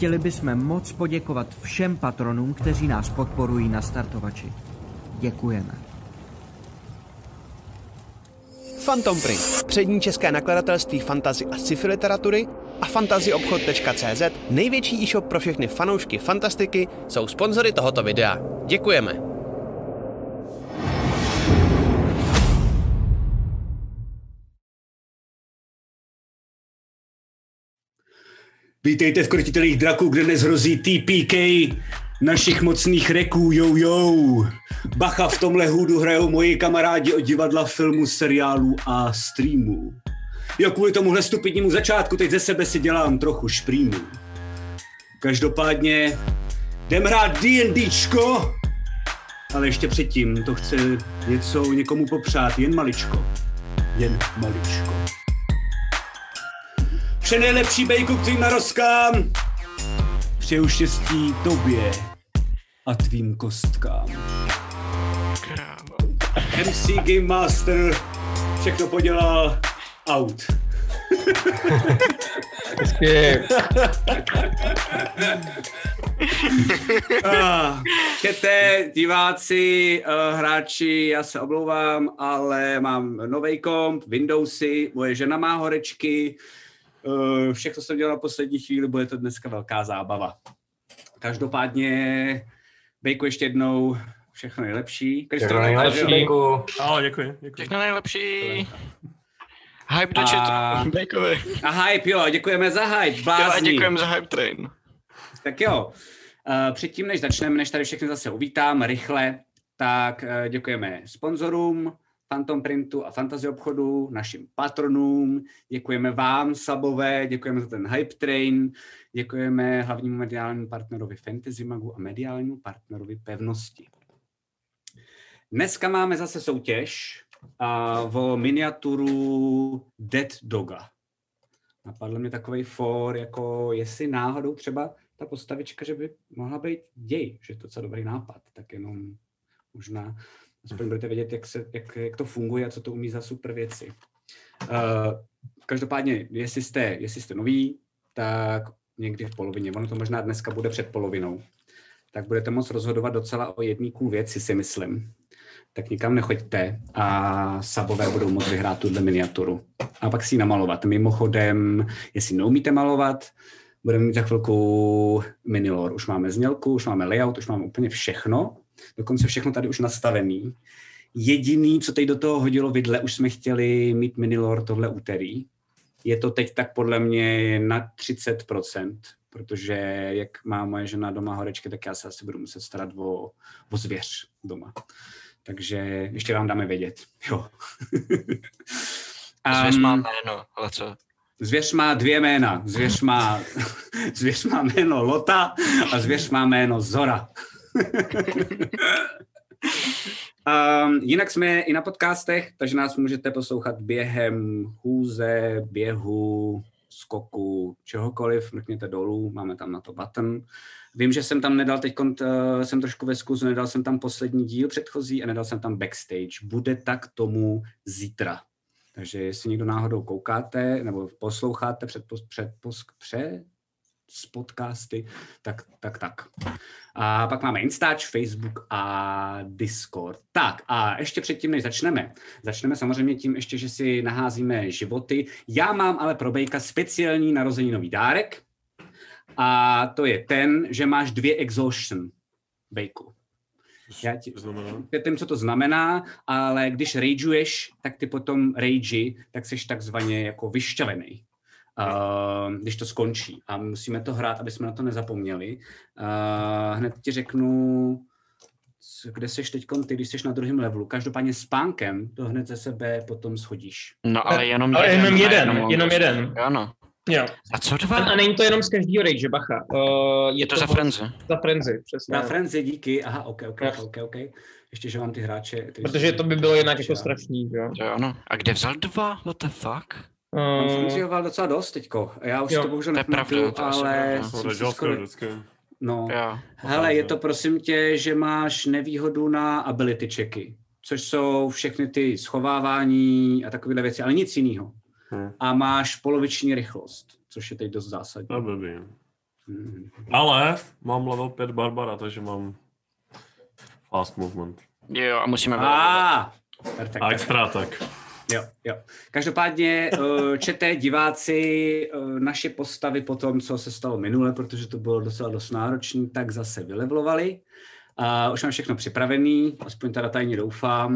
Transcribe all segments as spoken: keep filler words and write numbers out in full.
Chtěli bychom moc poděkovat všem patronům, kteří nás podporují na startovači. Děkujeme. Phantom Print, přední české nakladatelství fantasy a sci-fi literatury, a fantasyobchod tečka cé zet, největší e-shop pro všechny fanoušky fantastiky, jsou sponzory tohoto videa. Děkujeme. Vítejte v Krotitelích draků, kde dnes hrozí T P K našich mocných reků, jo jo. Bacha, v tomhle hůdu hrajou moji kamarádi od divadla, filmu, seriálu a streamu. Jo, kvůli tomuhle stupidnímu začátku teď ze sebe si dělám trochu šprýmu. Každopádně jdem hrát D&Dčko, ale ještě předtím to chce něco někomu popřát, jen maličko. Jen maličko. Vše nejlepší, bejku, k tvým narozkám. Přeju štěstí tobě a tvým kostkám. Krávo. M C Game Master všechno podělal out. Hezky. ah, Čete, diváci, uh, hráči, já se omlouvám, ale mám novej komp, Windowsy, moje žena má horečky. Uh, všechno jsem dělal na poslední chvíli, bude to dneska velká zábava. Každopádně, Bejku, ještě jednou všechno nejlepší. Všechno nejlepší, Bejku. Ahoj, děkuji, děkuji. Všechno nejlepší. Hype do A... chatu, Bejkovi. A hype, jo, děkujeme za hype, blázni. Jo, a děkujeme za hype train. Tak jo, uh, předtím, než začneme, než tady všechny zase uvítám rychle, tak uh, děkujeme sponzorům Phantom Printu a Fantasy obchodu, našim patronům, děkujeme vám, sabové, děkujeme za ten hype train, děkujeme hlavnímu mediálnímu partnerovi Fantasy Magu a mediálnímu partnerovi Pevnosti. Dneska máme zase soutěž uh, o miniaturu Dead Doga. Napadl mi takovej for, jako jestli náhodou třeba ta postavička, že by mohla být děj, že je to docela dobrý nápad, tak jenom možná aspoň budete vědět, jak, se, jak, jak to funguje a co to umí za super věci. Uh, každopádně, jestli jste, jestli jste noví, tak někdy v polovině, ono to možná dneska bude před polovinou, tak budete moct rozhodovat docela o jedný cool věci, si myslím. Tak nikam nechoďte a sabové budou moct vyhrát tuhle miniaturu. A pak si ji namalovat. Mimochodem, jestli neumíte malovat, budeme mít za chvilku minilore. Už máme znělku, už máme layout, už máme úplně všechno. Dokonce všechno tady už nastavený. Jediný, co teď do toho hodilo vidle, už jsme chtěli mít minilore tohle úterý. Je to teď tak podle mě na třicet procent, protože jak má moje žena doma horečky, tak já se asi budu muset starat o, o zvěř doma. Takže ještě vám dáme vědět. Jo. um, Zvěř má jméno, ale co? Zvěř má dvě jména. Zvěř má, zvěř má jméno Lota a zvěř má jméno Zora. um, jinak jsme i na podcastech, takže nás můžete poslouchat během chůze, běhu, skoku, čehokoliv, mrkněte dolů, máme tam na to button. Vím, že jsem tam nedal teď, jsem trošku ve zkuzu, nedal jsem tam poslední díl předchozí a nedal jsem tam backstage. Bude tak tomu zítra. Takže jestli někdo náhodou koukáte nebo posloucháte před, před, před z podcasty, tak, tak, tak. A pak máme Instač, Facebook a Discord. Tak a ještě předtím, než začneme, začneme samozřejmě tím ještě, že si naházíme životy. Já mám ale pro Bejka speciální narozeninový dárek a to je ten, že máš dvě exhaustion, Bejku. Já ti tím, co to znamená, ale když rageuješ, tak ty potom ragey, tak seš takzvaně jako vyšťavený. Uh, když to skončí a musíme to hrát, aby jsme na to nezapomněli. Uh, hned ti řeknu, kde seš teďkon ty, když seš na druhém levelu. Každopádně s pánkem to hned ze sebe potom schodíš. No ale jenom ale jeden. Jenom jeden, jenom, jenom jeden. Ano. Jo. A co dva? A, a není to jenom z každého rage, bacha. Uh, je, je to, to za frenzy. Za frenzy, přesně. Za frenzy, díky. Aha, ok, ok, ok, ok. okay. Ještě, že vám ty hráče... Ty protože to by bylo jinak jako strašný, jo. Jo, ano. A kde vzal dva? What the fuck? On jsem si ho docela dost teďko. Já už jo, to bohužel nepamatuju, ale... No, jo, hele, je to prosím tě, že máš nevýhodu na ability checky, což jsou všechny ty schovávání a takovéhle věci, ale nic jiného. Hmm. A máš poloviční rychlost, což je teď dost zásadní. No, blbý. Ale mám level pět Barbara, takže mám fast movement. Jo, a musíme... Ah, perfekt. A extra tak. Jo, jo. Každopádně čete diváci naše postavy po tom, co se stalo minule, protože to bylo docela dost náročný, tak zase vylevlovali. Uh, už mám všechno připravený, aspoň teda tajně doufám.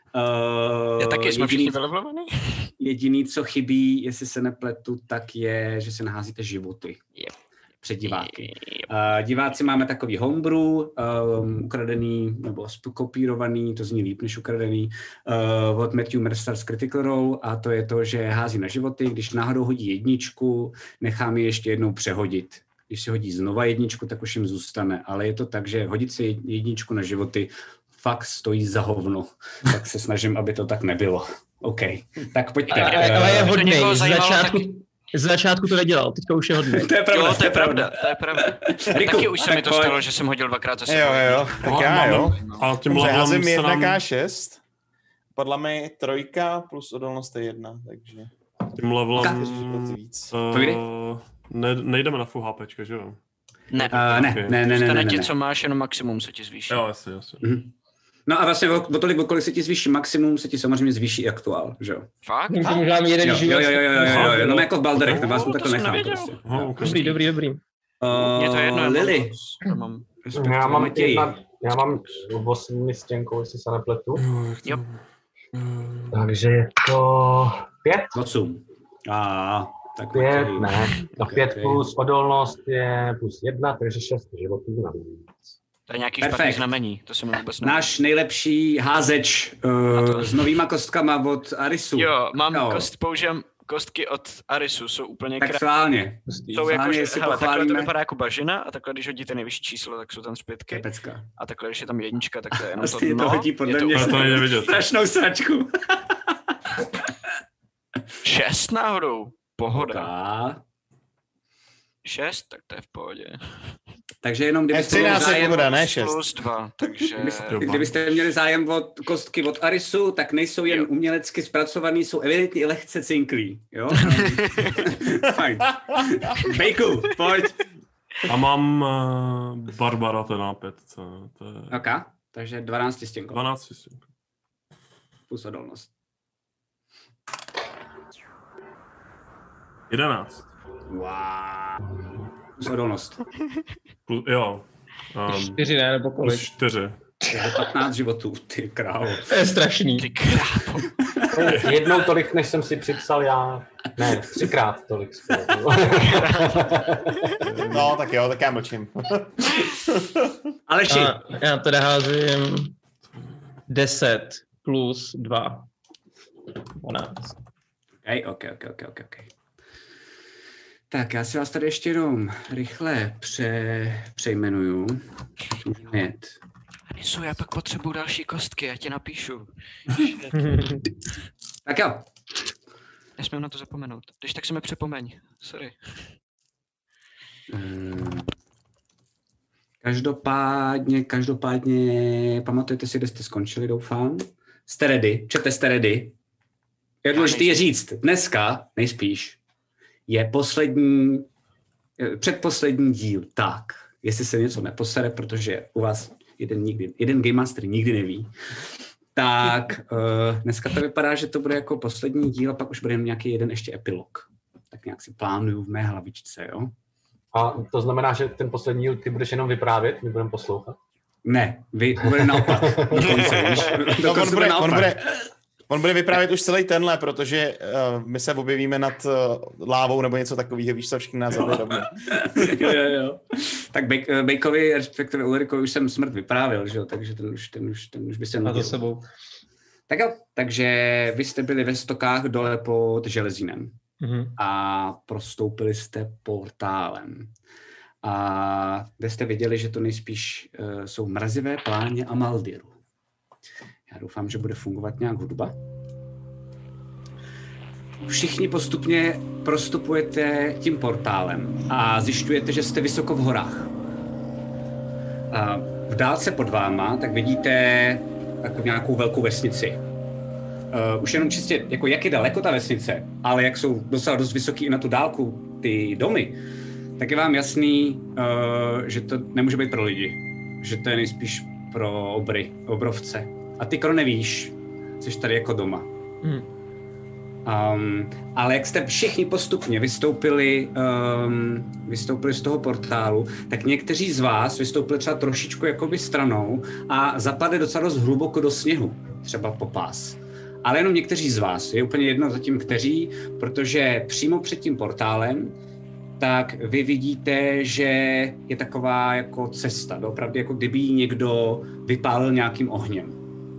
Uh, Já taky jsme jediný, všichni vylevlovaní. Jediný, co chybí, jestli se nepletu, tak je, že se naházíte životy. Yep. Před diváky. Uh, diváci máme takový homebrew, um, ukradený nebo kopírovaný, to zní líp než ukradený, uh, od Matthew Mercer's Critical Role, a to je to, že hází na životy, když náhodou hodí jedničku, nechám ji ještě jednou přehodit. Když si hodí znova jedničku, tak už jim zůstane, ale je to tak, že hodit si jedničku na životy fakt stojí za hovno, tak se snažím, aby to tak nebylo. OK, tak pojďte. Ale je hodnej, z zajímalo, začátku, tak... z začátku to nedělal, teďka už je hodnej. To je pravda, Jo, to je pravda, to je pravda. Riku, Taky už se mi to pojď. stalo, že jsem hodil dvakrát za sebou. Jo, jo, tak No, já máme- jo. A tím Dobře, levelem házím se jedna nám, ká šest. Podle mě trojka plus odolnost je jedna, takže... tím levelem Okay. Víc. uh, ne, nejdeme na full HPčka, že jo? Ne, Uh, ne, ne, ne, ne, ne, stane ne, ti, ne. co máš, jenom maximum se ti zvýší. Jo, jasně, jasně. Mhm. No a vlastně o, o tolik, o kolik se ti zvýší maximum, se ti samozřejmě zvýší i aktuál, že jo? Fakt? Tím tomu dám jeden Jo, život. jo, jo, jo, jo, jo, jo, no jako v Baldurech, tak vás No, tak to to jsem nechám nevěděl. prostě. Aha, ok. Dobrý, dobrý, dobrý. Mně to je jedno, Uh, já mám- Lily. já mám... Já mám Matěj. jedna, já mám osmi stěnkou, jestli se nepletu. Jo. Takže je to pět, Osm. A tak pět, Matěj. ne. Na Ok, pět ok. plus odolnost je plus jedna, takže šest životů navíc. To je nějaký Perfekt. špatný znamení, to se mi vůbec neví. Náš nejlepší házeč uh, s novýma kostkama od Arisu. Jo, mám Jo. kost, používám kostky od Arisu, jsou úplně Tak krásné. schválně. Jsou jako, Schválně že, si hele, takhle to pochválíme. vypadá jako bažina a takhle, když hodíte nejvyšší číslo, tak jsou tam zpětky. Je pecka. A takhle, když je tam jednička, tak to je jenom A to stejně to dno. hodí podle je to mě. To, už to nejde vidět. Strašnou sračku. šest náhodou. Pohoda. Okay. Šest, tak to je v pohodě. Takže jenom kdybyste měli třináct je zájem, pohoda, ne šest. Plus dva, takže... kdybyste, kdybyste měli zájem od kostky od Arisu, tak nejsou jen Jo. umělecky zpracovaný, jsou evidentně i lehce cinklí. Jo? Fajn. Bejku, pojď. A mám uh, Barbara, to je na pětce. To je Ok, takže dvanáct stěnko dvanáct tisíc. plus odolnost. jedenáct. Wow. Plus odolnost. Plus, jo. Um, Čtyři ne, nebo plus kolik. čtyři. Je patnáct životů, ty krávo. To je strašný. Ty krávo. Jednou tolik, než jsem si připsal já. Ne, třikrát tolik. skoro. No, tak jo, tak já mlčím. Aleši, A já teda házím deset plus dva. dvanáct. okay, ok, ok, ok, ok, ok. Tak já si vás tady ještě jenom rychle pře, přejmenuju. Můžeme jet. Arisu, já pak potřebuju další kostky, já ti napíšu. Tak jo. Nesmím na to zapomenout. Když tak se mi připomeň. Sorry. Hmm. Každopádně, každopádně, pamatujete si, kde jste skončili, doufám? Jste ready, čete jste ready. Je důležité je říct, dneska, nejspíš, je poslední, eh, předposlední díl, tak, jestli se něco neposere, protože u vás jeden, nikdy, jeden Game Master nikdy neví, tak uh, dneska to vypadá, že to bude jako poslední díl a pak už bude nějaký jeden ještě epilog. Tak nějak si plánuju v mé hlavičce, jo? A to znamená, že ten poslední díl ty budeš jenom vyprávět, my budeme poslouchat. Ne, vy bude naopak. Dokonce, víš? No, on, Dokonce bude, naopak. on, bude, on bude vyprávět už celý tenhle, protože uh, my se objevíme nad uh, lávou nebo něco takového, víš co, všichni nás zabijí rovně. jo, jo, jo. Tak Bej- Bejkovi, respektive Ulrikovi už jsem smrt vyprávěl, že jo, takže ten už, ten už, ten už by se A nudil. za sebou. Tak jo, takže vy jste byli ve stokách dole pod železínem Mhm. a prostoupili jste portálem. A kde jste viděli, že to nejspíš uh, jsou mrazivé pláně Amaldiru. Já doufám, že bude fungovat nějak hudba. Všichni postupně prostupujete tím portálem a zjišťujete, že jste vysoko v horách. A v dálce pod váma tak vidíte takovou nějakou velkou vesnici. Uh, už jenom čistě, jako jak je daleko ta vesnice, ale jak jsou docela dost vysoký i na tu dálku ty domy, tak je vám jasný, uh, že to nemůže být pro lidi. Že to je nejspíš pro obry, obrovce. A ty, Kro, nevíš, jsi tady jako doma. Hmm. Um, ale jak jste všichni postupně vystoupili, um, vystoupili z toho portálu, tak někteří z vás vystoupili třeba trošičku jakoby stranou a zapadli docela dost hluboko do sněhu, třeba po pás. Ale jenom někteří z vás, je úplně jedno zatím kteří, protože přímo před tím portálem tak vy vidíte, že je taková jako cesta, opravdu jako kdyby ji někdo vypálil nějakým ohněm.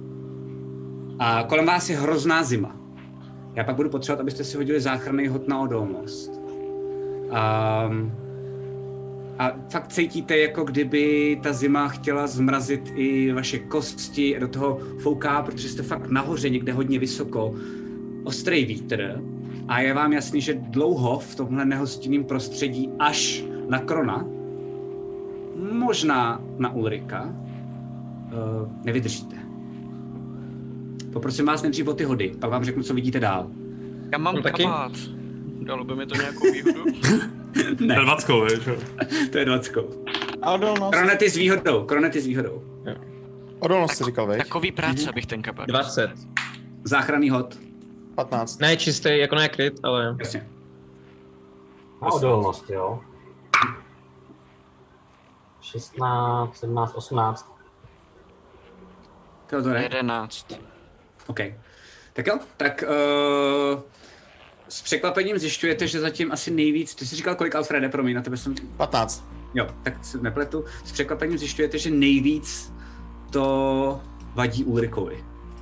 A kolem vás je hrozná zima. Já pak budu potřebovat, abyste si hodili záchranný hod na odolnost. A, a fakt cítíte, jako kdyby ta zima chtěla zmrazit i vaše kosti a do toho fouká, protože jste fakt nahoře, někde hodně vysoko, ostrý vítr. A je vám jasný, že dlouho v tomhle nehostinném prostředí až na Krona, možná na Ulrika, uh, nevydržíte. Poprosím vás nejdřív o ty hody, pak vám řeknu, co vidíte dál. Já mám taky? kabát. Dalo by mi to nějakou výhodu? Ne. To je dvackou, víš? To je dvackou. A odolnost. Kronety s výhodou, kronety s výhodou. Odolnost jsi říkal, veď? Takový práce bych ten kabát. dvacet. Záchranný hod. patnáct. Ne čistý, jako ne kryt, ale... Jasně. Na odolnost, jo. šestnáct, sedmnáct, osmnáct. Teodore? jedenáct. OK. Tak jo, tak uh, s překvapením zjišťujete, že zatím asi nejvíc, ty jsi říkal kolik, Alfrede, promiň, na tebe jsem... patnáct. Jo, tak se nepletu. S překvapením zjišťujete, že nejvíc to vadí Ulrikovi.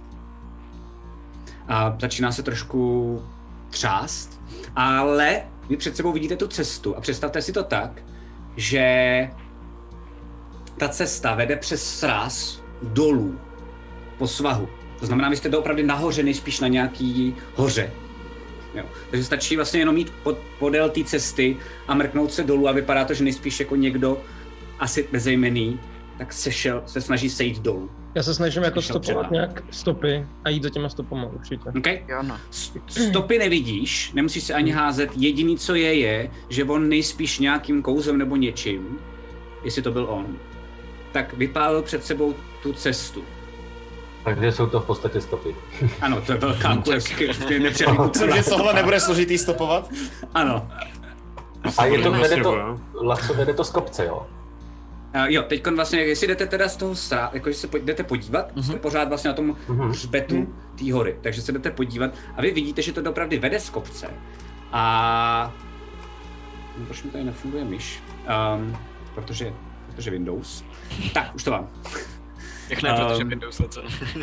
A začíná se trošku třást, ale vy před sebou vidíte tu cestu a představte si to tak, že ta cesta vede přes sráz dolů po svahu. To znamená, vy jste doopravdy nahoře, nejspíš na nějaký hoře. Jo. Takže stačí vlastně jenom jít pod, podél té cesty a mrknout se dolů a vypadá to, že nejspíš jako někdo asi bezejmenný, tak se, šel, se snaží sejít dolů. Já se snažím jako Šel stopovat třeba. nějak stopy a jít za těma stopama určitě. Okay? Jo, no. Stopy nevidíš, nemusíš se ani házet, jediný co je je, že on nejspíš nějakým kouzem nebo něčím, jestli to byl on, tak vypálil před sebou tu cestu. Takže jsou to v podstatě stopy. Ano, to je velká nepřijatý. Myslím, že tohle nebude složitý stopovat. Ano. A je to, vede Nebo, to, jo. Laco, vede to z kopce, jo? Uh, jo, teď vlastně, jestli jdete teda z toho strá, jakože se jdete podívat, mm-hmm. jste pořád vlastně na tom Mhm. hřbetu té hory, takže se jdete podívat a vy vidíte, že to opravdu vede z kopce. A... No, proč mi tady nefunguje myš? Um, protože, protože Windows. Tak, už to mám. Jak ne, protože Um, Windows lecel.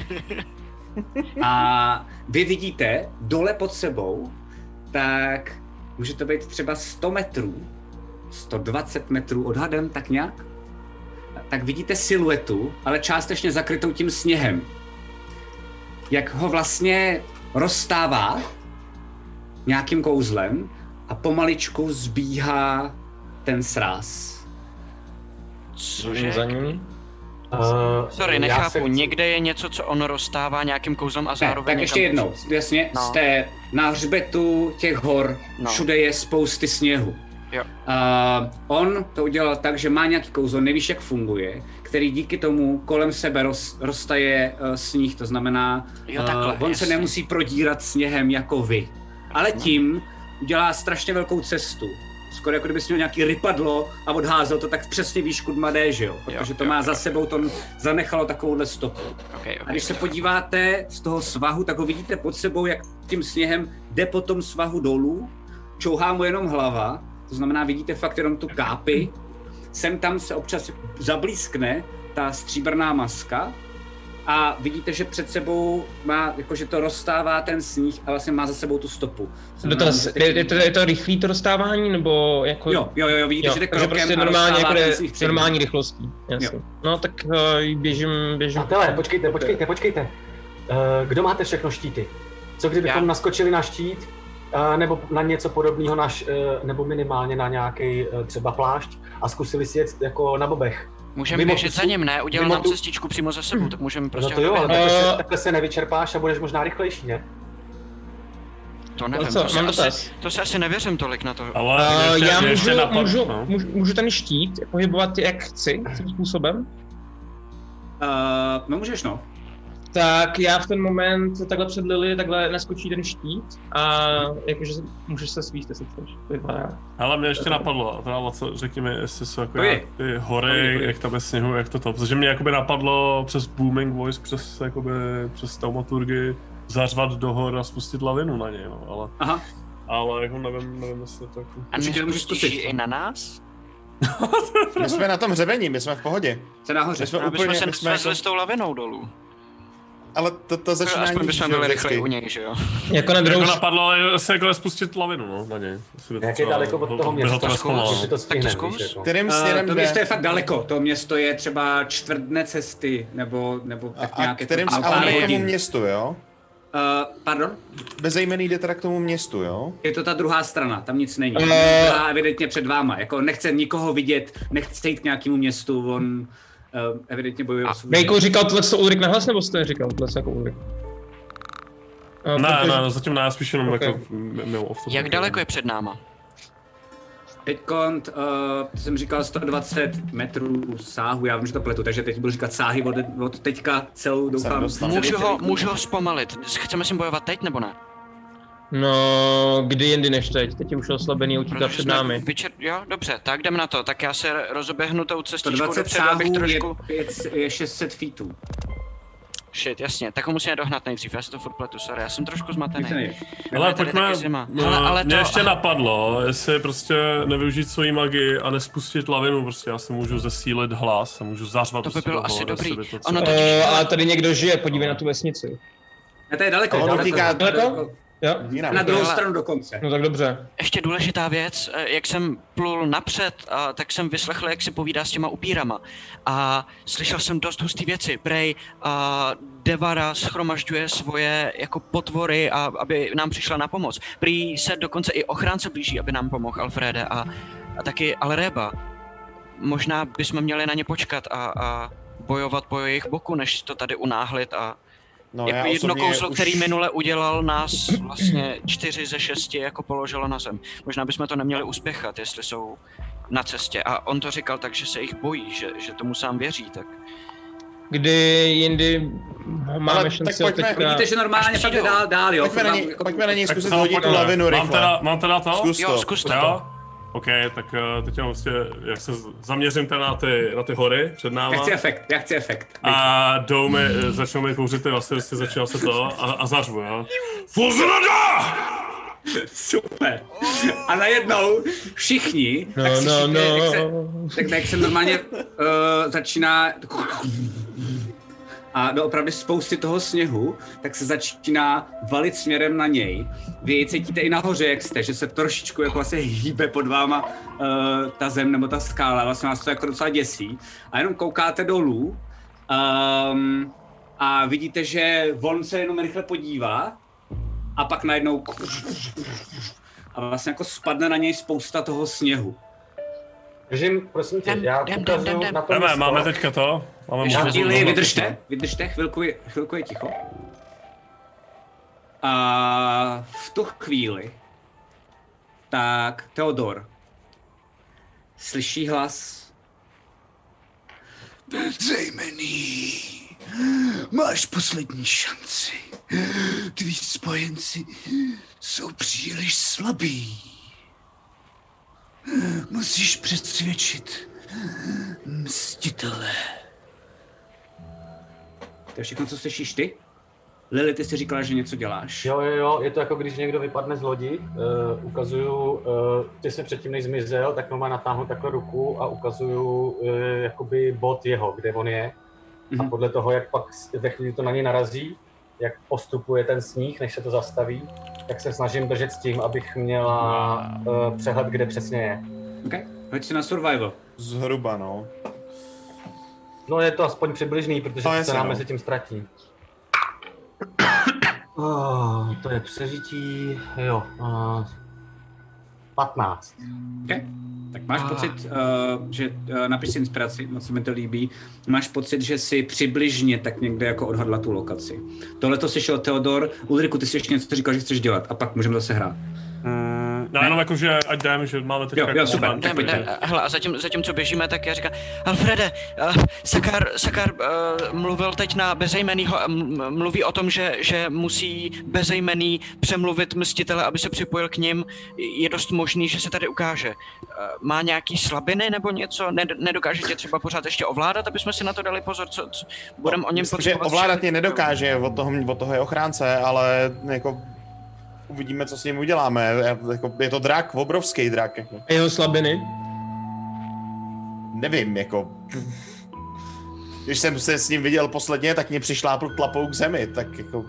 A vy vidíte dole pod sebou, tak může to být třeba sto metrů, sto dvacet metrů odhadem, tak nějak. Tak vidíte siluetu, ale částečně zakrytou tím sněhem. Jak ho vlastně roztává nějakým kouzlem a pomaličku zbíhá ten sráz. Můžu za ním. Uh, Sorry, nechápu, někde je něco, co on roztává nějakým kouzlem a Ne, zároveň... tak někam- ještě jednou, jasně, No. jste na hřbetu těch hor, No. všude je spousty sněhu. Jo. Uh, on to udělal tak, že má nějaký kouzlo, nevíš jak funguje, který díky tomu kolem sebe roz, roztaje uh, sníh, to znamená, Jo, takhle, uh, on se jasně. nemusí prodírat sněhem jako vy. Ale tím udělá strašně velkou cestu. Skoro jako kdybys měl nějaký rypadlo a odházel to, tak přesně víš, kud jde, že jo? Protože Jo, to jo, má jo. za sebou, to zanechalo takovouhle stopu. Okay, A okay, když se podíváte z toho svahu, tak ho vidíte pod sebou, jak tím sněhem jde po tom svahu dolů, čouhá mu jenom hlava, to znamená, vidíte fakt jenom tu kápi, sem tam se občas zablískne ta stříbrná maska a vidíte, že před sebou má, jakože to roztává ten sníh a vlastně má za sebou tu stopu. To znamená, Dotaz, můžete- je, je, to, je to rychlý to rozstávání, nebo jako... Jo, jo, jo, vidíte, jo, že jde takže krokem prostě a normálně, roztává jako ten jde sníh před ním. normální rychlostí, jasně. No tak uh, běžím, běžím. Přátelé, počkejte, počkejte, počkejte. Uh, kdo máte všechno štíty? Co kdybychom Já. naskočili na štít? Uh, nebo na něco podobného, naš, uh, nebo minimálně na nějaký uh, třeba plášť a zkusili si jet jako na bobech. Můžeme Mimo běžet tu- za ním, ne? Udělal mimo nám tu- cestičku přímo za sebou, tak můžeme No prostě... to jo, ale doběhnout. takhle se, Eh. takhle se nevyčerpáš a budeš možná rychlejší, ne? To nevím, co, to, se mám asi, dotaz. to se asi nevěřím tolik na to. Ale Uh, ještě, já můžu, ještě napad, můžu, no. můžu, můžu ten štít pohybovat jak chci, tím způsobem? Uh, no můžeš no. Tak já v ten moment takhle před Lily, takhle naskočí ten štít a jakože můžeš se svíst, jestli chceš. To vypadá. Ale mě ještě napadlo, teda co, řekni mi, jestli jsou jako Pojď. ty hory, Pojď, pojď. jak tam je sněhu, jak to to, protože mě jakoby napadlo přes Booming Voice, přes jakoby, přes taumaturgy zařvat do hor a spustit lavinu na něj, no, ale, Aha. ale jako nevím, nevím, jestli to jako... A Určitě můžeš nespustíš zkusit. ji i na nás? My jsme na tom hřebení, my jsme v pohodě. Se nahoře. My jsme Aby úplně, jsme se my jsme nesvezli jako, s tou lavinou dolů. ale to, to začíná Aspoň níž, bychom že jo, byli vždycky. rychleji u něj, že jo? Jako na Jako druhou napadlo, ale se jako spustit lavinu, no, na něj. Jestli by to Jak je třeba- daleko od toho by ho města? to neskomalo. Jestli to Tak to stihneme, zkus. víš, jako. Kterým Uh, směrem to jde? město je fakt daleko, to město je třeba čtvrt dne cesty, nebo, nebo A, tak a nějak. je to kterým, pár ale ne k tomu hodin. městu, jo? Uh, pardon? Bezejmený jde teda k tomu městu, jo? Je to ta druhá strana, tam nic není. Eh. Druhá evidentně před váma, jako nechce nikoho vidět, nechce jít k nějakému městu, on uh, evidentně bojuje o svůj Bejko říkal tohle co Ulrik nahlas, nebo jste říkal tohle jako Ulrik? Uh, Ne, protože- ne, zatím ne, spíš jenom Okay. jako mimo off topic. Jak daleko je před náma? Teďkont, uh, jsem říkal sto dvacet metrů sáhu, já vím, že to pletu, takže teď budu říkat sáhy od, od teďka celou, doufám. dostanu. celý- Můžu ho, celý- můžu ho zpomalit. Chceme s ním bojovat teď, nebo ne? No, kdy jindy než teď, teď je už oslabený, utíká Protože před jsme námi. Vyčer... Jo, dobře, tak jdem na to. Tak já se rozoběhnu tou sto cestičkou dvacet dopředu, abych sáhů je, trošku... pět, je šest set feetů. Shit, jasně, tak ho musíme dohnat nejdřív, já si to furt pletu, sorry, já jsem trošku Nic se zmatený. neví. Ale Je tady pojďme, taky zima. no, Ale, ale mě to... ještě napadlo, jestli prostě nevyužít svoji magii a nespustit lavinu, prostě já si můžu zesílit hlas a můžu zařvat To by prostě bylo do asi hor, dobrý. jestli by to Ono třeba- totiž- Uh, ale tady někdo žije, podívej na tu vesnici. A to je daleko, Ono daleko, utíká- Daleko? Jo? Jinam. na druhou Ale- stranu dokonce. No tak dobře. Ještě důležitá věc, eh, jak jsem plul napřed, a tak jsem vyslechl, jak si povídá s těma upírama. A slyšel jsem dost hustý věci. Prej a Devara schromažďuje svoje jako potvory, a, aby nám přišla na pomoc. Prý se dokonce i ochránce blíží, aby nám pomohl Alfrede a, a taky Alreba. Možná bychom měli na ně počkat a, a bojovat po jejich boku, než to tady unáhlit a No, jako já jedno osobně kouzlo, už- který minule udělal nás vlastně čtyři ze šesti jako položilo na zem. Možná bychom to neměli uspěchat, jestli jsou na cestě. A on to říkal tak, že se jich bojí, že, že tomu sám věří, tak... Kdy jindy máme Ale šanci tak pojďme, teďka... Vidíte, že normálně Až fakt jde přijdou. dál, dál, jo. Pojďme furt na, vám něj, jako- pojďme na něj Tak zkusit to hodit tu pojďme. lavinu Mám rychle. teda, mám teda to? Zkus Jo, to. zkus to. Jo? OK, tak uh, teď já vlastně, jak se zaměřím teda na ty, na ty hory před náma. Já chci efekt, já chci efekt. A jdou mi, začnou mi kouřit ty vlastně, začíná se to a, a zařvu, jo. Fuzrada! Super. A najednou všichni, No, tak no, slyšíte, no. jak se, tak, jak se normálně uh, začíná a doopravdy spousty toho sněhu, tak se začíná valit směrem na něj. Vy jej cítíte i nahoře, jak jste, že se trošičku jako vlastně hýbe pod váma uh, ta zem nebo ta skála, vlastně vás to jako docela děsí. A jenom koukáte dolů um, a vidíte, že on se jenom rychle podívá a pak najednou a vlastně jako spadne na něj spousta toho sněhu. Držím, prosím tě, Jdem, já jdem, ukazuju jdem, jdem. na to Jdeme, místo. máme teďka to. Máme Ještě možnost chvíli, znovu vydržte, nakousnout. vydržte, chvilku je, chvilku je ticho. A v tu chvíli, tak Theodor slyší hlas. Bezejmený, máš poslední šanci. Tví spojenci jsou příliš slabí. Musíš přesvědčit mstitele. To je všechno, co slyšíš ty? Lily, ty jsi říkala, že něco děláš. Jo, jo, jo, je to jako když někdo vypadne z lodi, uh, ukazuju, uh, těsně předtím, než zmizel, tak má natáhnu takhle ruku a ukazuju uh, jakoby bod jeho, kde on je. Mm-hmm. A podle toho, jak pak ve chvíli to na něj narazí, jak postupuje ten sníh, než se to zastaví, tak se snažím držet s tím, abych měla uh, přehled, kde přesně je. OK, hoď si na survival. Zhruba, no. No je to aspoň přibližný, protože No, no, jasně, se nám no. mezi tím ztratí. Oh, to je přežití, jo, uh, patnáct. OK. Tak máš ah. pocit, uh, že uh, napiš si inspiraci, moc se mi to líbí, máš pocit, že si přibližně tak někde jako odhadla tu lokaci. Tohle to slyšel Theodor. Ulriku, ty jsi ještě něco říkal, že chceš dělat a pak můžeme zase hrát. Mm, já jenom jako, že ať jdeme, že máme teď... Jo, jo, super. Ne, ne, hele, a zatím, zatím, co běžíme, tak já říkám, Alfrede, uh, Sakar, Sakar uh, mluvil teď na bezejmenýho, uh, mluví o tom, že, že musí bezejmený přemluvit mstitele, aby se připojil k nim. Je dost možný, že se tady ukáže. Uh, má nějaký slabiny nebo něco? Ned, nedokáže tě třeba pořád ještě ovládat, aby jsme si na to dali pozor, co, co budeme o něm potřebovat? Ovládat mě nedokáže, od toho, od toho je ochránce, ale jako... Uvidíme, co s ním uděláme. Je to drak, obrovský drak. Jako. A jeho slabiny? Nevím, jako... Když jsem se s ním viděl posledně, tak mě přišlápl tlapou k zemi, tak jako...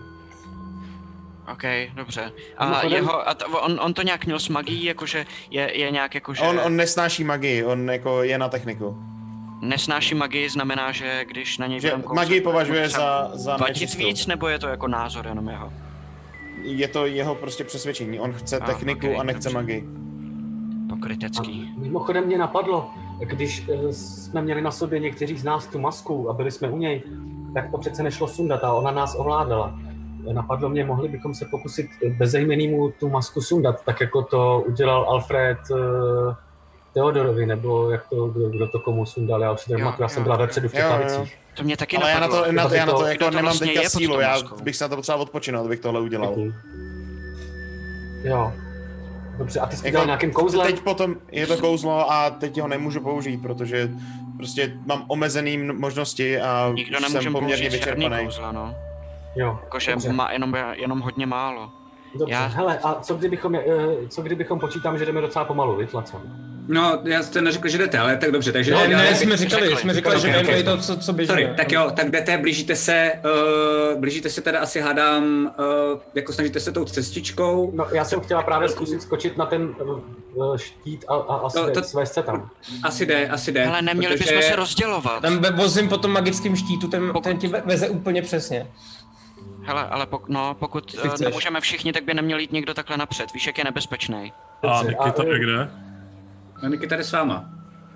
OK, dobře. A jeho, a t- on, on to nějak měl s magií, jakože je, je nějak jakože... On, on nesnáší magii, on jako je na techniku. Nesnáší magii znamená, že když na něj... Že magii považuje za, za vadit víc, nebo je to jako názor jenom jeho? Je to jeho prostě přesvědčení. On chce a, techniku okay, a nechce dobře. Magii. Pokrytecký. A mimochodem mě napadlo, když uh, jsme měli na sobě někteří z nás tu masku a byli jsme u něj, tak to přece nešlo sundat a ona nás ovládala. Napadlo mě, mohli bychom se pokusit bezejmenýmu tu masku sundat, tak jako to udělal Alfred uh, Theodorovi, nebo jak to, kdo, kdo to komu sundal, já už si to já jsem byla vepředu v těch lavicích. To mě taky ale napadlo. Ale já na to, na to, já na to to, jako to nemám vlastně teďka sílu, já bych se na to potřeboval odpočinout, abych tohle udělal. Děkuji. Jo. Dobře, a ty jsi jako, dělal nějakým kouzlem? Teď potom je to kouzlo a teď ho nemůžu použít, protože prostě mám omezený možnosti a nikdo jsem poměrně vyčerpaný. Kouzla, no. Jo. Jakože má jenom, jenom hodně málo. Dobře, já... hele, a co kdybychom, co kdybychom počítám, že jdeme docela pomalu, víš, Laco? No, já jste neřekl, že jdete, ale tak dobře, takže... No, ne, ne, jsme říkali, řekli, jsme říkali, okay, že okay, to, co, co běží. Sorry, tak jo, tak jdete, blížíte se, uh, blížíte se teda asi hádám, uh, jako snažíte se tou cestičkou. No, já jsem chtěla právě zkusit skočit na ten uh, štít a, a, a no, to, svést se tam. Asi jde, asi jde. Ale neměli protože... bychom se rozdělovat. Tam vozím po tom magickém štítu, ten, Pokud... ten ti veze úplně přesně. Hele, ale pok, no, pokud uh, nemůžeme všichni, tak by neměl jít někdo takhle napřed, víš, jak je nebezpečný. A Nikita je kde? A Nikita jde s váma.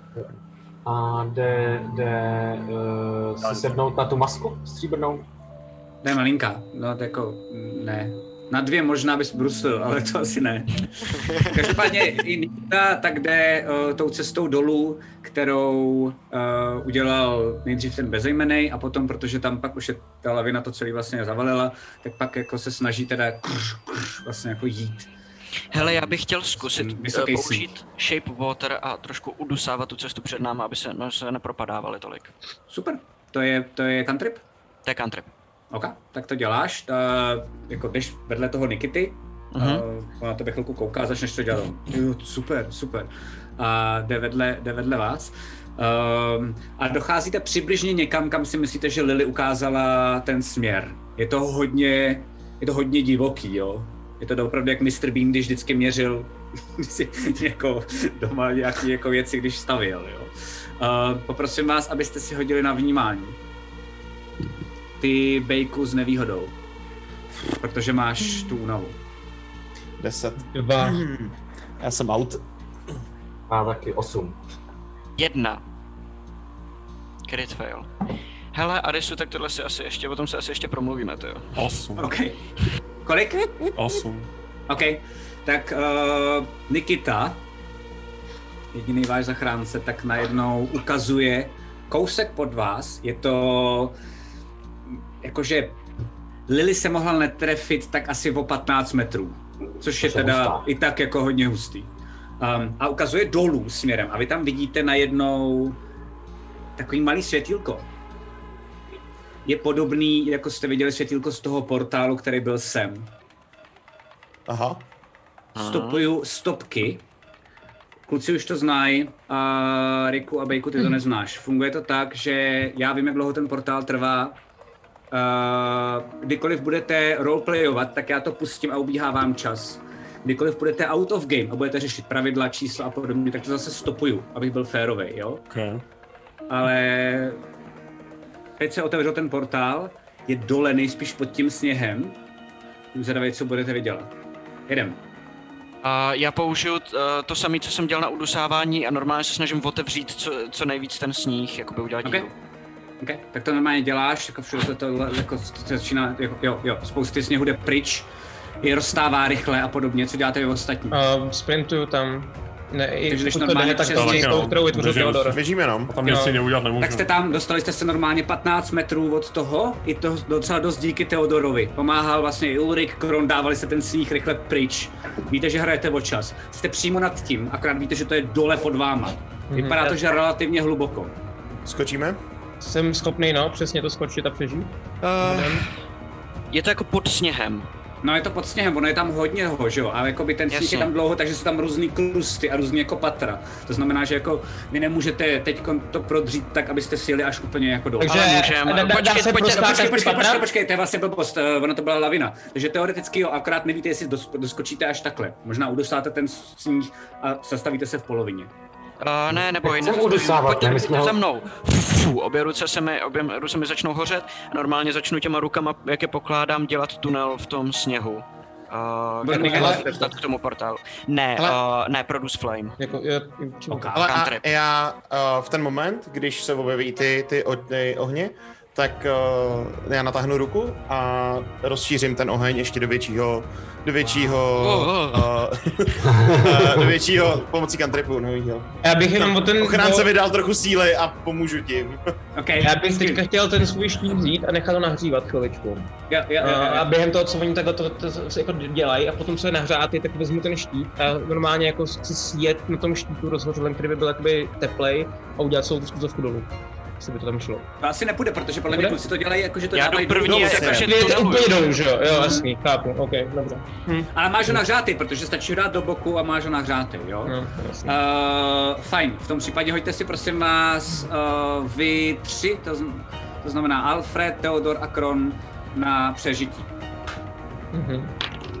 A jde, jde uh, si sednout na tu masku stříbrnou? Ne, malinká, no to jako, ne. Na dvě možná bys brusil, ale to asi ne. Každopádně i Nikita tak jde uh, tou cestou dolů, kterou uh, udělal nejdřív ten bezejmenej a potom, protože tam pak už je ta lavina to celý vlastně zavalila, tak pak jako se snaží teda krš, krš, vlastně jako jít. Hele, já bych chtěl zkusit Vysoký použít sín. Shape Water a trošku udusávat tu cestu před námi, aby se, no, se nepropadávali tolik. Super, to je, to je cantrip? To je cantrip. OK, tak to děláš, ta, jako jdeš vedle toho Nikity, uh-huh. uh, na tebe chvilku kouká a začneš to dělat. Jo, super, super. A jde vedle, jde vedle vás. Um, a docházíte přibližně někam, kam si myslíte, že Lily ukázala ten směr. Je to hodně, je to hodně divoký, jo. Je to opravdu jak mister Bean, když vždycky měřil si jako doma nějaké jako věci, když stavěl, jo. Uh, poprosím vás, abyste si hodili na vnímání. Ty, Bejku, s nevýhodou, protože máš tu únavu. Deset. Dva. Hmm. Já jsem out. A taky osm. Jedna. Crit fail. Hele, Arisu, tak tohle si asi ještě, o tom se asi ještě promluvíme, to jo. Osm. OK. Kolik? Osm. OK. Tak uh, Nikita, jediný váš zachránce, tak najednou ukazuje kousek pod vás. Je to... Jakože Lily se mohla netrefit tak asi o patnáct metrů, což je teda hustá. I tak jako hodně hustý. Um, a ukazuje dolů směrem a vy tam vidíte najednou takový malý světýlko. Je podobný, jako jste viděli světýlko z toho portálu, který byl sem. Aha. Stopuju stopky. Kluci už to znají, a Riku a Bejku, ty to neznáš. Funguje to tak, že já vím, jak dlouho ten portál trvá. Uh, kdykoliv budete roleplayovat, tak já to pustím a ubíhá vám čas. Kdykoliv budete out of game a budete řešit pravidla, čísla a podobně, tak to zase stopuju, abych byl férovej, jo? Okay. Ale teď se otevřel ten portál, je dole nejspíš pod tím sněhem. Zadavej, co budete vydělat. Jedem. A já použiju uh, to samé, co jsem dělal na udusávání a normálně se snažím otevřít co, co nejvíc ten sníh, jakoby udělat okay. díru. Okay. Tak to normálně děláš, jako všude se to jako, to začíná, jako, jo, jo, spousty sněhu jde pryč, je rozstává rychle a podobně, co děláte vy ostatní? Uh, sprintuju tam. Ne, i takže když to normálně jde, tak přes to něj- tou, kterou vytvořil Theodor. Běžíme jenom. A tam nic si neudělat nemůžu. Tak jste tam, dostali jste se normálně patnáct metrů od toho, i to docela dost díky Theodorovi. Pomáhal vlastně i Ulrik, Kron, dávali se ten sníh rychle pryč. Víte, že hrajete o čas. Jste přímo nad tím, akorát víte, že to je dole pod váma. Vypadá to, že relativně hluboko. Skočíme? Jsem schopný, no, přesně to skočit a přežít. Uh, je to jako pod sněhem. No je to pod sněhem, ono je tam hodně ho, že jo, ale jakoby ten sníh je tam dlouho, takže jsou tam různý krusty a různý jako patra. To znamená, že jako vy nemůžete teď to prodřít tak, abyste sjeli až úplně jako dolů. Takže můžeme. dá, dá, dá Počkej, se pojďte, No, proskákat počkej, ty počkej, patra? počkej, počkej, to je vlastně blbost, uh, ono to byla lavina. Takže teoreticky jo, akorát nevíte, jestli dos, doskočíte až takhle. Možná udosáte ten sníh a zastavíte se v polovině. Uh, ne, neboj, Chcem ne, udusávat, pojďte, ne, my pojďte jsme ho- za mnou. Fuh, obě ruce se mi, obě ruce mi začnou hořet a normálně začnu těma rukama, jak je pokládám, dělat tunel v tom sněhu. Uh, Bude který ale- můžu dostat k tomu portálu. Ne, Ale- uh, ne, Produce Flame. Jako, je, čím, Ok. Ale a Cantrip. já uh, v ten moment, když se objeví ty, ty, o- ty ohně, tak uh, já natáhnu ruku a rozšířím ten oheň ještě do většího, do většího, uh, uh, do většího pomocí cantripu novýho. Já bych jenom o ten... Ochránce o- vydal trochu síly a pomůžu tím. Okay. Já bych teďka chtěl ten svůj štít vzít a nechat ho nahřívat chviličku. Jo, jo, jo, A, jo. a během toho, co oni takhle to, to, to, to jako dělají a potom, co je nahřátý, tak vezmu ten štít a normálně jako chci sjet na tom štítu rozhořelém, který by byl jakoby teplej a udělat celou tu skuzovku dolů. Jestli by to tam šlo. To asi nepůjde, protože podle mě Nepůjde? kluci to dělají jako, že to Já dávají jdu první, dolů. jako, že Je to tuneluju. úplně dolů, že jo? Jo, jasný, chápu, ok, dobře. Hm. Ale máš ho nahřátý, protože stačí dát do boku a máš ho nahřátý, jo? No, jasný. Uh, fajn, v tom případě hoďte si prosím vás uh, vy tři, to, z, to znamená Alfred, Theodor a Kron na přežití. Mhm.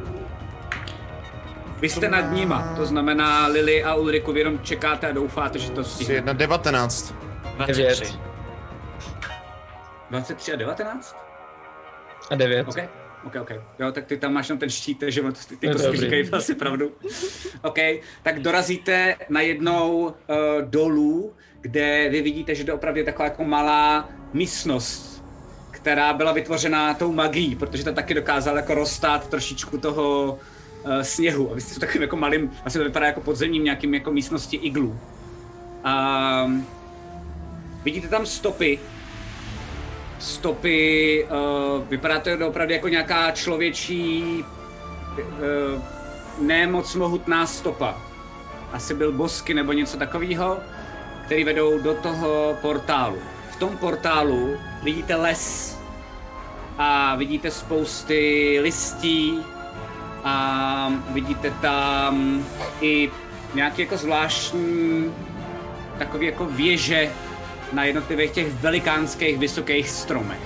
Vy jste nad nima, to znamená Lily a Ulriku, vy jenom čekáte a doufáte, že to Jsi stihne. jedna devatenáct. dvacet tři. dvacet tři a devatenáct? A devět. OK, OK, OK. Jo, tak ty tam máš na ten štít, takže ty, ty No, kostky dobrý. říkají to asi pravdu. OK, tak dorazíte najednou uh, dolů, kde vy vidíte, že to opravdu je taková jako malá místnost, která byla vytvořena tou magií, protože to taky dokázal jako roztát trošičku toho uh, sněhu. A vy jste v takovým jako malým, asi to vypadá jako podzemním nějakým jako místnosti iglu. Um, vidíte tam stopy, stopy, uh, vypadá to opravdu jako nějaká člověčí, uh, ne moc mohutná stopa. Asi byl bosky nebo něco takového, který vedou do toho portálu. V tom portálu vidíte les a vidíte spousty listí a vidíte tam i nějaké jako zvláštní takové jako věže na jednotlivých těch velikánských vysokých stromech.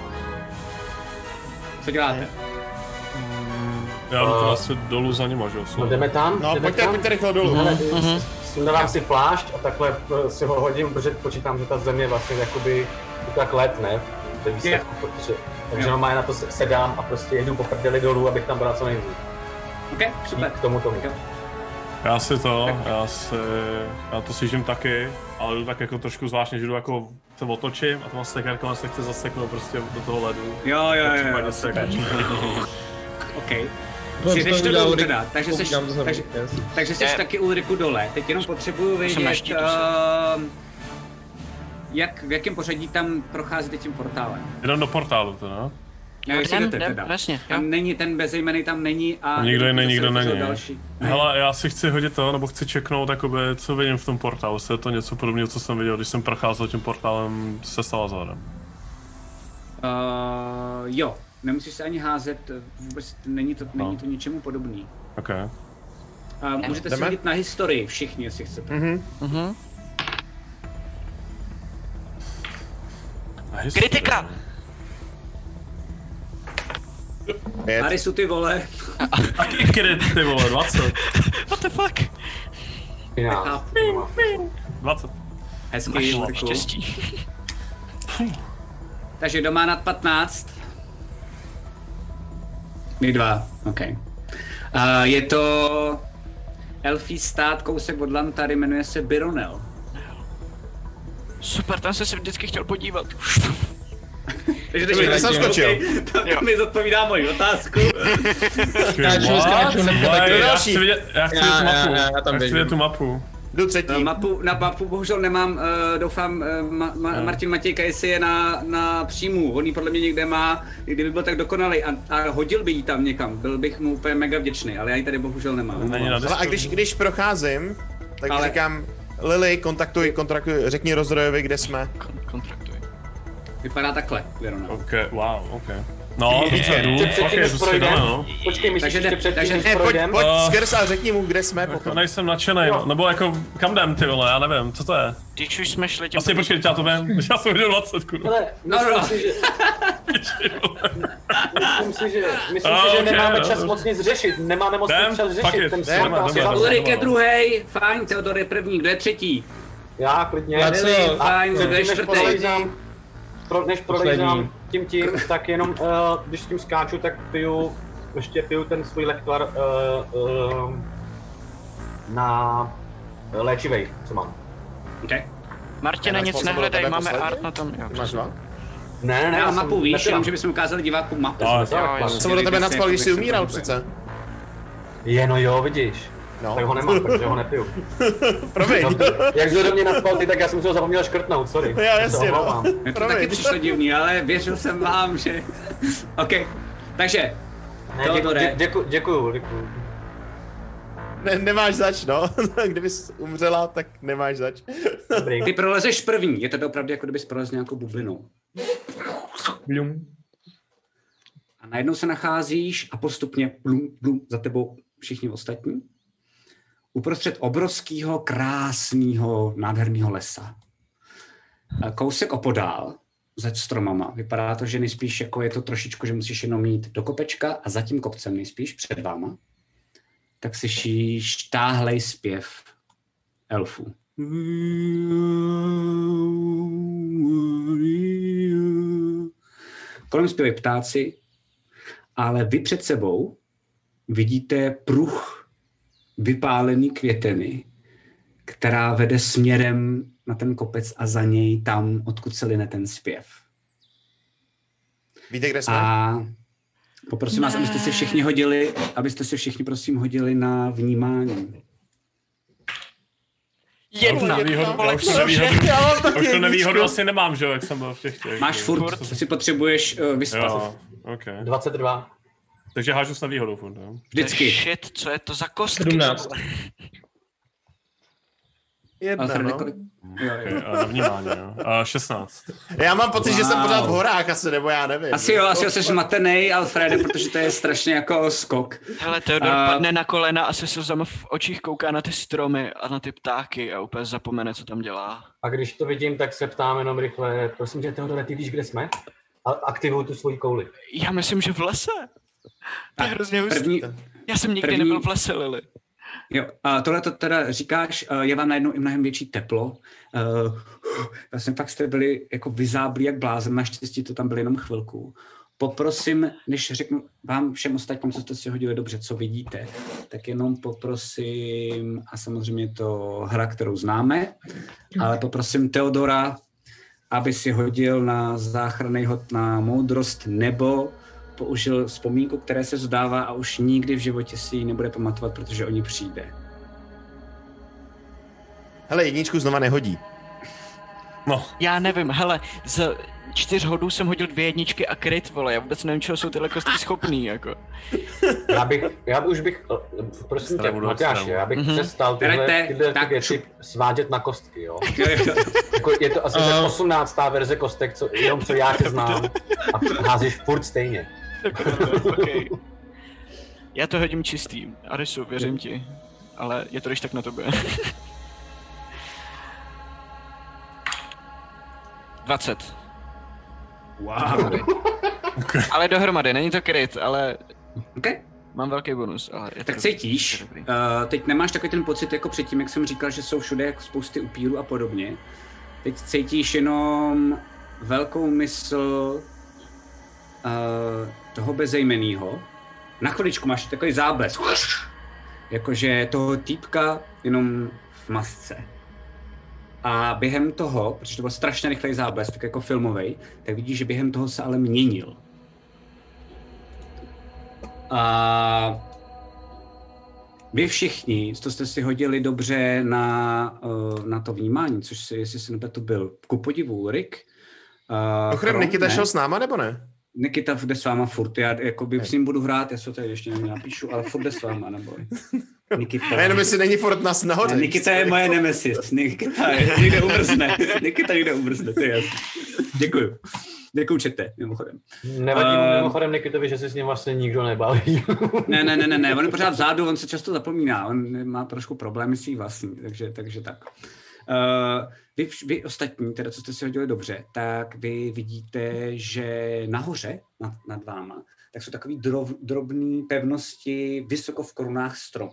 Co děláte? Já jdu to Uh, asi dolů za nima, že jo? No jdeme tam? No, jdeme pojďte, tam? pojďte rychle dolů. Hele, sundávám si plášť a takhle eh, si ho hodím, protože počítám, že ta země vlastně jakoby tak let, ne? To je výsledku, protože, takže Jo. normálně na to se- sedám a prostě jedu po prdeli dolů, abych tam byla co nejdřív. OK, super. K tomu tomu. Jo. Já si to, já si, já to sjíždím taky, ale jdu tak jako trošku zvláštně, že jdu jako se otočím a to sekerkou se chce zaseknout prostě do toho ledu. Jo, jo, jo, Případně jo, se super. jako- OK. To- Si to jdeš to udělal dolů Ulrik. teda, takže To jsi, udělám to za takže, mě, yes. takže jsi Je. taky Ulriku dole. Teď jenom potřebuju jsem na vědět, štítu, uh, jak, v jakém pořadí tam procházíte tím portálem. Jdem do portálu to, no? Já jak si Jdem, jdete jdem, teda. jasně, jo. Tam není, ten bezejmený tam není a... A nikdo jiný, zase nikdo otevřel není. Další. Hele, já si chci hodit to, nebo chci čeknout, jakoby, co vidím v tom portálu, jestli je to něco podobného, co jsem viděl, když jsem procházel tím portálem se Salazarem. Uh, jo, nemusíš se ani házet, vůbec není to, není No. to ničemu podobný. OK. Uh, můžete si Jdeme? hodit na historii všichni, jestli chcete. Mhm. Mhm. A historie. Kritika! Pět. Arisu, ty vole. Taky kredit, ty vole, dvacet. What the fuck? Já. dvacet. Hezký, Máš Ulriku. štěstí. Takže kdo má nad patnáct? My dva, OK. Uh, je to elfí stát kousek od Lantary, jmenuje se Byronel. Super, tam jsem se vždycky chtěl podívat. Takže Dobrý, tak jsem skočil. To mi zodpovídá moji otázku. Skáču, skáču, nebo tak Kdo Já další? chci vidět, já chci vidět tu Já- já- mapu. já- já tam Já chci běžím. vidět tu mapu. Jdu třetí. Mapu, na mapu bohužel nemám, uh, doufám, uh, ma, ma, Martin Matějka, jestli je na, na příjmu, on ji podle mě někde má, kdyby byl tak dokonalý a, a hodil by ji tam někam, byl bych mu úplně mega vděčný, ale já ji tady bohužel nemám. Není na Ale a když, když procházím, tak Ale- říkám, Lily, kontaktuj, kontaktuj, řekni Rozdrojovi, kde jsme. Kon- kontraktuj. Vypadá takhle, Věrona. Ok, wow, ok. No, dobře, jdu, Ještě fakt předtím, je, než to si projdem, dáme, no. počkej, myslíš Takže ještě jde- předtím, takže- než Ne, pojď, projdem? pojď Uh, skrz a řekni mu, kde jsme Jako potom. nejsem nadšenej, no. Nebo jako, kam jdem ty vole, já nevím, co to je? Když už jsme šli tím... Asi počkej, já to vím, já jsem viděl dvacet, kurva. Ale No, myslím no. si, že, myslím si, že, myslím Ah, si, že okay, nemáme no, čas no. moc nic řešit, nemáme moc Jdem, nic čas fuck řešit, it, ten jdem, sport jdem, asi jdem. zavřel. Ulrik je druhej, fajn, Theodor je první, kdo je třetí? Já klidně. Já co? Lily, fajn, A- kdo je Než čtvrtý? prolejzám, pro, než prolejzám Poslední. tím tím, tak jenom, uh, když s tím skáču, tak piju, ještě piju ten svůj lektvar uh, uh, na léčivej, co mám. Okay. Martine, Máš nic spolu nehledej, tebe máme poslední? art na tom. Jo, Ty máš dva? Ne, ne, ne, Já já mapu jsem víš, nepila. jenom že bychom ukázali divákům mapu. No, jsem jo, chtěl- jo. Jsem ho do tebe nadspal, když jsi umíral přece. Je, no jo, vidíš. No. Tak ho nemám, protože ho nepiju. Promiň. No, jak jsi do mě nadspal ty, tak já jsem si ho zapomněl škrtnout, sorry. Já To se jasně, no. omlouvám. Mně to taky Promiň. přišlo divný, ale věřil jsem vám, že... OK, takže, Ne, děku, Teodore. dě, děku, děkuju, děkuju. Ne, nemáš zač, no. Kdybys umřela, tak nemáš zač. Dobrý. ty prolezeš první, je to opravdu jako kdybys prolez nějakou bublinou. Blum. A najednou se nacházíš a postupně blum, blum, za tebou všichni ostatní. Uprostřed obrovského, krásného, nádherného lesa. A kousek opodál, za stromama, vypadá to, že nejspíš jako je to trošičku, že musíš jenom jít do kopečka a za tím kopcem nejspíš před váma, tak slyšíš táhlej zpěv elfů. Kolem zpěvají ptáci, ale vy před sebou vidíte pruh vypálený květeny, která vede směrem na ten kopec a za něj tam, odkud se line ten zpěv. Víte, kde jsme? A poprosím vás, abyste si všichni hodili, abyste si všichni prosím hodili na vnímání. Jedna. Nevýhodu, já už to nevýhodu, já už to nevýhodu asi nemám, že jo, jak jsem byl v těch těch. Máš furt, si potřebuješ uh, vyspat. Jo, ok. dvacet dva. Takže hážu s nevýhodou furt, jo. Vždycky. Shit, co je to za kostky? sedmnáct. Jedna, Alfrede, no. kolik? Jo, jo. A na vnímání, jo. A šestnáct. Já mám pocit, že jsem Wow. pořád v horách asi, nebo já nevím. Asi jo, asi jsi zmatenej, Alfrede, protože to je strašně jako skok. Hele, Theodor A- padne na kolena a se slzama v očích kouká na ty stromy a na ty ptáky a úplně zapomene, co tam dělá. A když to vidím, tak se ptám jenom rychle, prosím tě, Teodore, ty víš, kde jsme? A aktivuj tu svoji kouli. Já myslím, že v lese. To je hrozně hustý. První, Já jsem nikdy první- nebyl v lese, Lily. jo, a tohle to teda říkáš, uh, je vám najednou i mnohem větší teplo. Uh, já jsem fakt jste byli jako vyzáblí jak blázen, naštěstí to tam bylo jenom chvilku. Poprosím, než řeknu vám všem ostatním, co jste si hodili dobře, co vidíte, tak jenom poprosím, a samozřejmě to hra, kterou známe, ale poprosím Theodora, aby si hodil na záchranný hod na moudrost nebo použil vzpomínku, které se zdává a už nikdy v životě si ji nebude pamatovat, protože o ní přijde. Hele, jedničku znova nehodí. No, Já nevím, hele, z čtyř hodů jsem hodil dvě jedničky a kryt, vole, já vůbec nevím, čeho jsou tyhle kostky schopný, jako. Já bych, já už bych, eh, prosím tě, Stravu, Matyáši, stravu. já bych Mhm. přestal tyhle, Berete, tyhle tak ty věci šup. svádět na kostky, jo. Jo, jo. Jako je to asi tak osmnáctá verze kostek, co, jenom co já tě znám a házíš furt stejně. Okay. Já to hodím čistý, Arisu, věřím ti, ale je to když tak na tobě. dvacet. Wow. Ale dohromady, není to kryt, ale Okay. mám velký bonus. Ale je to Tak dobrý, cítíš, je to dobrý. uh, teď nemáš takový ten pocit jako předtím, jak jsem říkal, že jsou všude jako spousty upírů a podobně. Teď cítíš jenom velkou mysl uh, toho bezejmenného. Na chviličku máš takový záblesk. jakože toho týpka jenom v masce. A během toho, protože to byl strašně rychlej záblesk, tak jako filmovej, tak vidíš, že během toho se ale měnil. A vy všichni, to jste si hodili dobře na, na to vnímání, což si, jestli se nepletu, byl ku podivu Rick. Ochrém, Nikita šel s náma, nebo ne? Nikita jde s váma furt, já jakoby s ním budu hrát, já se to tady ještě napíšu, ale furt jde s váma, neboj. Nikita. A jenom jestli není furt nás nahoře. Nikita je moje nemesis, Nikita je, někde umrzne, Nikita někde umrzne, to je jasný. Děkuju. Děkuju, čete, mimochodem. Nevadí mu mimochodem Nikitovi, že se s ním vlastně nikdo nebaví. ne, ne, ne, ne, ne, on je pořád vzadu, on se často zapomíná, on má trošku problémy svý vlastní, takže, takže tak. Uh, vy, vy ostatní, teda co jste si hodili dobře, tak vy vidíte, že nahoře, nad, nad váma, tak jsou takový drob, drobný pevnosti vysoko v korunách strom.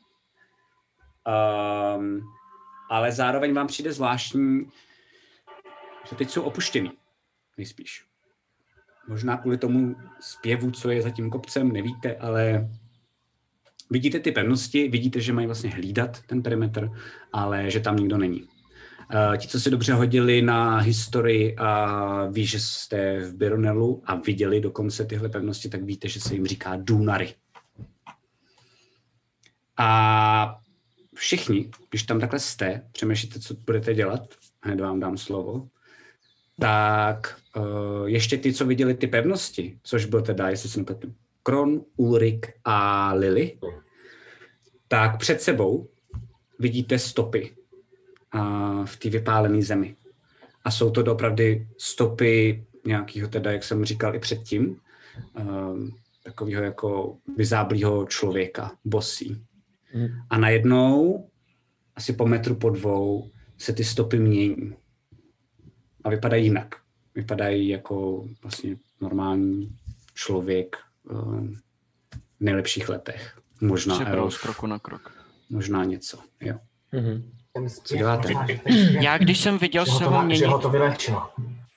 Um, ale zároveň vám přijde zvláštní, že teď jsou opuštěný, nejspíš. Možná kvůli tomu zpěvu, co je za tím kopcem, nevíte, ale vidíte ty pevnosti, vidíte, že mají vlastně hlídat ten perimetr, ale že tam nikdo není. Uh, ti, co si dobře hodili na historii a ví, že jste v Bironelu a viděli dokonce tyhle pevnosti, tak víte, že se jim říká Dunary. A všichni, když tam takhle jste, přemýšlíte, co budete dělat, hned vám dám slovo, tak uh, ještě ty, co viděli ty pevnosti, což byl teda, jestli si nepletu, Kron, Ulrik a Lily, tak před sebou vidíte stopy uh, v té vypálené zemi. A jsou to opravdu stopy nějakého, teda, jak jsem říkal i předtím, uh, takového jako vyzáblýho člověka, bosí. Hmm. A najednou, asi po metru po dvou, se ty stopy mění. A vypadají jinak. Vypadají jako vlastně normální člověk uh, v nejlepších letech. Možná elf. Z kroku na krok. Možná něco, jo. Mm-hmm. Co děláte? Já když jsem viděl se ho měnit... Že ho to vylečilo.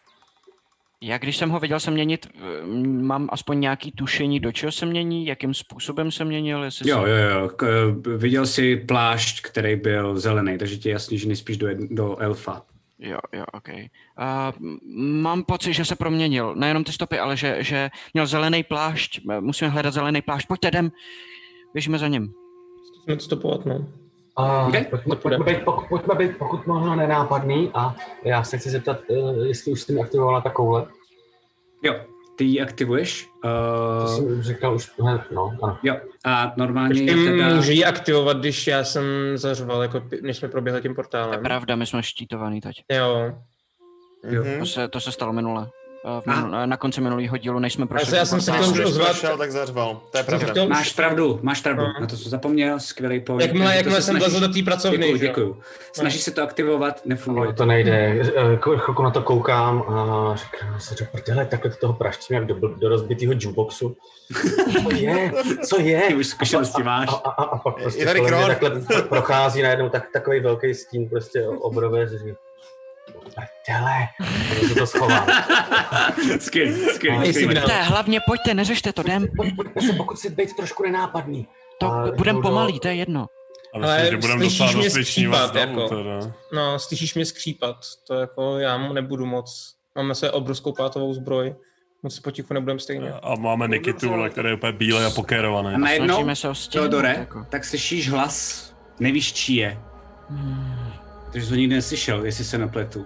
Já když jsem ho viděl se měnit, mám aspoň nějaký tušení, do čeho se mění, jakým způsobem se měnil? Jestli jo, se... jo, jo. K, viděl jsi plášť, který byl zelený, takže ti je jasný, že nejspíš do, do elfa. Jo, jo, ok. Uh, mám pocit, že se proměnil. Nejenom ty stopy, ale že, že měl zelený plášť. Musíme hledat zelený plášť. Pojďte, jdem. Běžíme za ním. Musíme stopovat, no. Uh, okay. pojďme, pojďme, být, pokud, pojďme být pokud možno nenápadný a já se chci zeptat, uh, jestli už jsi mi aktivovala ta koule. Jo, ty ji aktivuješ. Uh... To jsem říkal už, no, ano. Jo, a normálně Počkej, teda... můžu ji aktivovat, když já jsem zařval, jako než jsme proběhli tím portálem. To je pravda, my jsme štítovaný teď. Jo. jo. To, se, to se stalo minule. V minul, na konci minulého dílu, než jsme prošli. Já jsem se chtěl už ozvat. Tak zařval, to je pravda. Máš pravdu, máš pravdu, no. Na to jsem zapomněl, skvělý point. Jakmile, jakmile jsem vlezl do té pracovny. Děkuju, děkuju. Snažíš se to aktivovat, nefunguje. To nejde, chvilku na to koukám a říkám se, že takhle do toho praštím jak do, do rozbitýho jukeboxu. Co je? Co je? Ty už zkušenosti máš. A, a, a, a pak prostě kolem mě takhle prochází najednou tak, takový velký stín, prostě obrové, že Prdele, já se to schovám. Skvělý, skvělý. Pojďte, hlavně pojďte, neřešte to, jdem. Pojďte se pokusit být trošku nenápadný. To budem pomalý, to je jedno. Ale slyšíš mě skřípat, jako. No, slyšíš mě skřípat, to jako já mu nebudu moc. Máme se obrovskou pátovou zbroj, moc se potichu nebudeme stejně. A máme Nikitu, který je úplně bílej a pokérovaný. A najednou, Teodore, jako. Tak slyšíš hlas, nevíš, čí je. Hmm. Takže jsi ho nikdy neslyšel, jestli se nepletu.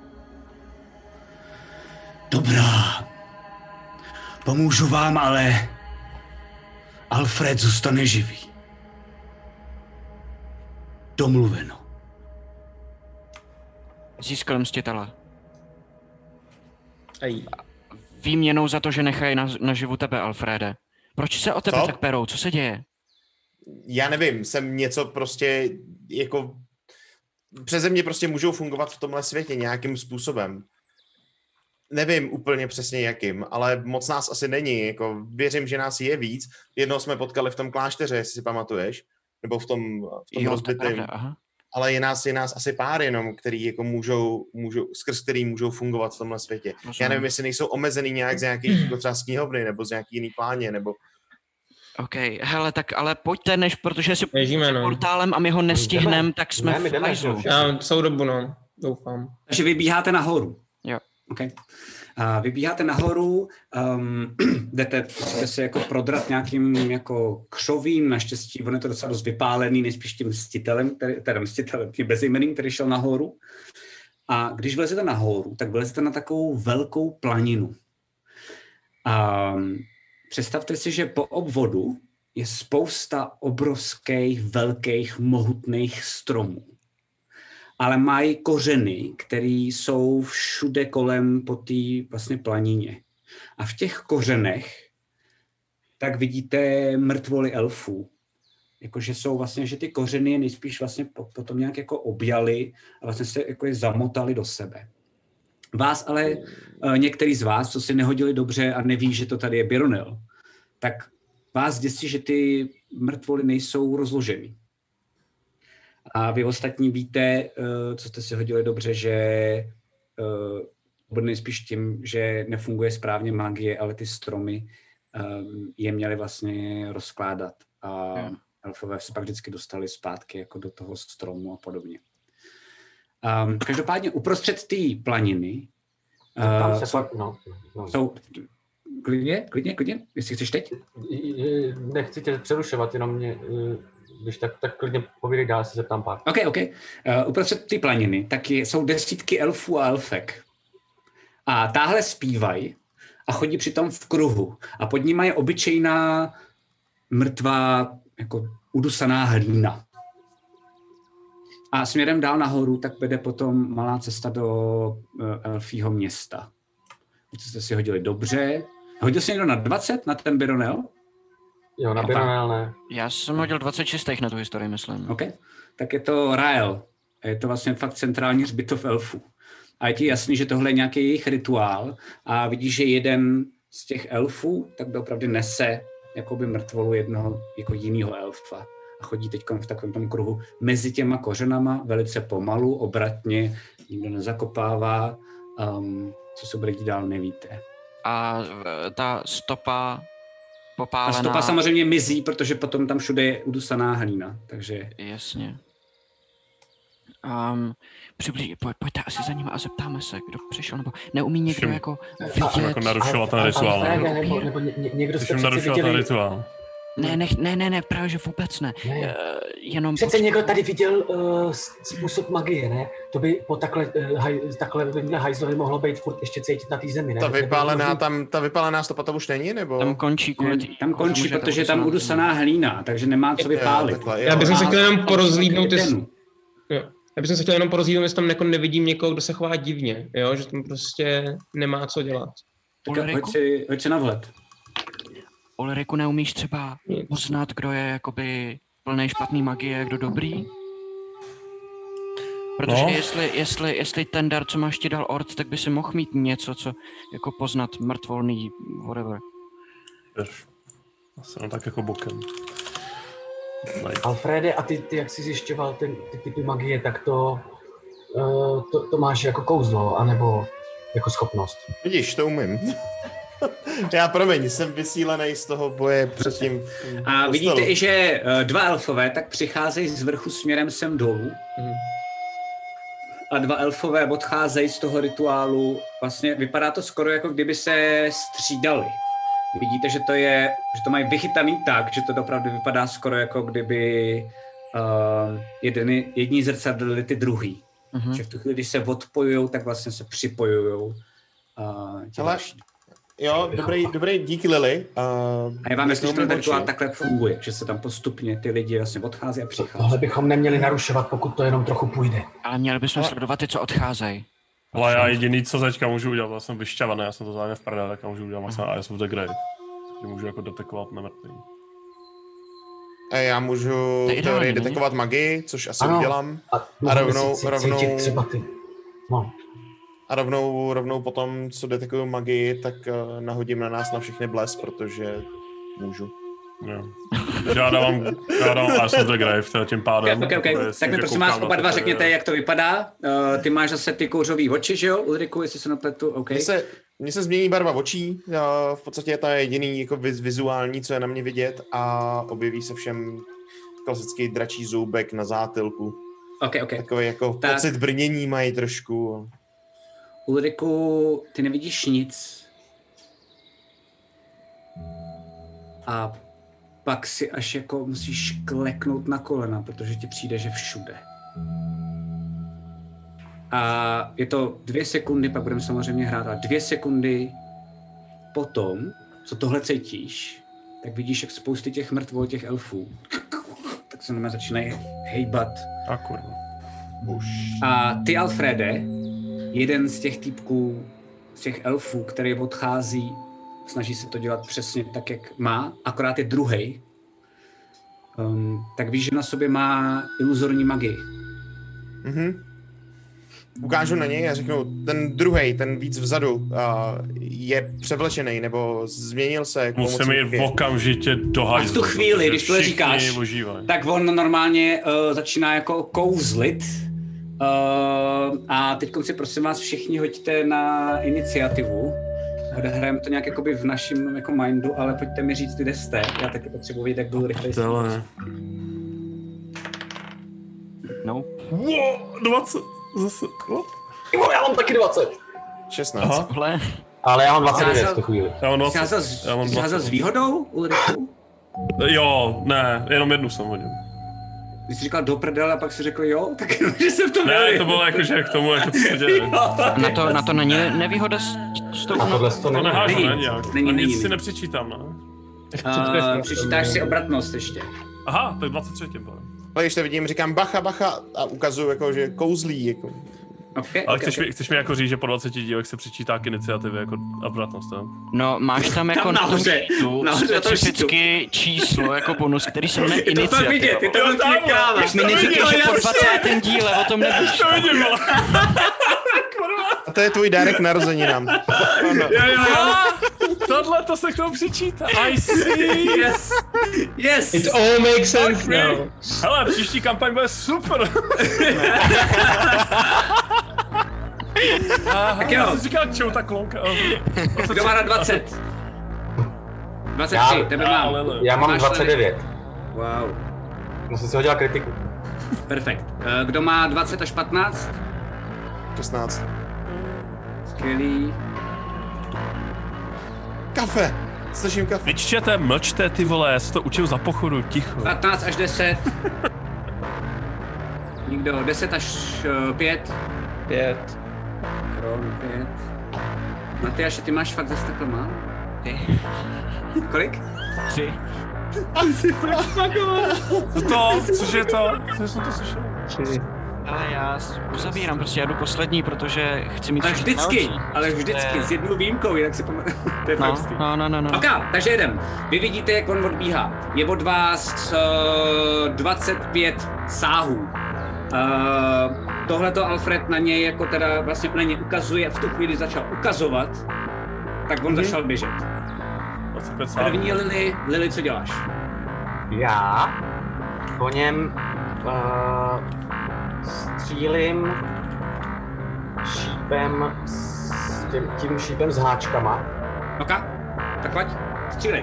Dobrá. Pomůžu vám, ale Alfred zůstane živý. Domluveno. Získal mstitele. Aj. Výměnou za to, že nechají na, naživu tebe, Alfrede. Proč se o tebe Co? tak perou? Co se děje? Já nevím, jsem něco prostě jako... Přeze mě prostě můžou fungovat v tomhle světě nějakým způsobem. Nevím úplně přesně jakým, ale moc nás asi není. Jako věřím, že nás je víc. Jednoho jsme potkali v tom klášteře, jestli si pamatuješ. Nebo v tom, v tom rozbitém. Ale je nás, je nás asi pár jenom, který jako můžou, můžou, skrz který můžou fungovat v tomhle světě. Já nevím, jestli nejsou omezený nějak z nějakých jako třeba z knihovny, nebo z nějaký jiný pláně, nebo... OK, hele, tak ale pojďte, než, protože si Běžíme, no. portálem a my ho nestihneme, tak jsme Ne, my v jdeme, hajzlu. že? Já celou dobu, no. Doufám. Takže vybíháte nahoru. Jo. Okay. A vybíháte nahoru, um, jdete, musíte se jako prodrat nějakým jako křovím, naštěstí on je to docela dost vypálený, nejspíš tím mstitelem, který, teda mstitelem, tím bezejmeným, který šel nahoru. A když vlezete nahoru, tak vlezete na takovou velkou planinu. A představte si, že po obvodu je spousta obrovských, velkých, mohutných stromů. Ale mají kořeny, které jsou všude kolem po té vlastně planině. A v těch kořenech tak vidíte mrtvoly elfů. Jakože jsou vlastně, že ty kořeny je nejspíš vlastně potom nějak jako objali a vlastně se jako je zamotali do sebe. Vás ale, některý z vás, co si nehodili dobře a neví, že to tady je Bironil, tak vás děsí, že ty mrtvoly nejsou rozložený. A vy ostatní víte, co jste si hodili dobře, že bude nejspíš tím, že nefunguje správně magie, ale ty stromy je měly vlastně rozkládat. A elfové se pak vždycky dostali zpátky jako do toho stromu a podobně. Um, každopádně uprostřed té planiny Tam uh, se jsou, pak, no, no. jsou klidně, klidně, klidně, jestli chceš teď. Nechci tě přerušovat, jenom mě, když tak, tak klidně povídej dál, se zeptám pár. OK, OK. Uh, uprostřed té planiny taky jsou desítky elfů a elfek. A táhle zpívají a chodí přitom v kruhu. A pod nimi je obyčejná mrtvá, jako udusaná hlína. A směrem dál nahoru tak vede potom malá cesta do uh, elfího města. Co jste si hodili dobře. Hodil jsi někdo na dvacet na ten Bironel? Jo, na Bironel ne. Já jsem hodil dvacet šest na tu historii, myslím. OK. Tak je to Rael. Je to vlastně fakt centrální hřbitov elfů. A je ti jasný, že tohle je nějaký jejich rituál a vidíš, že jeden z těch elfů tak opravdu nese jakoby mrtvolu jednoho jako jiného elfa. A chodí teď v takovém tom kruhu mezi těma kořenama, velice pomalu, obratně, nikdo nezakopává, um, co se bude dít dál, nevíte. A ta stopa popálená... Ta stopa samozřejmě mizí, protože potom tam všude je udusaná hlína, takže... Jasně. Um, přiblíž, poj, pojďte asi za nimi a zeptáme se, kdo přišel, nebo neumí někdo Všim, jako vidět... jako narušovat ten rituál. Ne, ne, nebo, nebo ně, někdo jste přeci narušovat viděli... ten rituál. Ne, ne, ne, ne, ne, právě že vůbec ne. ne. Uh, jenom Přece potřebuji... někdo tady viděl uh, způsob magie, ne? To by po takhle, uh, haj, takhle by hajzlovi mohlo být furt ještě cítit na té zemi, ne? Ta vypálená, tam, ta vypálená stopa to už není, nebo? Tam končí kvůli... Ne, tam končí, protože je tam udusaná hlína, takže nemá co vypálit. Jo, takhle, jo. Já bych se chtěl jenom porozlídnout, Ten. jestli... Jo. Já bych se chtěl jenom porozlídnout, jestli tam jako nevidím někoho, kdo se chová divně, jo? Že tam prostě nemá co dělat. Tak hoď si, hoď si na vhled. Ulriku, neumíš třeba poznat, kdo je jakoby plnej špatný magie, kdo dobrý? Protože No. jestli, jestli, jestli ten dar, co máš ti dal Ort, tak by si mohl mít něco, co jako poznat mrtvolný, whatever. Víš, asi jenom tak jako bokem. Like. Alfrede, a ty, ty jak jsi zjišťoval ty, ty typy magie, tak to, uh, to, to máš jako kouzlo, anebo jako schopnost? Vidíš, to umím. Já promiň, jsem vysílený z toho boje předtím. A vidíte i, že dva elfové tak přicházejí z vrchu směrem sem dolů. Mhm. A dva elfové odcházejí z toho rituálu. Vlastně vypadá to skoro jako kdyby se střídali. Vidíte, že to je, že to mají vychytaný tak, že to opravdu vypadá skoro jako kdyby uh, jedni, jedni zrcadlili ty druhý. Mhm. Že v tu chvíli, když se odpojujou, tak vlastně se připojujou. Uh, Ale, jo, dobrý, dobrý, díky Lily. Uh, a je vám jasný, že ten rituál takhle funguje, že se tam postupně ty lidi vlastně odchází a přichází. Tohle bychom neměli narušovat, pokud to jenom trochu půjde. Ale měli bychom sledovat ty, co odcházejí. Ale já jediný, co teďka můžu udělat, já jsem vyšťavaný, já jsem to zájem v prdele, tak já můžu udělat vlastně Eyes of the Grave. Takže můžu jako detekovat nemrtvý. A já můžu To je teorii ideální, detekovat magii, což asi Ano. udělám. A, A rovnou- si, si, rovnou- cítit třeba ty. No. A rovnou, rovnou potom, co detekuju magii, tak uh, nahodím na nás na všechny bles, protože můžu. Jo. Takže já dávám, já dávám Eyes of the Grave, teda tím pádem. Okay, okay, okay. Tak mi prosím vás oba dva řekněte, jak to vypadá. Uh, ty máš zase ty kouřový oči, že jo, Ulriku, jestli se napletu, OK. Mně se, mně se změní barva očí, v podstatě je to jediný jako vizuální, co je na mě vidět a objeví se všem klasický dračí zoubek na zátilku. Okay, okay. Takový jako tak. Pocit brnění mají trošku. Ulriku, ty nevidíš nic. A pak si až jako musíš kleknout na kolena, protože ti přijde, že všude. A je to dvě sekundy, pak budeme samozřejmě hrát, ale dvě sekundy potom, co tohle cítíš, tak vidíš, jak spousty těch mrtvol, těch elfů, tak se na mě začínají hejbat. A kurva. A ty, Alfrede, jeden z těch týpků, z těch elfů, který odchází, snaží se to dělat přesně tak, jak má, akorát je druhej, um, tak víš, že na sobě má iluzorní magii. Mhm. Ukážu na něj a řeknu, ten druhej, ten víc vzadu, uh, je převlečený, nebo změnil se. Musíme jít okamžitě do hajzlu. A v tu chvíli, když to říkáš, ožívají. Tak on normálně uh, začíná jako kouzlit. Uh, a teď si prosím vás všichni hoďte na iniciativu. Odehrajeme to nějak jakoby v našem jako mindu, ale pojďte mi říct, kde jste. Já taky potřebuji vidět, jak byl rychlej. No. Wow, dvacet. Zase, what? Já mám taky dvacet. šestnáct. Tohle. Ale já mám dvacet devět v tu chvíli. Já mám dvacet. Já mám dvacet. Jsi s výhodou, Ulriku? Jo, ne, jenom jednu jsem hodil. Když jsi říkal do prdele a pak si řekl jo, tak že jsem to Ne, to bylo jako, že k tomu, jako co se děje. Na to, na to není nevýhoda s, s tou... A tohle to To není. nehážu, Není, není nějak. není, není, Nic si není. nepřičítám, ne? Uh, přičítáš si obratnost ještě. Aha, tak dvacet tři tím pádem. Ale když to vidím, říkám bacha, bacha a ukazuju, jako, že kouzlí. Jako. Okay, Ale okay, chceš, okay. Mi, chceš mi jako říct, že po dvaceti dílech se přičítá k iniciativě jako obratnost, jo? No, máš tam jako Tam na tom nahoře, štítu nahoře na tom specificky číslo jako bonus, který se jmenuje Je to fakt vidět, je iniciativa. to velký kráva. Tak mi neříkej, že po dvacátém díle o tom nevíš. To vidím, ale. A to je tvůj dárek narozeninám. Jo, jo, jo. Tohle to se k tomu přičítá. I see. Yes, yes. It all makes sense now. Hele, příští kampaň bude super. Tak jo. Já jsem říkal, čau, ta klonka. Kdo má na dvacet? dvacet tři, Já- tebe mám. Já mám Máš dvacet devět. Wow, No jsem si hodil kritiku. perfekt. Eh, Kdo má dvacet až patnáct? šestnáct. Skvělý. Kafe. Slyším kafe. Vyčtěte, mlčte, ty vole, já se to učil za pochodu, ticho. patnáct až deset. Nikdo. deset až pět. Pět. Kron, pět. Matyáši, ty máš fakt zase takhle málo? Ty. Kolik? Tři. Co to? Což je to? Co jsem to slyšel? Tři. Ale já s- uzavírám, prostě já jdu poslední, protože chci mít Ale všechny vždycky, další. ale vždycky, To s je- jednou výjimkou, jinak si pamatuju. To je No, fakt. no, no, no, no. Ok, takže jedem. Vy vidíte, jak on odbíhá. Je od vás uh, dvacet pět sáhů. Uh, tohleto Alfred na něj jako teda vlastně na něj ukazuje, v tu chvíli začal ukazovat, tak on Mhm. začal běžet. dvacet pět sám. První Lily, Lily, co děláš? Já po něm uh, střílím šípem s tím, tím šípem s háčkama. Ok, tak pojď, střílej.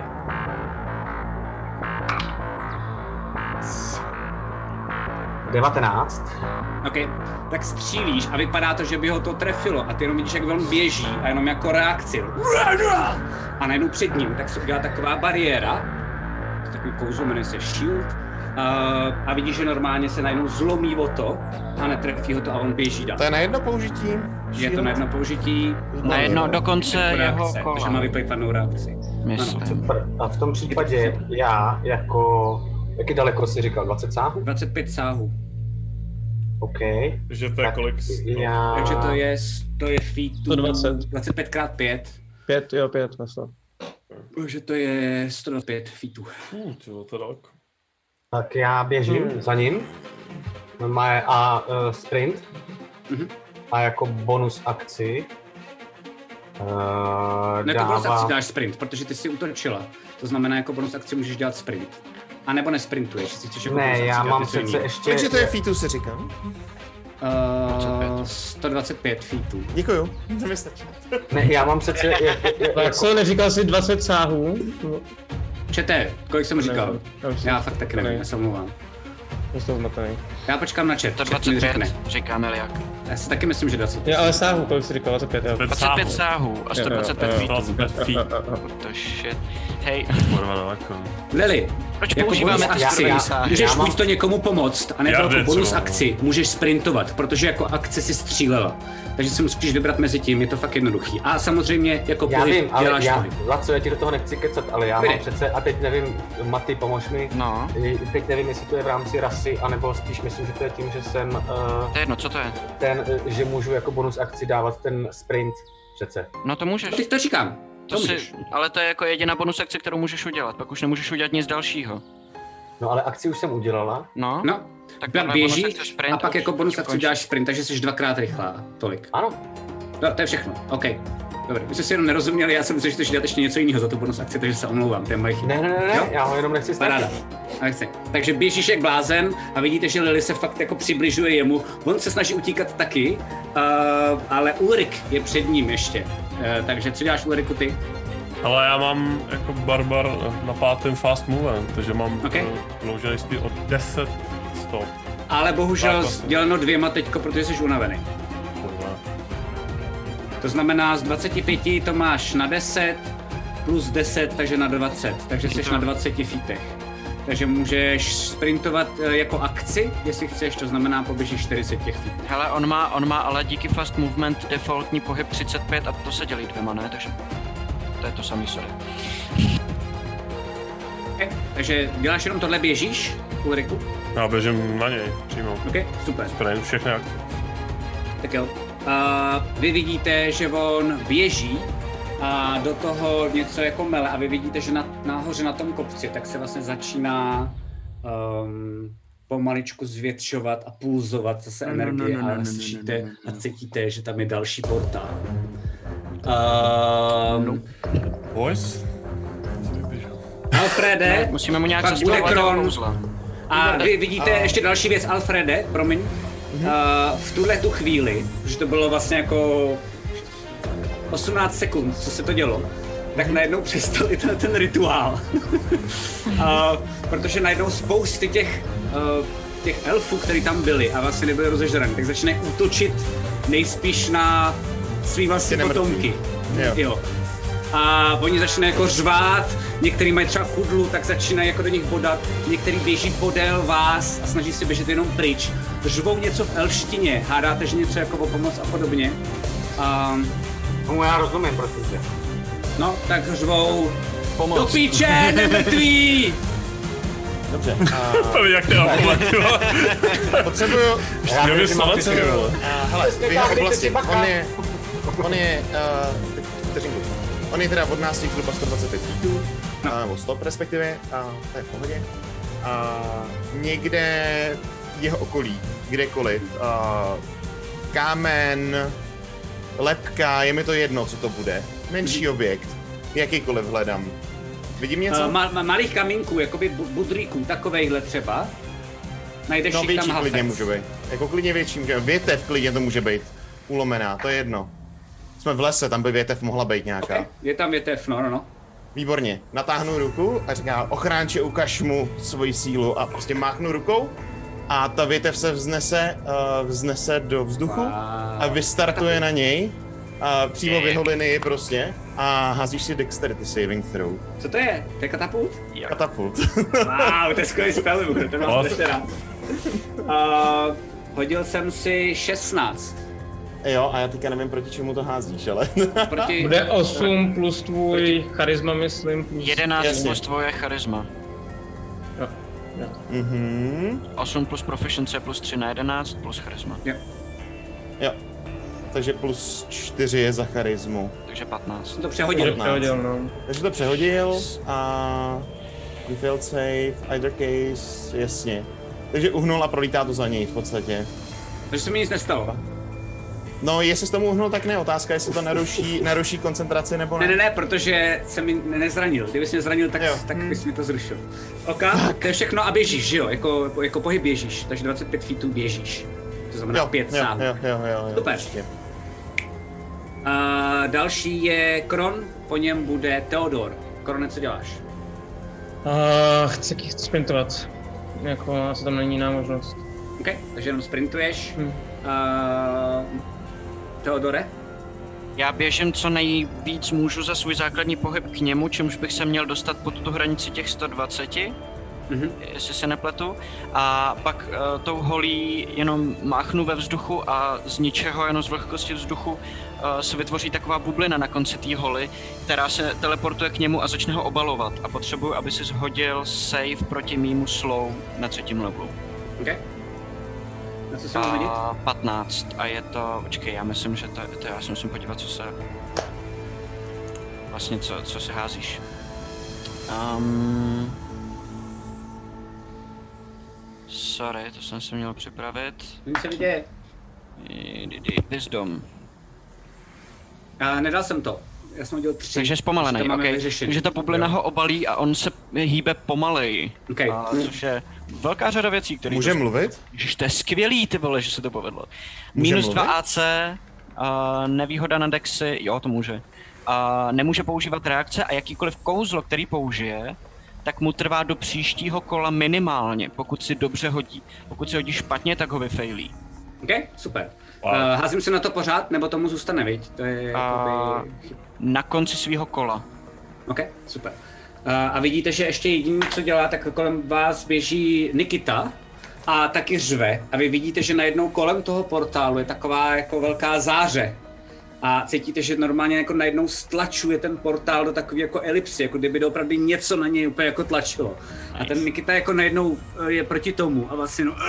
devatenáct. Ok, tak střílíš a vypadá to, že by ho to trefilo a ty jenom vidíš, jak on běží a jenom jako reakci. A najednou před ním tak se udělá taková bariéra, takový kouzlo, jmenuje se Shield, uh, a vidíš, že normálně se najednou zlomí o to a netrefí ho to a on běží dál. To je na jedno použití. Je to na jedno použití, Na jedno do konce jako jeho reakce, takže má kola. vyplývanou reakci. Myslím. Super. A v tom případě já jako... Jak je daleko jsi říkal? dvacet sáhů? dvacet pět sáhů, OK. Že to je Tak kolik? já... takže to je, to je feetů sto dvacet. dvacet pět krát pět, Pět, jo, pět, myslím. takže to je sto dvacet pět feetů. Hm, ty vole, to je daleko. Tak já běžím Hmm. za ním. Má a uh, sprint. Mhm. A jako bonus akci. Uh, No jako bonus dává... akci dáš sprint, protože ty jsi útočila. To znamená, jako bonus akci můžeš dělat sprint. A nebo nesprintuješ, si chceš jako bonus Ne, akci já dělat mám něco přece jiného. ještě... Takže to je featu, si říkám. Uh, sto dvacet pět feetů. Děkuju, to mi stačí. Ne, já mám přece... Jak, jak, Tak co, neříkal jsi dvacet sáhů? Čete, kolik jsem říkal? Ne, Já fakt taky nevím, já se omlouvám. Já jsem zmatený. Já počkám na chat, To chat mi dvacet řekne. pět, říkáme jak. Já si taky myslím, že dvacet pět. Já, ale sáhů, kolik jsi říkal? dvacet pět, jo. dvacet pět sáhů a sto dvacet pět Jo, jo, jo. feetů. dvacet pět feet. To shit. Hej, Kurva daleko. Lily, proč jako používáme bonus ty akci, já- já- můžeš já mám- buď to někomu pomoct, anebo Já jako jde, bonus co? akci můžeš sprintovat, protože jako akce si střílela. Takže si musíš vybrat mezi tím, je to fakt jednoduchý. A samozřejmě jako já pohyb vím, ale děláš já, pohyb. Laco, já ti do toho nechci kecat, ale já Pojď. mám přece, a teď nevím, Maty, pomož mi. No, Teď nevím, jestli to je v rámci rasy, anebo spíš myslím, že to je tím, že jsem uh, to je jedno, co to je? ten, uh, že můžu jako bonus akci dávat ten sprint přece. No to můžeš. Teď to říkám, to, To můžeš. si, ale to je jako jediná bonus akce, kterou můžeš udělat, pak už nemůžeš udělat nic dalšího. No ale akci už jsem udělala. No, No, tak tak tohle běžíš bonus akce sprint a pak už jako bonus akci končí. děláš sprint, takže jsi dvakrát rychlá, tolik. Ano. No, to je všechno, OK. Dobře, my jsme si jenom nerozuměli, já jsem myslel, že chceš dělat ještě něco jiného za tu bonus akci, takže se omlouvám, to je moje chyba. Ne, ne, ne, ne, Jo? já ho jenom nechci Paráda. ztratit. Nechci. Takže běžíš jak blázen a vidíte, že Lily se fakt jako přibližuje jemu. On se snaží utíkat taky, uh, ale Ulrik je před ním ještě. Uh, takže co děláš, Ulriku, ty? Ale já mám jako barbar na pátém fast move, takže mám Okay. vložený speed od deset stop. Ale bohužel Tak, děleno dvěma teďko, protože jsi unavený. Kurva. To znamená z dvaceti pěti to máš na deset, plus deset, takže na dvacet. Takže jsi na dvaceti feetech. Takže můžeš sprintovat eh, jako akci, jestli chceš, to znamená poběžíš čtyřicet těch feet. Hele, on má, on má ale díky fast movement defaultní pohyb třicet pět a to se dělí dvěma, ne? Takže to je to samý, sorry. Okay. Takže děláš jenom tohle, běžíš, Ulriku? Já běžím na něj přímo. OK, super. Sprint, všechny akce. Tak jo. Uh, vy vidíte, že on běží a do toho něco jako mele a vy vidíte, že na, nahoře na tom kopci tak se vlastně začíná um, pomaličku zvětšovat a pulzovat zase No, no, energie no, no, no, a no, slyšíte no, no, a no. cítíte, že tam je další portál. Um, Boys? Alfrede, Musíme mu nějak pak bude zastavovat Kron. kouzla. A vy vidíte ještě další věc, Alfrede, promiň. Uh, v tuhle tu chvíli, že to bylo vlastně jako osmnáct sekund, co se to dělo, tak najednou přestal i ten, ten rituál. uh, protože najednou spousty těch, uh, těch elfů, který tam byli a vlastně nebyli rozežraní, tak začínají útočit nejspíš na svý vlastní Ty nemrtví. potomky. Jo. jo. A oni začínají jako řvát, některý mají třeba kudlu, tak začínají jako do nich bodat, některý běží podél vás a snaží se běžet jenom pryč. Řvou něco v elštině, hádáte, že něco jako o pomoc a podobně. Um, Tomu já rozumím, prosím tě. no, tak řvou do píče, nemrtví! Dobře. To ví, jak ty ampule, ty vole. A potřebuju... Já Mě vím, že mám vyslat, ty ty vole. A hele, v jeho tak, oblasti, dejte si bacha. on je... On je... Uh, teď vteřinku. On je teda od nás těch zhruba sto dvacet pět feetů, a, nebo stop respektive, a to je v pohodě. A někde v jeho okolí, kdekoliv, a, kámen, lepka, je mi to jedno, co to bude. Menší objekt, jakýkoliv hledám. Vidím něco? Uh, ma, ma, malých kamínků, jakoby bu- budrýků, takovejhle třeba. Najdeš No jich větší tam klidně hafec. může být. Jako klidně větší může být. Větev klidně to může být. Ulomená, to je jedno. Jsme v lese, tam by větev mohla být nějaká. Okay. Je tam větev, no, no, no. Výborně. Natáhnu ruku a říká, ochránče, ukaž mu svoji sílu a prostě máchnu rukou a ta větev se vznese, uh, vznese do vzduchu Wow. a vystartuje na něj a přímo v jeho linii prostě a házíš si dexterity saving throw. Co to je? To je katapult? Katapult. Wow, to je skvělý spell, to mám strašně rád. Uh, hodil jsem si šestnáct. Jo, a já teďka nevím, proti čemu to házíš, ale... Proti... Bude osm plus tvůj charisma, myslím, plus... jedenáct Jasně. plus tvoje charisma. Jo, jo. Mhm. osm plus proficiency plus tři na jedenáct plus charisma. Jo. Jo. Takže plus čtyři je za charismu. Takže patnáct. Jsem to přehodil. Patnáct. Přehodil, no. Takže to přehodil a... You failed save, either case, jasně. Takže uhnul a prolítá to za něj v podstatě. Takže se mi nic nestalo. No, jestli s tomu uhnul, tak ne. Otázka, jestli to naruší, naruší koncentraci nebo ne. Ne, ne, ne, protože jsem mi nezranil. Kdybys mě zranil, tak, Jo. tak bys mi to zrušil. OK, to je všechno a běžíš, že jo? Jako, jako pohyb běžíš, takže dvacet pět feetů běžíš. To to znamená Jo, pět jo, sám. jo, jo, jo, jo, Super. určitě. A další je Kron, po něm bude Theodor. Krone, co děláš? Uh, chci, chci sprintovat. Jako asi tam není jiná možnost. OK, takže jenom sprintuješ. Hmm. Uh, Theodore? Já běžím co nejvíc můžu za svůj základní pohyb k němu, čímž bych se měl dostat pod tu hranici těch sto dvacet, Mm-hmm. jestli se nepletu. A pak uh, tou holí jenom máchnu ve vzduchu a z ničeho, jenom z vlhkosti vzduchu uh, se vytvoří taková bublina na konci té holy, která se teleportuje k němu a začne ho obalovat. A potřebuju, aby si shodil save proti mýmu slow na třetím levelu. OK. Na co se mám hodit? A patnáct. A je to, počkej, já myslím, že to, to já si musím podívat, co se, vlastně co, co se házíš. Um, sorry, to jsem se měl připravit. Nic se viděje. Wisdom. A nedal jsem to. Já jsem hodil tři. Takže zpomalený, to máme okay. vyřešený. Takže ta bublina ho obalí a on se hýbe pomaleji. Okay. A, což je velká řada věcí, které... Může mluvit? Ježiš, to je skvělý, ty vole, že se to povedlo. Může Minus mluvit? dva A C, uh, nevýhoda na dexy, jo, to může. Uh, nemůže používat reakce a jakýkoliv kouzlo, který použije, tak mu trvá do příštího kola minimálně, pokud si dobře hodí. Pokud si hodí špatně, tak ho vyfailí. OK, super. Wow. Uh, házím se na to pořád, nebo tomu zůstane, viď? To je jakoby... Na konci svého kola. OK, super. Uh, a vidíte, že ještě jediný, co dělá, tak kolem vás běží Nikita a taky řve. A vy vidíte, že najednou kolem toho portálu je taková jako velká záře. A cítíte, že normálně jako najednou stlačuje ten portál do takové jako elipsy, jako kdyby opravdu něco na něj úplně jako tlačilo. Nice. A ten Nikita jako najednou je proti tomu a vlastně no...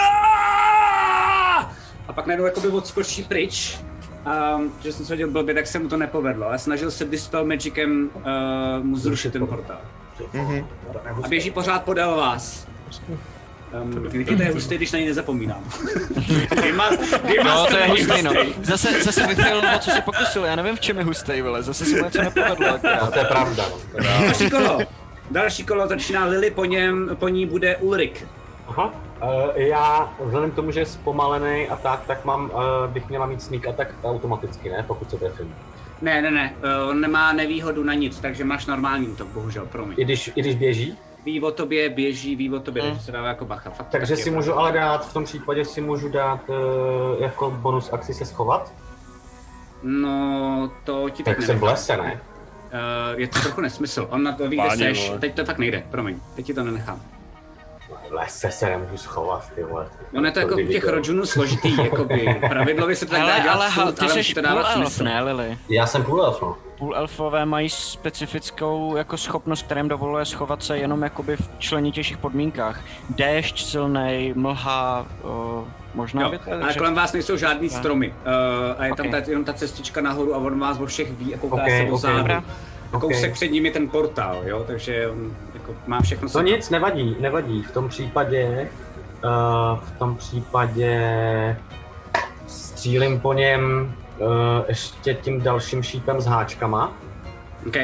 A pak najednou jakoby odskočí pryč. A že jsem se hodil blbě, tak se mu to nepovedlo, ale snažil se Dispel Magicem uh, mu zrušit ten portál. Mm-hmm. A běží pořád podél vás. Um, Nikita je hustý, když na něj nezapomínám. Dýma, dýma no, to je hustý, no. Zase, zase vyfail, o co se pokusil, já nevím, v čem je hustý, vole. Zase se mu něco nepovedlo. No, to je pravda. Další kolo. Další kolo začíná Lily, po něm, po ní bude Ulrik. Aha. Uh, já, vzhledem k tomu, že je zpomalený a tak, tak mám, uh, bych měla mít sneak attack automaticky, ne? Pokud se trefím. Ne, ne, ne, uh, on nemá nevýhodu na nic, takže máš normální útok, bohužel, promiň. I když, i když běží? Ví o tobě, běží, ví o tobě, hmm. takže se dává jako bacha. Fakt takže si můžu ale dát, v tom případě si můžu dát uh, jako bonus akci se schovat? No, to ti tak tak jsem v lese, ne? Uh, je to trochu nesmysl, on na to ví, kde seš, teď to fakt nejde, promiň, teď ti to nenechám. V lese se nemůžu schovat, ty vole. On je to jako u těch rodžunů složitý, jakoby, pravidlově se to tak dá dělat ale, furt, ale ty ale jsi musí to dávat půl elf, smysl. ne, Lily? Já jsem půl elf, no. Půlelfové mají specifickou jako schopnost, která jim dovoluje schovat se jenom jakoby v členitějších podmínkách. Déšť, silnej, mlha, uh, možná Jo, by to... ale že... kolem vás nejsou žádný stromy uh, a je Okay. tam ta, jenom ta cestička nahoru a on vás o všech ví a kouká Okay, se o okay. zádu. A kousek Okay. před ním je ten portál, jo, takže on jako má všechno. To nic, nevadí, nevadí. V tom případě, uh, v tom případě střílím po něm uh, ještě tím dalším šípem s háčkama. OK.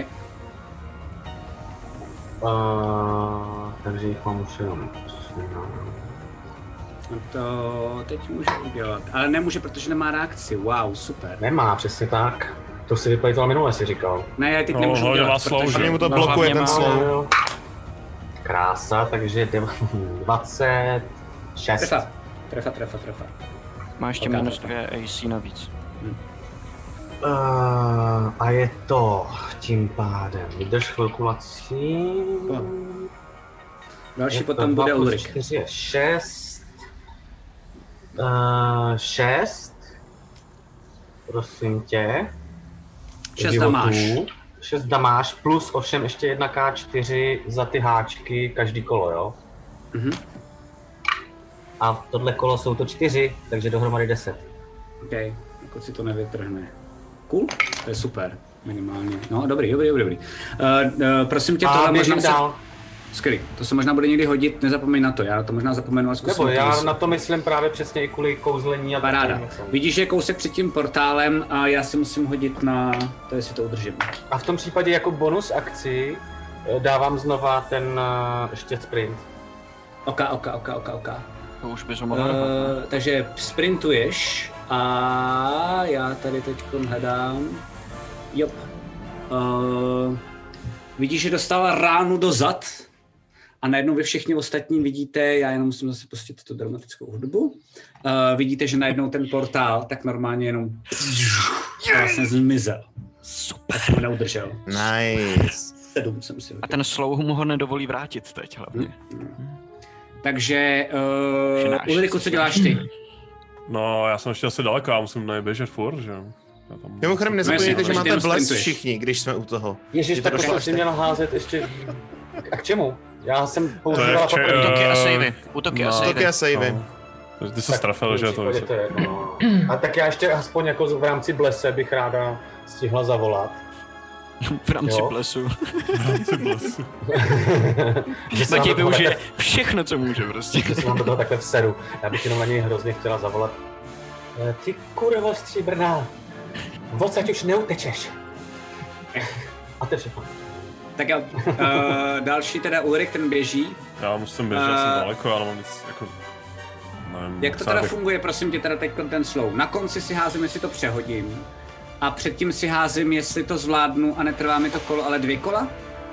Uh, takže jich mám už jenom No to teď může udělat, ale nemůže, protože nemá reakci, wow, super. Nemá, přesně tak. To si vyplejtoval minule, si říkal. Ne, já teď No, nemůžu hodně udělat, vás slouží. protože... Hlavně mu to No, blokuje hlavně ten má- slow. Krása, takže dvacet šest. Trefa, trefa, trefa, trefa. Má ještě Ok, minus trefa. dvě A C navíc. Uh, a je to tím pádem. Vydrž chvilku, Laci. Další Je to potom dva bude plus Ulrik. čtyři je šest. Uh, šest. Prosím tě. Šest damáš. šest damáš, plus ovšem ještě jedna K čtyři za ty háčky každý kolo, jo? Mhm. A tohle kolo jsou to čtyři, takže dohromady deset. OK, jako si to nevytrhne. Cool, to je super, minimálně. No, dobrý, dobrý, dobrý, dobrý. Uh, uh, prosím tě, A tohle běžím možná dál. Se... Skvělý, to se možná bude někdy hodit, nezapomeň na to, já to možná zapomenu a zkusím. Nebo já to na to myslím právě přesně i kvůli kouzlení a Paráda. takovým něco. Vidíš, že je kousek před tím portálem a já si musím hodit na to, jestli to udržím. A v tom případě jako bonus akci eh, dávám znova ten uh, ještě sprint. Ok, ok, ok, ok, ok. To už bys ho mohl uh, takže sprintuješ a já tady teď hledám. Jop. Uh, vidíš, že dostala ránu do zad a najednou vy všichni ostatní vidíte, já jenom musím zase pustit tu dramatickou hudbu, uh, vidíte, že najednou ten portál tak normálně jenom vlastně zmizel. Super. Tak jsem neudržel. Nice. Sedm jsem si A ten slouh mu ho nedovolí vrátit teď hlavně. Hmm. Takže, uh, Ulriku, co děláš ty? No, já jsem ještě asi daleko, já musím běžet furt, že? Mimochodem nezapomeňte, no, že máte blesk všichni, když jsme u toho. Ježiš, tak to jsem si měl házet ještě... A k čemu? Já jsem používal poprvé. Útoky a savey. Útoky a savey. Útoky a savey. No. Ty se strafil, že to je. No. A tak já ještě aspoň jako v rámci blese bych ráda stihla zavolat. V rámci jo? blesu. V rámci blesu. Že se ti využije takhle... všechno, co může prostě. Že se mám do toho takhle vseru. Já bych jenom na něj hrozně chtěla zavolat. Ty kurvo stříbrná. Odsaď už neutečeš. A to je všechno. Tak jo, uh, další teda Ulrik, ten běží. Já musím běžet, uh, já jsem daleko, ale mám nic jako... Nevím, jak to teda bych... funguje, prosím tě, teda teď ten slow. Na konci si házím, jestli to přehodím. A předtím si házím, jestli to zvládnu a netrvá mi to kolo, ale dvě kola?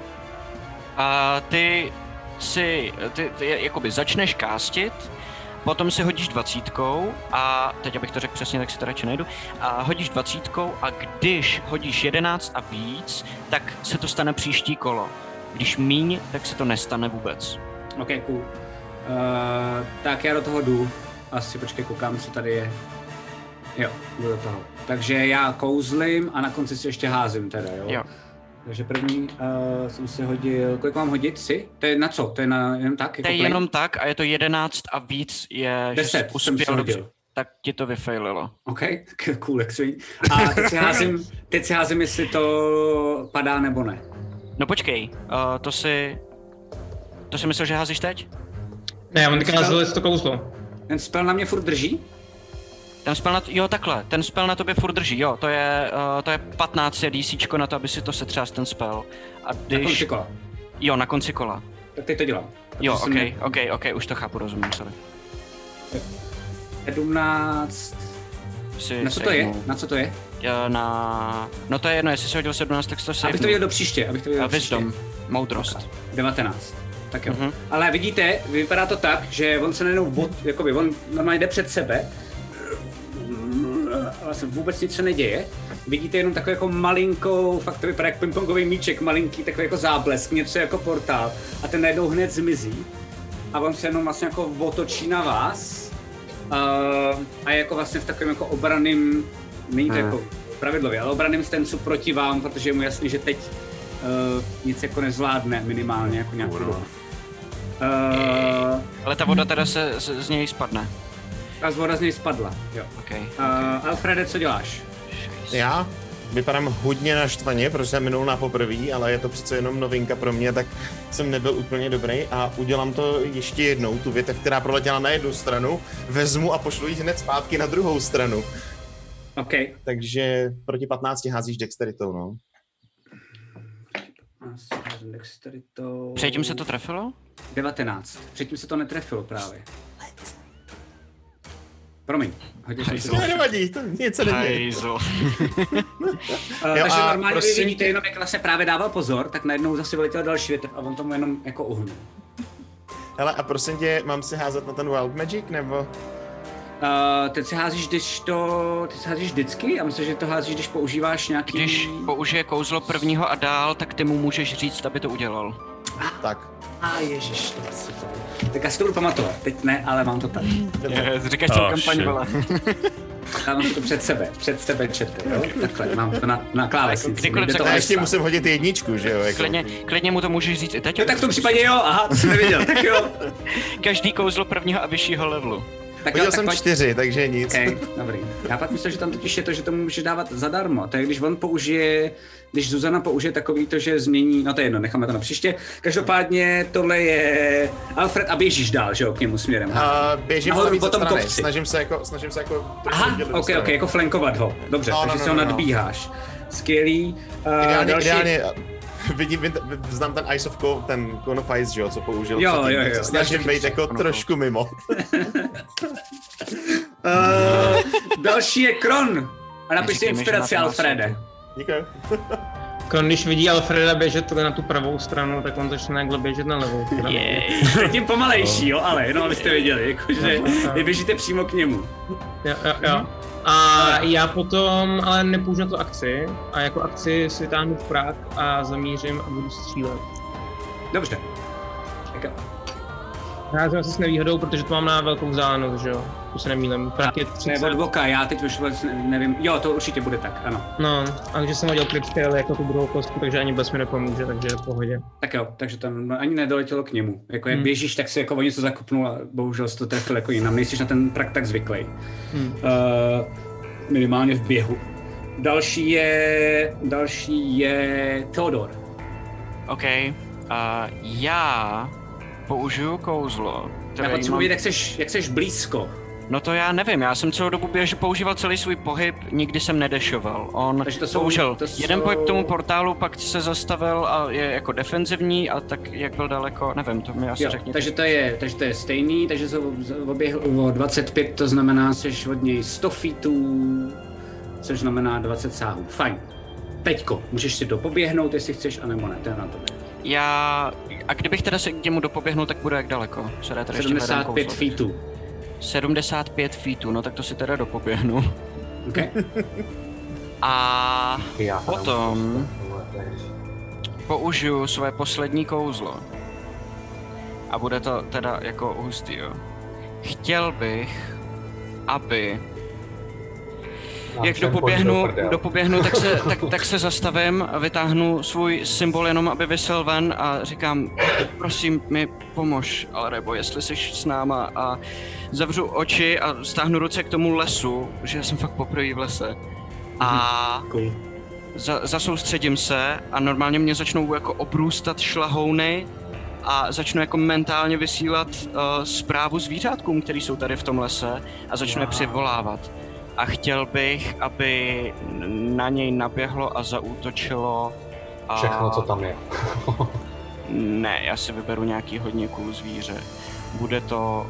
A ty si, ty, ty jakoby začneš kástit, potom si hodíš dvacítkou a, teď abych to řekl přesně, tak si to radši nejdu, a hodíš dvacítkou a když hodíš jedenáct a víc, tak se to stane příští kolo. Když míň, tak se to nestane vůbec. Ok, cool. Uh, tak já do toho jdu. Asi počkej, koukám, co tady je. Jo, jdu do toho. Takže já kouzlím a na konci si ještě házím teda, jo? Jo. Takže první uh, jsem si hodil, kolik mám hodit? Si? To je na co? To je na, jenom tak? Jako to je play? jenom tak a je to jedenáct a víc je, deset že jsem si hodil. Tak ti to vyfaililo. OK, cool, jak svý. A teď si házím, teď si házím, jestli to padá nebo ne. No počkej, uh, to si, to si myslel, že házíš teď? Ne, já mám teďka házil, jestli to kouzlo. Ten spell na mě furt drží? Ten spell na, jo takhle, ten spell na tobě furt drží, jo, to je, uh, to je patnáct DCčko na to, aby si to setřás ten spell. A když... Na konci kola? Jo, na konci kola. Tak teď to dělám. Jo, ok, mě... ok, ok, už to chápu, rozumím, sorry. sedmnáct... Si na co to je? Na co to je? Na... No to je jedno, jestli jsi hodil sedmnáct, tak to sejvnu. Abych to viděl do příště, abych to viděl do příště. Wisdom, moudrost. Okay. devatenáct. Tak jo. Mm-hmm. Ale vidíte, vypadá to tak, že on se najednou bod, jakoby, on normálně jde před sebe. Vlastně vůbec nic se neděje. Vidíte jenom takovou jako malinkou, fakt to vypadá jak pingpongový míček, malinký, takový jako záblesk, něco jako portál. A ten najednou hned zmizí. A on se jenom vlastně jako otočí na vás. Uh, a je jako vlastně v takovém jako obraným, není to hmm. jako pravidlově, ale obraným stancu proti vám, protože je mu jasný, že teď uh, nic jako nezvládne minimálně jako nějakou dobu. Uh, ale ta voda teda se, se z něj spadne. A z voda z něj spadla, jo. Okay, uh, okay. Alfrede, co děláš? Já vypadám hodně naštvaně, protože jsem minul na poprvé, ale je to přece jenom novinka pro mě, tak jsem nebyl úplně dobrý a udělám to ještě jednou, tu větev, která proletěla na jednu stranu, vezmu a pošlu ji hned zpátky na druhou stranu. OK. Takže proti patnácti házíš dexteritou, no. Dexteritou... Předtím se to trefilo? devatenáct. Předtím se to netrefilo právě. Promiň, hodně jsem si to. Nevadí, to nic se neděje. uh, takže normálně vy vidíte, jenom jak vlastně právě dával pozor, tak najednou zase vyletěl další větev a on tomu jenom jako uhnul. Hele, a prosím tě, mám si házet na ten Wild Magic, nebo? Uh, teď si házíš, když to... Ty si házíš vždycky? Já myslím, že to házíš, když používáš nějaký... Když použije kouzlo prvního a dál, tak ty mu můžeš říct, aby to udělal. Tak. A ah, ježiš, to asi to. Tak já si to budu pamatovat. Teď ne, ale mám to tady. Je, říkáš celou oh, kampaň, vole. Já mám to před sebe, před sebe čete, jo? Takhle, mám to na, na klávesnici. Kdykoliv se ještě musím hodit jedničku, že jo? Jako. Klidně, klidně mu to můžeš říct i teď. No tak v tom případě jo, aha, to jsem neviděl, tak jo. Každý kouzlo prvního a vyššího levelu. Tak Hodil jo, jsem tak čtyři, takže nic. Okay, dobrý. Já pak myslím, že tam totiž je to, že to můžeš dávat zadarmo. To je, když on použije, když Zuzana použije takový to, že změní, no to je jedno, necháme to na příště. Každopádně tohle je Alfred a běžíš dál, že jo, k němu směrem. A běžím nahoru po tom kopci. Snažím se jako, snažím se jako... Aha, ok, ok, jako flankovat ho. Dobře, no, takže no, si ho no, no, nadbíháš. Skvělý. Uh, ideálně, další... ideálně, vidím, vid- znám ten Ice of Co, ten Cone of Ice, že jo, co použil. Jo, předtím, jo, tak jo. se snažím být jako trošku mimo. Uh, další je Kron. A napiš si Neříkej mi, že inspiraci, na to Alfrede. Díky. Kron, když vidí Alfreda běžet tuhle na tu pravou stranu, tak on začne takhle běžet na levou. Je tím pomalejší, jo, ale jenom abyste věděli, jakože vy běžíte přímo k němu. Jo, jo, jo. A já potom ale nepoužiju na tu akci a jako akci si táhnu v prach a zamířím a budu střílet. Dobře. Tak jo. Já jsem asi s nevýhodou, protože to mám na velkou vzdálenost, že jo? To se nemýlím. Prach je To je třicet. od voka, já teď už vůbec ne- nevím. Jo, to určitě bude tak, ano. No, a takže jsem hodil critical jako tu druhou kostku, takže ani bez mi nepomůže, takže je v pohodě. Tak jo, takže tam ani nedoletělo k němu. Jako jak Hmm. běžíš, tak si jako o něco zakopnul a bohužel jsi to trefil jako jinam. Nejsi na ten prak tak zvyklý. Hmm. Uh, minimálně v běhu. Další je... Další je Theodor. OK. Uh, já použiju kouzlo, které Já potřebuji mám... vidět, jak seš, jak seš blízko. No to já nevím, já jsem celou dobu běž, používal celý svůj pohyb, nikdy jsem nedešoval. On Takže to jsou- použil to jsou- jeden pohyb k tomu portálu, pak se zastavil a je jako defenzivní a tak jak byl daleko, nevím, to mi asi Jo, řekněte. takže to je, takže to je stejný, takže jsou oběhl o dvacet pět, to znamená, seš od něj sto feetů, což znamená dvacet sáhů. Fajn. Teďko, můžeš si to poběhnout, jestli chceš, anebo ne, to je na tobě. Já... A kdybych teda se k němu dopoběhnul, tak bude jak daleko? Co jde tady ještě hledám sedmdesát pět kouzlo. feetů. sedmdesát pět feetů, no tak to si teda dopoběhnu. Okay. A Já potom použiju své poslední kouzlo. A bude to teda jako hustý, jo. Chtěl bych, aby... Jak dopoběhnu, dopoběhnu tak, se, tak, tak se zastavím a vytáhnu svůj symbol jenom, aby vysel ven a říkám, prosím mi pomož, Alrebo, jestli jsi s náma, a zavřu oči a stáhnu ruce k tomu lesu, že jsem fakt poprvé v lese. A Cool. za, zasoustředím se a normálně mě začnou jako obrůstat šlahouny a začnu jako mentálně vysílat uh, zprávu zvířátkům, který jsou tady v tom lese, a začnu je přivolávat. A chtěl bych, aby na něj naběhlo a zaútočilo. A... Všechno, co tam je. Ne, já si vyberu nějaký hodně cool zvíře. Bude to...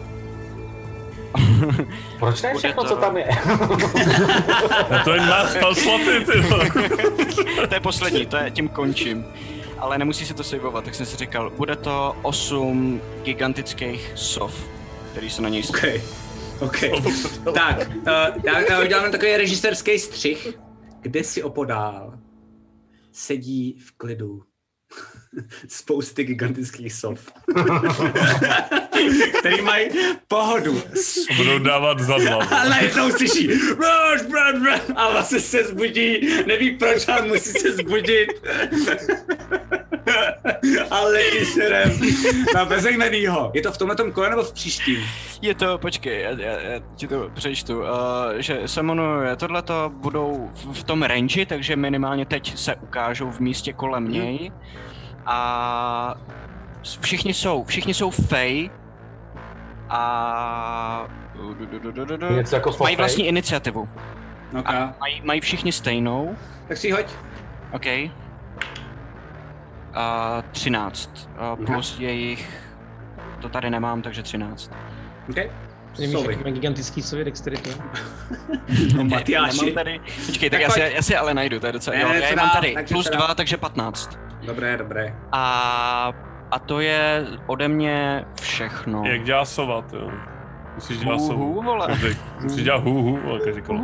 Proč ne Bude všechno, to- co tam je? To je nás spell sloty, ty vole. To je poslední, to je, tím končím. Ale nemusí si to saveovat, tak jsem si říkal, bude to osm gigantických sov, který se na něj OK. OK. Tak, uh, já, já udělám takový režisérský střih, kde si opodál sedí v klidu spousty gigantických sov, který mají pohodu. Budou dávat za dva. A najednou slyší "Rush, brr, brr", a vlastně se zbudí, neví proč, ale musí se zbudit. A letí směrem na bezejmenýho. Je to v tomhletom kole nebo v příštím? Je to, počkej, já, já, já ti to přečtu, uh, že se jmenuje tohleto, budou v, v tom range, takže minimálně teď se ukážou v místě kolem Mhm. něj. A všichni jsou, všichni jsou fej a du, du, du, du, du, du. Něco jako mají fej? vlastní iniciativu. Okay. A mají, mají všichni stejnou. Tak si ji hoď. OK. A třináct. A plus jejich... To tady nemám, takže třináct. OK. Nevíš, Sovy. jaký má gigantický sovy dexteritu. No, Matyáši. Nemám tady... Počkej, tak, Tak já, si, pojď. já si ale najdu, to je docela... Ne, Jo, ne, já co je mám dál, tady. takže Plus co dál? dva, takže patnáct. Dobré, dobré. A... A to je ode mě všechno. Jak dělá sova, jo? Musíš dělat Hu, sovu. hu, vole. Každý- Musíš dělat hu, hu, ale každý kolo.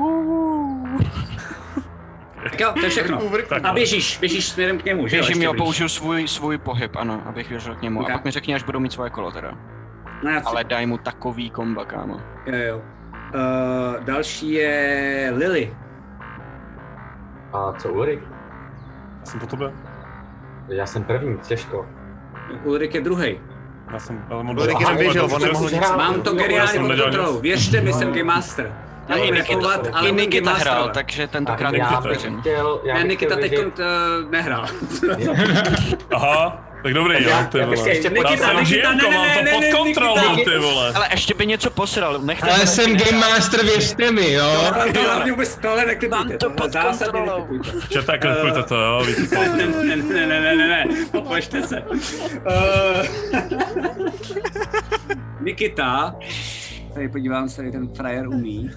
Tak jo, to je všechno. A běžíš, běžíš směrem k němu, že jo? Běžím, ještě jo, blíž. použiju svůj, svůj pohyb, ano, abych běžel k němu. Ok. A pak mi řekni, až budu mít svoje kolo teda. No, já chci- Ale daj mu takový komba, kámo. Jo, jo. Uh, další je Lily. A co Ulrik? Já jsem po tobě. Já jsem první, těžko. Ulrik je druhý. Já jsem, ale mám Ulrik jenom běžel, on nemohl nic. Mám to Jo, geniálně já jsem pod nedělal kontrolou. nic. Věřte mi, jsem Game Master. Já I budu Nikita, refovat, ale i budu Nikita Game hrál, Masterovat. takže tentokrát já bych bych věřím. chtěl, já Ne, bych Nikita chtěl teď vidět, uh, nehrál. Aha, Tak dobrý, jo, ty vole. Ještě Já jsem žijemko, mám to pod kontrolou, ty vole. Ale ještě by něco posral, nechte. Ale jsem Game Master, věřte mi, jo. To hlavně vůbec tohle neklipujte. Mám to pod kontrolou. Čete, klipujte to, jo, víte co. Ne, ne, ne, ne, ne, ne, popočte se. Nikita, tady podívám se, ten frajer umí.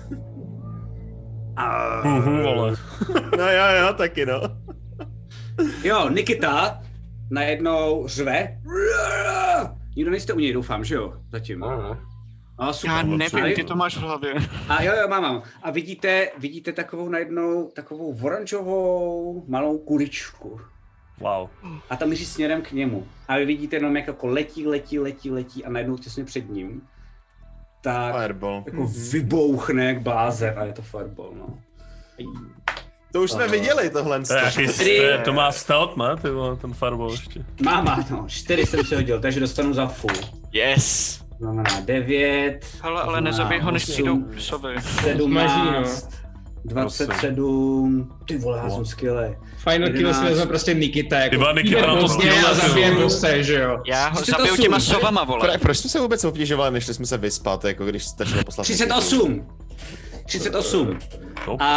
Uhu, vole. No jo, jo, taky no. Jo, Nikita najednou řve. Nikdo nejste u něj, doufám, že jo? Zatím. A super. Já nevím, ty to máš v hlavě. A jo, jo, mám, mám. A vidíte, vidíte takovou najednou, takovou oranžovou malou kuličku. Wow. A tam míří směrem k němu. A vy vidíte jenom, jak jako letí, letí, letí, letí a najednou těsně před ním. Tak Fireball. jako vybouchne jak blázen a je to fireball, no. To už jsme uh, viděli tohle. To, je jaký, to, je, to má stealth, ne? Ty vole, ten fireball ještě. Má, má, no. Čtyři jsem si hodil, takže dostanu za full. Yes. Znamená devět. Hele, ale nezabij ho, než přijdou sovy. sedmnáct, dvacet sedm. Ty vole, já jsem skvělej. Final kill si vezme prostě Nikita, jako Tyba Nikita na to skvěle a zabije bosse, že jo. Já ho zabiju těma sovama, vole. Pro, proč jsme se vůbec obtěžovali, nešli jsme se vyspat, jako když jste šli poslat? třicet osm. třicet osm. A,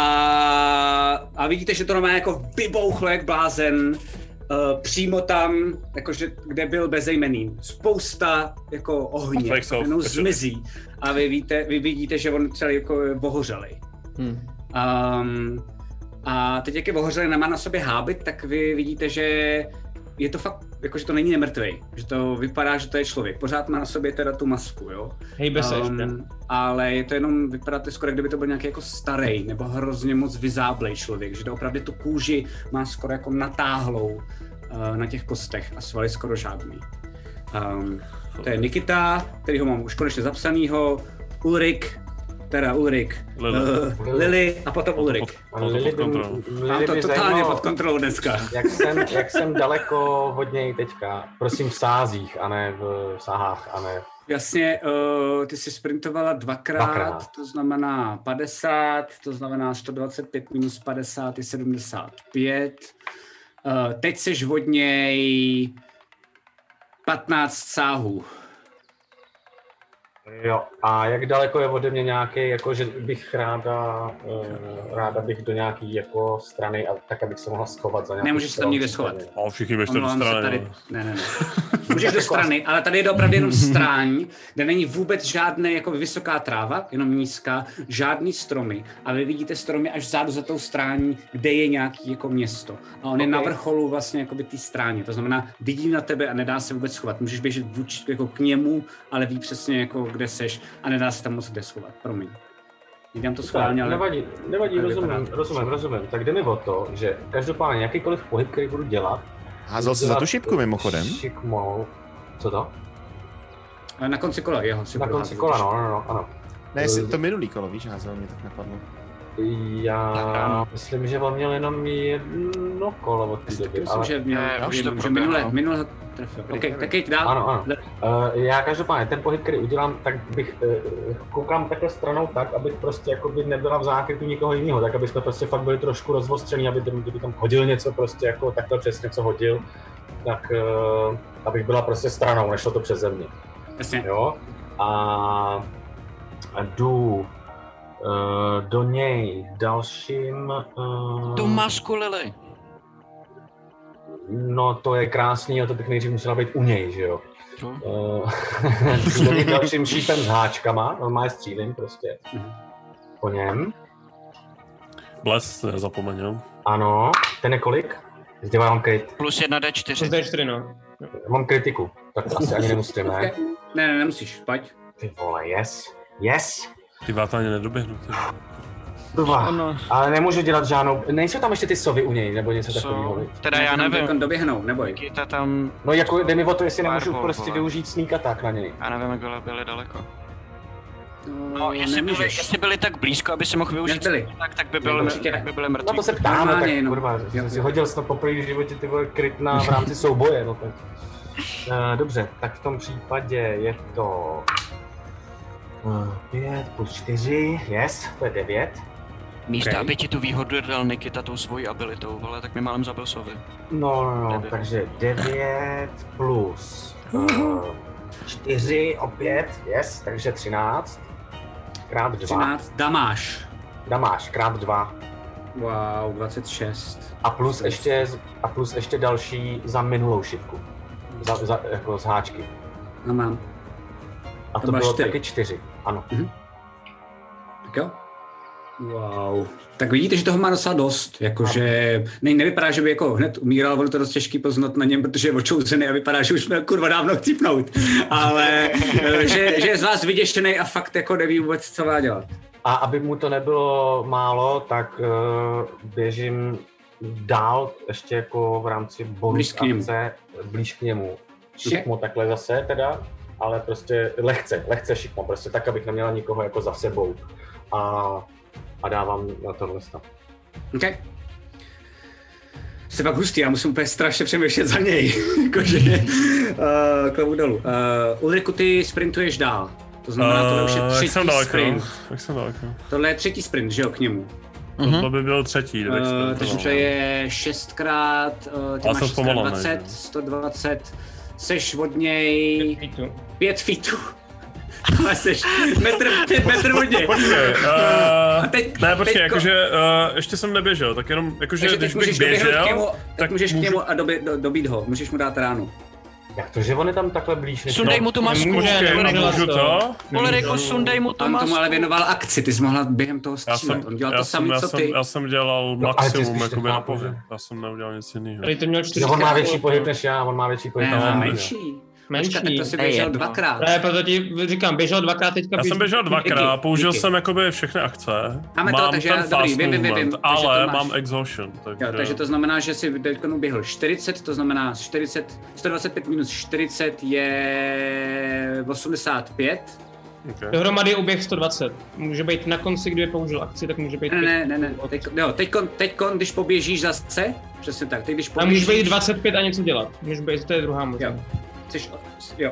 a vidíte, že to normálně jako vybouchlo jak blázen. Uh, přímo tam, jakože, kde byl bezejmenný. Spousta jako ohně, jenom zmizí. A vy, víte, vy vidíte, že on celý jako ohořelej. Hmm. Um, a teď jak je ohořelej, nemá na sobě hábit, tak vy vidíte, že je to fakt, jakože to není nemrtvej. Že to vypadá, že to je člověk. Pořád má na sobě teda tu masku, jo. Hejbe se um, ještě. Ale je to jenom, vypadá to skoro, kdyby to byl nějaký jako starej, nebo hrozně moc vyzáblej člověk. Že to opravdu tu kůži má skoro jako natáhlou uh, na těch kostech a svaly skoro žádný. Um, to je Nikita, kterýho mám už konečně zapsanýho, Ulrik, teda Ulrik, Lily, uh, Lily a potom Ulrik. Lily by, Mám to totálně pod kontrolou dneska. Jak jsem, jak jsem daleko od něj teďka, prosím v sázích a ne v sáhách a ne... Jasně, uh, ty jsi sprintovala dvakrát, dvakrát, to znamená padesát, to znamená sto dvacet pět minus padesát je sedmdesát pět. Uh, teď seš od něj patnáct sáhů. Jo, a jak daleko je ode mě nějaký, jako že bych ráda, uh, ráda bych do nějaký jako strany, a tak abych se mohla schovat za nějakou. Nemůžeš se tam nikde schovat. A všichni běžte do strany. Tady... Ne, ne, ne. Můžeš do strany, ale tady je to opravdu jenom stráň, kde není vůbec žádná jako vysoká tráva, jenom nízká, žádný stromy. A vy vidíte stromy až vzadu za tou strání, kde je nějaký jako město. A on okay. je na vrcholu vlastně jakoby té stráně. To znamená, vidí na tebe a nedá se vůbec schovat. Můžeš běžet vůč, jako k němu, ale ví přesně jako kde seš a nedá se tam moc kde schovat. Promiň. Jdám to schválně, ale... Nevadí, nevadí, rozumím, rozumím, rozumím. Tak jde mi o to, že každopádně jakýkoliv pohyb, který budu dělat... Házel jsi za tu šipku mimochodem? Šikmou. Co to? Na konci kola jeho. Na konci kola, no, no, no, ano. Ne, jsi to minulý kolo, víš, házel mě tak napadlo. Já myslím, že on měl jenom jedno kolo od té doby, ale... Myslím, že měl, že, že minule, minule ho trefil. Ok, tak jď dál. Ano, ano. Uh, já každopádně ten pohyb, který udělám, tak bych, uh, koukám takhle stranou tak, abych prostě jakoby nebyla v zákrytu nikoho jiného, tak aby jsme prostě fakt byli trošku rozostřený, aby kdyby tam hodil něco prostě jako takhle přesně co hodil, tak uh, abych byla prostě stranou, nešlo to přeze mě. Jasně. Jo? A, a jdu Uh, do něj dalším... Uh... Tu masku, Lily. No to je krásný, a to bych nejdřív musela být u něj, že jo. Uh, do něj dalším šípem s háčkama, normálně střílím prostě. Po něm. Bles, nezapomeň, jo. Ano, ten je kolik? Zde mám krit. Plus jedna D čtyři. Plus D čtyři, no. Mám kritiku, tak to asi ani nemusím, ne? Ne, ne, nemusíš, pojď. Ty vole, yes, yes. Ty vás ani nedoběhnu. Dva, ale nemůžu dělat žádnou, nejsou tam ještě ty sovy u něj, nebo něco takového? Teda já nevím. Tam doběhnou, neboj. Kita tam... No jako jde mi o to, jestli nemůžu prostě využít sneak attack na něj. Já nevím, jak byli, byli daleko. No, jestli byli, jestli byli tak blízko, aby si mohl využít sneak attack, tak by byli, tak by byli mrtví. No to se ptám, no, tak kurva, jsem si hodil snad poprvé v životě ty vole kryt na v rámci souboje, no tak. Uh, dobře, tak v tom případě je to... pět plus čtyři, yes, to je devět. Místo, Okay. aby ti tu výhodu dal Nikita tou svojí abilitou, ale tak mi málem zabil Sovy. No, no, no, Devět. takže devět plus uh, čtyři opět, yes, takže třináct. Krát dva. třináct, damáš. Damáš, krát dva. Wow, dvacet šest. A plus ještě, a plus ještě další za minulou šipku. Za, za, jako z háčky. No mám. A To to máš bylo čtyři. taky čtyři, ano. Tak jo. Wow. Tak vidíte, že toho má docela dost. Jakože ne, nevypadá, že by jako hned umíral, bylo to dost těžký poznat na něm, protože je očouzený a vypadá, že už měl kurva dávno chcípnout. Ale že, že je z vás vyděšený a fakt jako neví vůbec, co má dělat. A aby mu to nebylo málo, tak uh, běžím dál, ještě jako v rámci Blíž bonus k němu. akce, blíž k němu. Šikmo takhle zase teda, ale prostě lehce, lehce šikmo, prostě tak, abych neměla nikoho jako za sebou. A, a dávám na tohle stav. OK. Jste pak hustý, já musím úplně strašně přemýšlet za něj. Jakože, uh, klovu dolů. Uh, Ulriku, ty sprintuješ dál. To znamená, tohle už je Uh, jak třetí jsem daleko, sprint. jak jsem daleko. Tohle je třetí sprint, že jo, k němu. Mm-hmm. To by byl třetí, tak Uh, takže to je šestkrát, uh, ty Já máš jsem šest zpomalený, dvacet, že? sto dvacet, seš od něj pět feetů. Ale seš metr, pět metr od něj. Počkej, uh, teď- ne počkej, teďko- jakože uh, ještě jsem neběžel, tak jenom, jakože Takže když teď bych můžeš doběhnout běžel, k němu, tak tak můžeš můžu- k němu a doby, do, dobít ho, můžeš mu dát ránu. Jak to, že on je tam takhle blíž? než- Sundej mu tu masku. nemůže, Počkej, nemůže a můžu to. to? Ulriku, sundej mu tu On tomu ale masku. věnoval akci, ty jsi mohla během toho Já střílet. jsem, On dělal já to jsem, samé, já co jsem, ty. já jsem dělal No, ale ty maximum spíš jakoby na nechápu, pohyb, že? já jsem neudělal nic jiného. Tady to měl čtyři. On má větší pohyb než já, on má větší pohyb Ne, než má já. menší. Menší. Počkat, tak to si To je běžel jedno. dvakrát. Ne, proto ti říkám, běžel dvakrát teďka. Já jsem běžel dvakrát, Díky, použil díky. jsem jakoby všechny akce, Máme to, mám takže ten já- fast dobrý, vím, vím, vím, movement, vím, takže ale to máš. mám exhaustion, takže... Jo, takže to znamená, že si teď uběhl čtyřicet, to znamená čtyřicet, sto dvacet pět minus čtyřicet je osmdesát pět. Okay. Dohromady uběh sto dvacet. Může být na konci, kdy použil akci, tak může být... Ne, ne, ne, ne. Teď, jo, teďkon, teďkon, když poběžíš zase, přesně tak, teď když A může být poběžíš... dvacet pět a něco dělat. Může být, to je druhá možnost. Jo. Chceš, jo.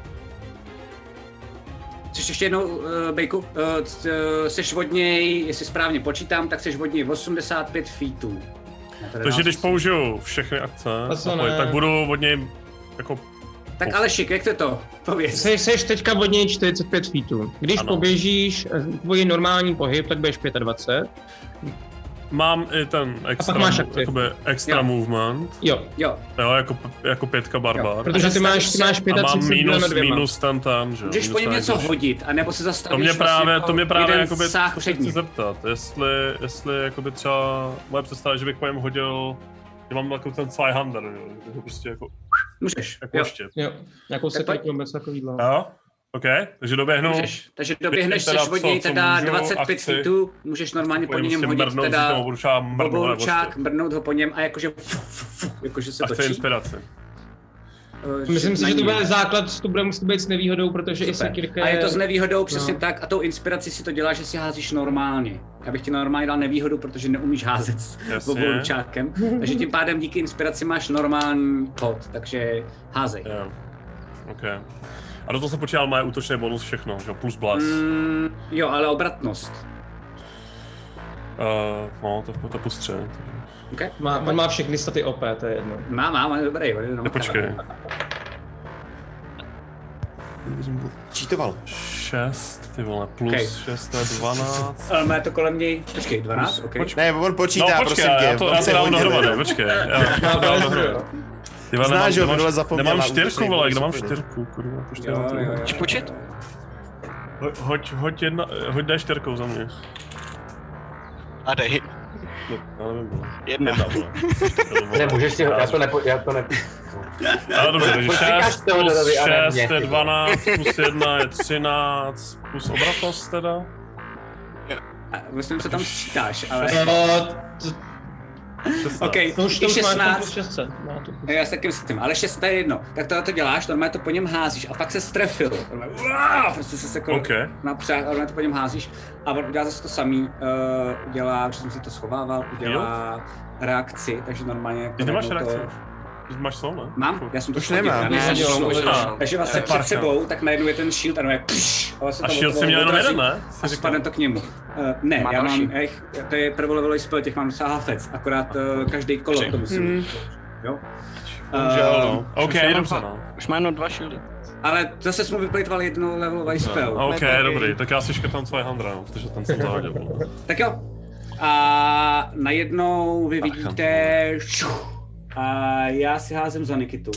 Chceš ještě jednou, uh, Bejku, uh, c- uh, seš od něj, jestli správně počítám, tak seš od něj osmdesát pět feetů. Já to Takže dám když si- použiju všechny akce, A co a pojď, ne? tak budu od něj jako... Tak Alešik, jak to to? Pověz. Seš, seš teďka od něj čtyřicet pět feetů. Když Ano. poběžíš eh, tvůj normální pohyb, tak budeš dvacet pět. Mám i ten extra, pak máš mo- aktiv. jakoby extra Jo. movement, Jo, Jo, jo, jako, jako pětka barbar. protože ty máš, ty máš A mám třicet pět minus, na dvěma. minus ten ten, že jo. můžeš minus po něm ten něco exhaustion. hodit, anebo se zastavíš To mě právě, vlastně to mě právě jeden jakoby, sáh to před chci ním. zeptat, jestli, jestli jakoby třeba moje představa, že bych po něm hodil, já mám jako ten Zweihander, jo, jako prostě jako, Můžeš, jako jo, štět. Jo, nějakou Tak pojď. sekretu vůbec takovýhle. Jo, OK, takže doběhnu. můžeš. Takže doběhneš, Teda seš od co, něj co teda můžu, dvacet pět akci? feetů, můžeš normálně po Po něm něm musím hodit mrdnout, teda že budu třeba mrdnout nebo obloučák, prostě. mrdnout ho po něm a jakože fu, fu, fu, jakože se A chci točí. inspiraci. Eh, Myslím si, na že to ní. bude základ, to bude muset být s nevýhodou, protože i Super. sekirka A je to s nevýhodou přesně no. tak a tou inspirací si to děláš, že si házíš normálně. Já bych ti normálně dal nevýhodu, protože neumíš házet s Jasně. obloučákem. Takže tím pádem díky inspiraci máš normální hod, takže házej. Jo, OK. A do toho jsem počítal moje útočný bonus všechno, že jo, plus blast. Mm, jo, ale obratnost. Uh, no, to, to plus tři. Okay. Má, on má všechny staty O P, to je jedno. Má, má, má, dobrý. No, Nepočkej. Čítoval. šest, ty vole, plus Okay. šest, to je dvanáct. Ale má to kolem něj, počkej, dvanáct, ok. Počkej. Ne, on počítá, No počkej, prosím tě. já to, on já se to dám hodil, dohromady, jo. počkej. Já, já to dám dohromady. Ty vole, Znáš, nemám, že ho minule nemám, zapomněl nemám na čtyřku, útočný vole, bonus kde mám úplně. čtyřku, kurva, počkej Jo, na to. jo, jo. Chceš počít? Ho- Hoď, hoď jedna, hoď dé čtyřkou za mě. A dej. No, já nevím, vole. Jedna. Jedna, vole. Ne, můžeš si, já to nepo, já to ne... Ale dobře, takže Proč říkáš šest toho plus Dadovi a ne šest mě, je ty vole? dvanáct, plus jedna je třináct, plus obratnost teda. A myslím, se tam sčítáš, ale... Uh, šestnáct. OK, to už to i už máš tam šestnáct. plus šest set. Má to plus. Já si taky myslím, ale šest to je jedno. Tak tohle to děláš, normálně to po něm házíš a pak se strefil. Normálně, uá, prostě se sekl OK. napřát a normálně to po něm házíš a on udělá zase to samý, uh, udělá, že jsem si to schovával, udělá reakci, takže normálně jako Ty nemáš najednou reakci? Máš sol, ne? Mám, já jsem to Už nemám. Já Ne, jsem už to nemám. Takže vlastně před sebou, tak najednou je ten shield a no je pš, a, vlastně A shield jsi měl jenom jeden, ne? A spadne to k němu. Uh, ne, Má já další. mám, ech, to je prvolevelový spell, těch mám docela hafec, akorát uh, každý kolo to musím. Jo? Bohužel, no. OK, Už má jenom dobře, dva- no. Už má jenom dva shieldy. Ale zase jsme vyplejtvali jednou levelový spell. OK, dobrý, tak já si škrtám svoje handra, no, protože ten jsem zahodil. Tak jo. A najednou vy vidíte... A já si házím za Nikitu.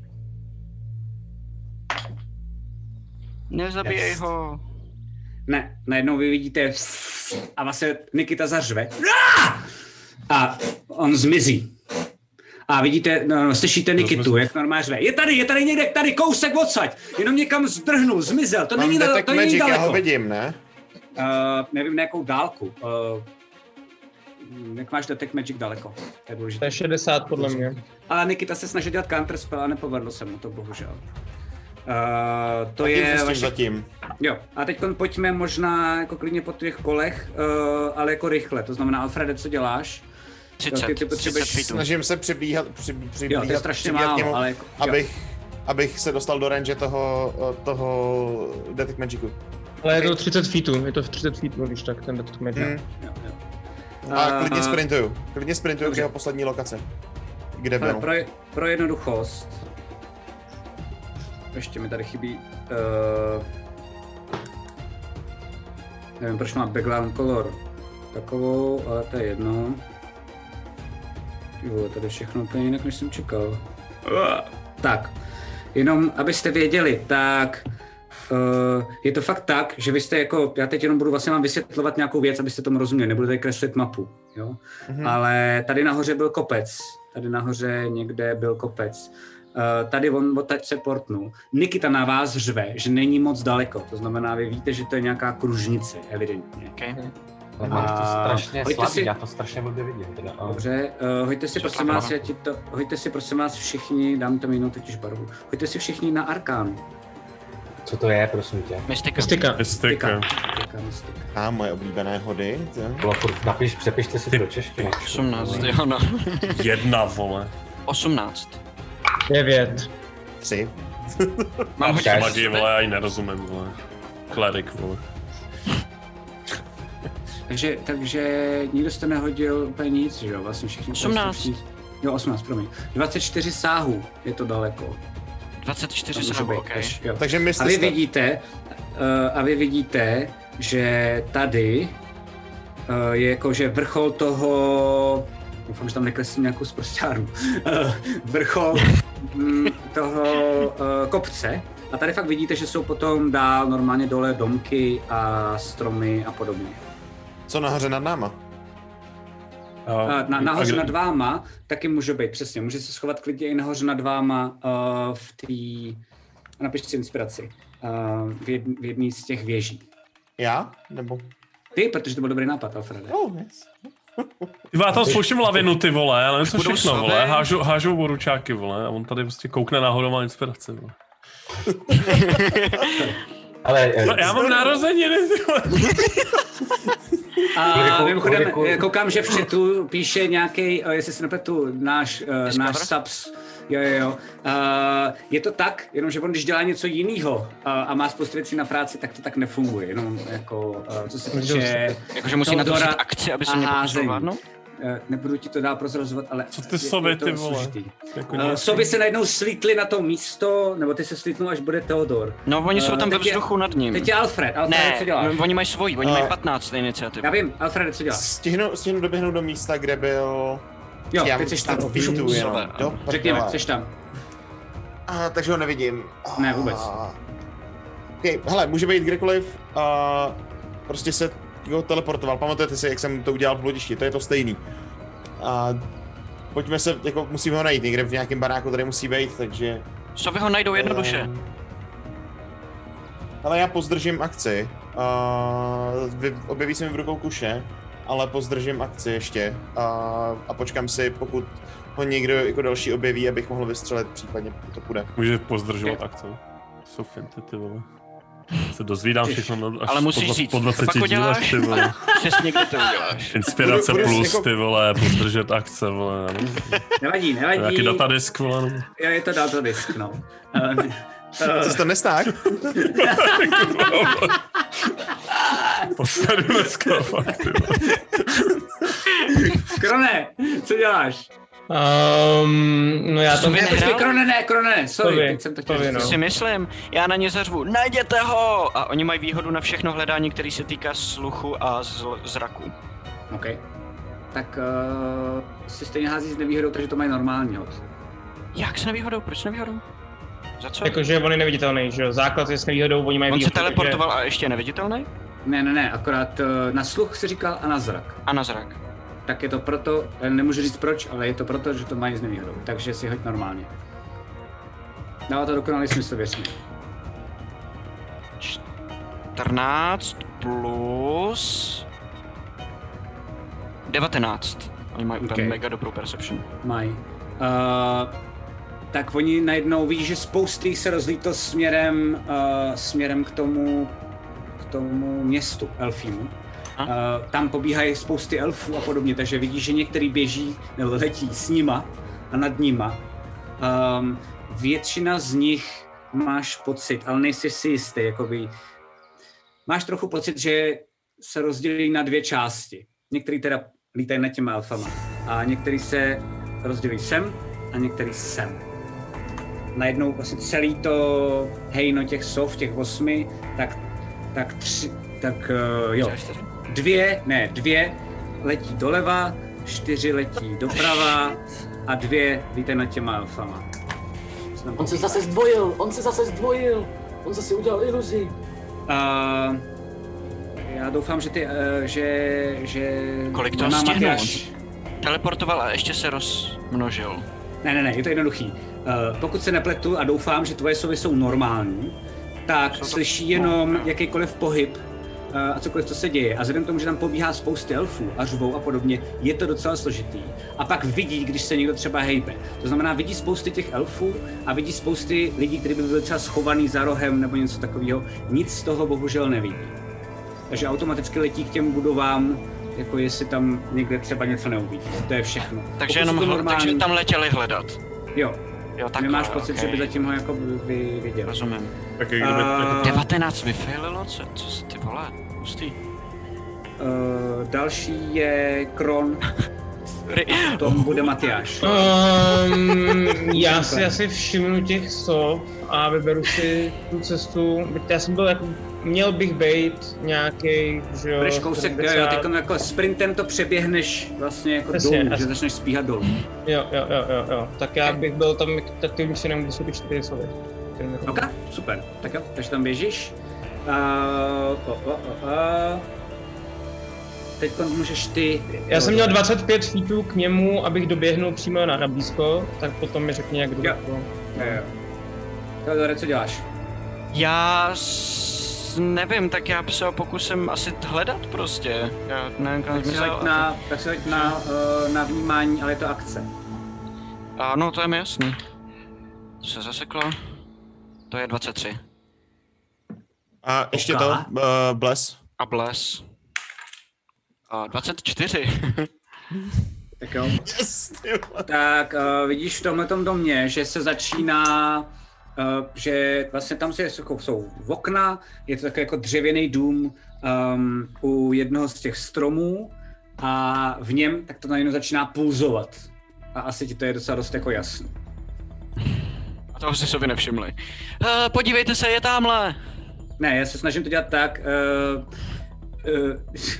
Nezabíjej Yes. ho. Ne, najednou vy vidíte a vlastně Nikita zařve. A on zmizí. A vidíte, no, no, slyšíte Nikitu, jak normálně řve. Je tady, je tady někde, tady kousek odsaď. Jenom někam zdrhnul, zmizel. To Mám není, detect to není magic, já daleko. ho vidím, ne? Uh, nevím na jakou dálku. Uh, jak máš detect magic daleko? To je To důležité. je šedesát podle mě. A Nikita se snažil dělat counter spell a nepovedlo se mu to, bohužel. Uh, to Taky je s tím vaše... zatím. Jo, a teď pojďme možná jako klidně po těch kolech, uh, ale jako rychle. To znamená, Alfrede, co děláš? třicet, Ty- ty potřebuješ třicet feetů. Snažím se přibíhat, při, přibíhat, Jo, to je strašně přibíhat málo, k němu, ale jako, jo. abych, abych se dostal do range toho, toho Detect Magicu. Ale je to třicet feetů, je to v třicet feetů, když tak ten detect magic. Hmm. Jo, jo. A Uh, klidně sprintuju. Klidně sprintuju k dobře. jeho poslední lokace. Kde Ale byl? pro, pro jednoduchost. Ještě mi tady chybí. Uh, nevím, proč má background color takovou, ale to je jedno. Jo, tady všechno úplně jinak, než jsem čekal. Uh, tak, jenom abyste věděli, tak uh, je to fakt tak, že vy jste jako, já teď jenom budu vlastně vám vysvětlovat nějakou věc, abyste tomu rozuměli, nebudu tady kreslit mapu, jo. Mhm. Ale tady nahoře byl kopec, tady nahoře někde byl kopec. Uh, tady on odtaď se portnul. Nikita na vás řve, že není moc daleko, to znamená, vy víte, že to je nějaká kružnice, evidentně. Okay. Ale máš to A strašně hoďte slabý, si- já to strašně blbě vidím. Teda. a- Dobře, uh, hoďte si prosím vás, já ti to, hoďte si prosím vás všichni, dám tam jinou totiž barvu, hoďte si všichni na Arkánu. Co to je, prosím tě? Mystika. Mystika. Mystika. Arká mystika. A moje oblíbené hody. to- Bylo furt, napiš, přepište si to do češtiny. osmnáct, jo no. Jedna, vole. osmnáct. devět. Tři. Mám hodit šest. Magii, vole, já ji nerozumím, vole. Klerik, vole. Takže, takže nikdo jste nehodil úplně nic, že jo, vlastně všichni. osmnáct. Všichni- Jo, osmnáct, promiň. dvacet čtyři sáhů je to daleko. dvacet čtyři To může sáhů, být, ok. až- jo. Takže my A vy jste... vidíte, uh, a vy vidíte, že tady uh, je jako, že vrchol toho, doufám, že tam nekreslím nějakou sprosťárnu, uh, vrchol mm, toho uh, kopce. A tady fakt vidíte, že jsou potom dál normálně dole domky a stromy a podobně. Co nahoře nad náma? Uh, na, nahoře a nad váma taky může být, přesně, může se schovat klidně i nahoře nad váma uh, v té, napište si inspiraci, uh, v, jed, v jedné z těch věží. Já? Nebo... Ty, protože to byl dobrý nápad, Alfrede. Oh, yes. Ty vole, já tam spouštím lavinu, ty vole, já nevím co budou všechno, sovy. vole, hážou, hážou boručáky, vole, a on tady prostě koukne nahoru, má inspiraci, vole. Ale No, já mám narozeniny, ty vole. A Děkuju, mimochodem, děkuju. koukám, že v chatu píše nějaký, jestli si nepletu, náš, uh, náš subs, jo, jo, jo. Uh, je to tak, jenomže on, když dělá něco jiného uh, a má spoustu věcí na práci, tak to tak nefunguje, jenom jako, uh, co se týče Jakože musí natočit Teodora akci, aby se a mě pokusil házení. vládnout? Uh, nebudu ti to dál prozrazovat, ale Co ty je- soby, je to ty vole? složitý. Jako Uh, nějaký- soby se najednou slítly na to místo, nebo ty se slítnou, až bude Teodor. No, oni jsou Eh, tam ve teď je- vzduchu nad ním. Teď je Alfred, Alfred, Ne, co děláš? oni mají svoji, oni A- mají patnáct iniciativ. Já vím, Alfred, co děláš? Stihnu, stihnu doběhnout do místa, kde byl... Jo, Já teď jsi tam. feetu jenom. Super, Do Řekněme, prdele. jsi tam. A, takže ho nevidím. Ne, vůbec. A, okay, hele, může být kdekoliv. A, prostě se ho teleportoval. Pamatujete si, jak jsem to udělal v lodišti, to je to stejný. A, pojďme se, jako musíme ho najít, někde v nějakém baráku tady musí být, takže... Sovy ho najdou jednoduše. Ehm, Ale já pozdržím akci. Uh, vy, objeví se mi v rukou kuše, ale pozdržím akci ještě. Uh, a počkám si, pokud ho někdo jako další objeví, abych mohl vystřelit, případně pokud to půjde. Může pozdržovat akce. Jsou finty, ty vole. Se dozvídám všechno až ale musíš po, říct, po dvaceti dílech, ty vole. Přesně kde to uděláš. Inspirace Budu- budu plus, jako- ty vole, plus držet akce, vole. Nevadí, nevadí. Nějaký datadisk, vole. Jo, je to datadisk, no. Uh, Co jsi to nesták? Poslední dneska, fakt, ty vole. Krone, co děláš? Um, no já to... Jsi Ne, počkej, nehrál? Krone, ne, Krone, ne, sorry, To vy, teď jsem to to chtěl vy, no. říct. Si myslím, já na ně zařvu, najděte ho! A oni mají výhodu na všechno hledání, který se týká sluchu a zl- zraku. OK. Tak uh, si stejně hází s nevýhodou, takže to mají normální hod. Jak s nevýhodou? Proč s nevýhodou? Za co? Jakože on je neviditelný, že jo? Základ je s nevýhodou, oni mají On se výhodu, teleportoval a ještě je neviditelný? Ne, ne, ne, akorát uh, na sluch si říkal a na zrak. A na zrak. Tak je to proto, eh, nemůžu říct proč, ale je to proto, že to mají s nevýhodou, takže si hoď normálně. Dává to dokonalý smysl, věř mi. čtrnáct plus... devatenáct. Oni mají úplně Ok. mega dobrou perception. Mají. Uh, tak oni najednou vidí, že spousty se rozlítlo směrem, uh, směrem k tomu, k tomu městu elfímu. Uh, tam pobíhají spousty elfů a podobně, takže vidíš, že některý běží nebo letí s nima a nad nima. Um, většina z nich máš pocit, ale nejsi si jistý, jakoby... Máš trochu pocit, že se rozdělí na dvě části. Některý teda lítají nad těma elfama a některý se rozdělí sem a některý sem. Najednou vlastně celý to hejno těch sov, těch osmi, tak, tak tři, tak uh, jo. Dvě, ne, dvě letí doleva, čtyři letí doprava a dvě lítají nad těma elfama. On se zase zdvojil, on se zase zdvojil, on zase udělal iluzi. Uh, já doufám, že ty, uh, že, že... Kolik to nemá stihnul? Matyáš. Teleportoval a ještě se rozmnožil. Ne, ne, ne, je to jednoduchý. Uh, pokud se nepletu a doufám, že tvoje sovy jsou normální, tak to- slyší jenom jakýkoliv pohyb uh, a cokoliv, co se děje. A vzhledem k tomu, že tam pobíhá spousty elfů a řvou a podobně, je to docela složitý. A pak vidí, když se někdo třeba hejbe. To znamená, vidí spousty těch elfů a vidí spousty lidí, kteří by byli třeba schovaný za rohem nebo něco takového. Nic z toho bohužel nevidí. Takže automaticky letí k těm budovám, jako jestli tam někde třeba něco neuvidí. To je všechno. Takže Pokud jenom jsou to hl- normální- takže tam letěli hledat. Jo. Jo, tak Nemáš pocit, že by zatím ho jako vy viděl. Rozumím. Tak kdyby, A- jako, devatenáct vyfaililo? Co, co si ty vole? Hustý. Uh, další je Kron, Sorry. potom bude Matyáš. Um, já si asi všimnu těch sov a vyberu si tu cestu, protože já jsem byl jako, měl bych být nějaký, že jo, Budeš kousek, jo, jo, teď jako sprintem to přeběhneš vlastně jako Přesně, dolů, a- že začneš spíhat dolů. jo, jo, jo, jo, jo, tak já bych byl tam, tak ty už si nemůžu jsou ty čtyři sovy. Ok, super, tak jo, takže tam běžíš. Uh, oh, oh, oh, oh. Teď můžeš ty... Já jsem měl dvacet pět feetů k němu, abych doběhnul přímo na, na blízko, tak potom mi řekni, jak Jo. daleko. Jo, jo. Teodore, co děláš? Já s... nevím, tak já se ho pokusím asi hledat prostě. Já nevím, kam Tak si zmizel. hoď na, tak si hoď na, uh, na vnímání, ale je to akce. A no, to je mi jasný. To se zaseklo. To je dvacet tři. A ještě Ok. to, uh, bles. A bles. A dvacet čtyři. Tak jo. Yes, ty vole. Tak uh, vidíš v tomhletom domě, že se začíná, uh, že vlastně tam se jsou, jsou okna, je to takový jako dřevěný dům um, u jednoho z těch stromů a v něm tak to najednou začíná pulzovat. A asi ti to je docela dost jako jasný. A toho si sobě nevšimli. Uh, podívejte se, je tamhle. Ne, já se snažím to dělat tak, uh, uh,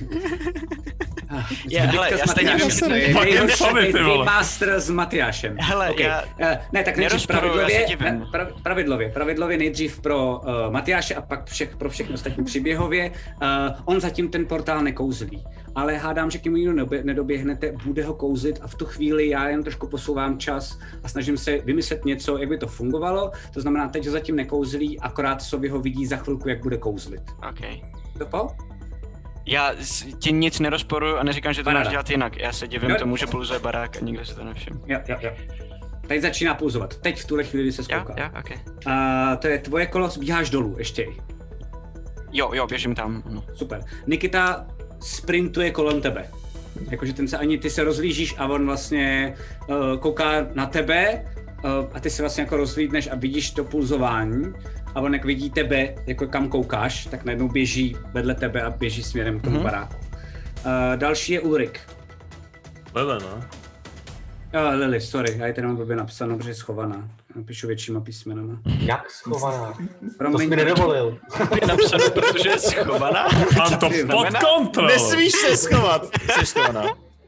Je, hele, já stejně vím, že to je- nejhorší Sami, ty vole. master s Matyášem. Hele, okay. já- uh, ne, tak nejdřív nerozporuju, já pravidlově, se divím. ne, prav, pravidlově, pravidlově nejdřív pro uh, Matyáše a pak všech, pro všechny ostatní příběhově. Uh, on zatím ten portál nekouzlí, ale hádám, že k němu nikdo nebě- nedoběhnete, bude ho kouzlit a v tu chvíli já jen trošku posouvám čas a snažím se vymyslet něco, jak by to fungovalo. To znamená, teď ho zatím nekouzlí, akorát sobě ho vidí za chvilku, jak bude kouzlit. Okay. Dopo? Já s- ti nic nerozporuju a neříkám, že to Paráda. máš dělat jinak. Já se divím Jo. tomu, že pulzuje barák a nikdo si to nevšiml. Jo, jo, jo. Teď začíná pulzovat. Teď v tuhle chvíli, kdy se Jo, skouká. jo, ok. A to je tvoje kolo, zbíháš dolů ještě. Jo, jo, běžím tam. No. Super. Nikita sprintuje kolem tebe. Jakože ten se ani, ty se rozlížíš a on vlastně uh, kouká na tebe uh, a ty se vlastně jako rozlídneš a vidíš to pulzování a on jak vidí tebe, jako kam koukáš, tak najednou běží vedle tebe a běží směrem k tomu mm-hmm. baráku. Uh, další je Ulrik. Lily, no? Uh, Lily, sorry, já ji tady mám blbě napsanou, protože je schovaná. Napíšu většíma písmenama. Jak schovaná? Promiň. To jsi mi nedovolil. Je napsané, protože je schovaná. Mám to pod kontrolou. Nesmíš se schovat. Jsi schovaná.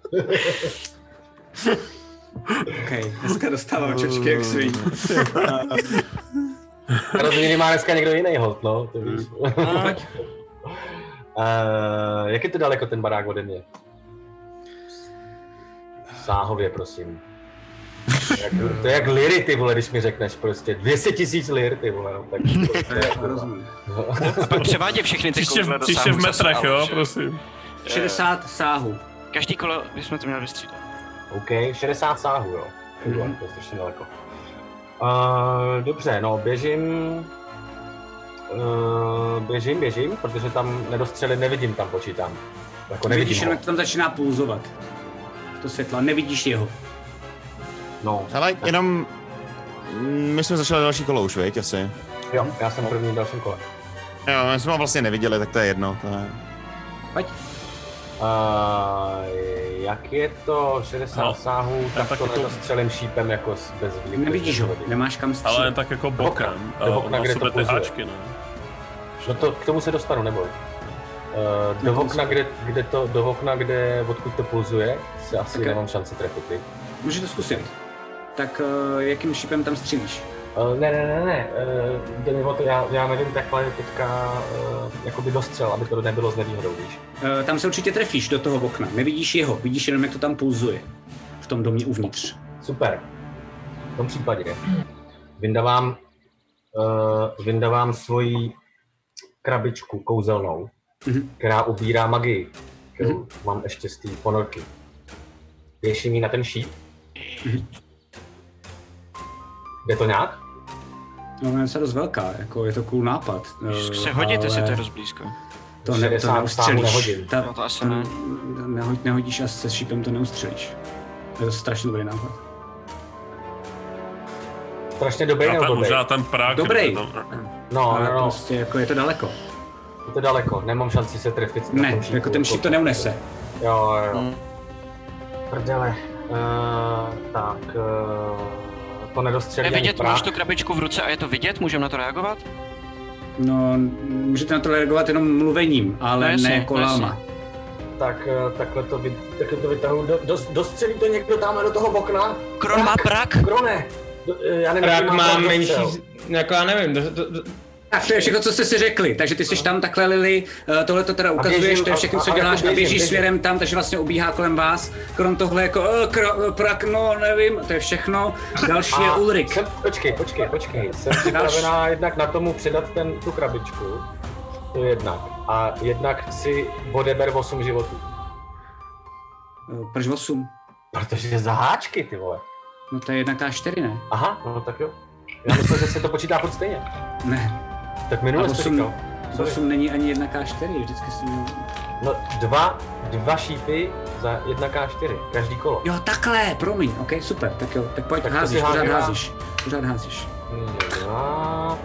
OK, dneska dostávám očočky jak svý. Rozumím, má dneska někdo jiný hod, no, to víš. Pojď. Uh, jak je to daleko ten barák ode mě? Sáhově, prosím. Jak, to je jak liry, ty vole, když mi řekneš prostě dvě stě tisíc lir, ty vole, no, tak to je jako... Rozumím. A pak převádě všechny ty Příště, koule do příště sáhu v metrech, zase, jo, ale- prosím. šedesát sáhů. Každý kolo bychom to měli vystřídat. OK, šedesát sáhů, jo. Mm-hmm. To je strašně daleko. Uh, dobře, no, běžím... Uh, běžím, běžím, protože tam nedostřelím, nevidím tam, počítám. Jako nevidím Vidíš, ho. jak tam začíná pulzovat. To světlo, nevidíš jeho. No, Hele, jenom... mm, My jsme začali další kolo už, viď, asi. jo, já jsem první v dalším kole. Jo, my jsme ho vlastně neviděli, tak to je jedno. To je... Pojď. Uh, jak je to šedesát No, sáhů, tak, tak to jako- nedostřelím šípem jako s- bez vlivu. Nevidíš ho, nemáš kam Ale střílet. tak jako bokem. Do A okna, on kde má to sebe ty pulzuje. háčky, ne? No to, k tomu se dostanu, neboj. Uh, do okna, kde, kde to, do okna, kde, odkud to pulzuje, se asi Ok. nemám šanci trefit, ty. Můžeš to zkusit. Tak uh, jakým šípem tam střílíš? Uh, ne, ne, ne, ne, uh, jde mi o to, já, já nevím takhle teďka, uh, jakoby dostřel, aby to nebylo s nevýhodou, víš. Uh, tam se určitě trefíš do toho okna. Nevidíš jeho, vidíš jenom, jak to tam pulzuje. V tom domě uvnitř. Super. V tom případě vyndavám, uh, vyndavám svoji krabičku kouzelnou, Mhm. která ubírá magii, kterou mám ještě z té ponorky. Věším ji na ten šíp. Jde to nějak? No, ona je docela dost velká, jako je to cool nápad. Uh, Se hodíte si, ale to je dost blízko. To, ne, to šedesát neustřelíš. nehodím. Ta, No to asi to ne. neho- nehodíš a se šípem to neustřelíš. Je to strašně dobrý nápad. Strašně dobrý A nebo ten, blbej? možná ten prák. Dobrý. kde to- No, Ale no, no, prostě jako je to daleko. je to daleko, nemám šanci se trefit na Ne, tom šípu. jako ten šíp to neunese. Jo, jo, jo. Hmm. Prdele. Uh, tak, uh, to nedostřelí Je ani vidět, prach. máš tu krabičku v ruce a je to vidět? Můžeme na to reagovat? No, můžete na to reagovat jenom mluvením, ale No jasně, ne kolama. Tak uh, takhle to, vy, takhle to vytahu. Do, do, dostřelí to někdo tamhle do toho okna? Kron má prak? Krone! Do, uh, já nevím, Prak jaký mám prak menší, dostřel. jako já nevím, do, do, do, Tak to je všechno, co jste si řekli. Takže ty jsi tam takhle, Lily, tohle to teda ukazuješ, běžím, to je a- všechno, a- co a děláš jako a běžím, běžíš běžím. směrem tam, takže vlastně ubíhá kolem vás. Krom tohle jako, uh, kro, prak, no, nevím, to je všechno. Další je A Ulrik. Jsem, počkej, počkej, počkej. Jsem připravená jednak na tomu předat ten, tu krabičku. To je jednak. A jednak si odeber osm životů. Uh, Proč osm? Protože za háčky, ty vole. No to je jedna ká čtyři, ne? Aha, no tak jo. Já myslím, že se to počítá furt stejně. Ne. Tak A minule jste osm, říkal. Sorry. osm není ani jedna ká čtyři, vždycky jsem měl... No dva, dva šípy za jedna ká čtyři, každý kolo. Jo, takhle, promiň, ok, super, tak jo, tak pojď, Tak to házíš, si pořád házím já. házíš, pořád házíš. Dva...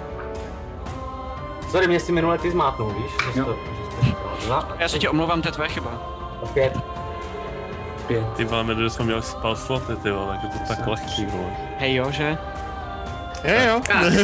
Sorry, mě si minule ty zmátnul, víš? Že jsi Jo. to, že jsi to říkal. Dva Já se tě omlouvám, to je tvoje chyba. a pět. Pět. Ty vole, my že jsme měli spell sloty, ty vole, tak je to tak lehký, vole. Hej jo, že? Jo, jo.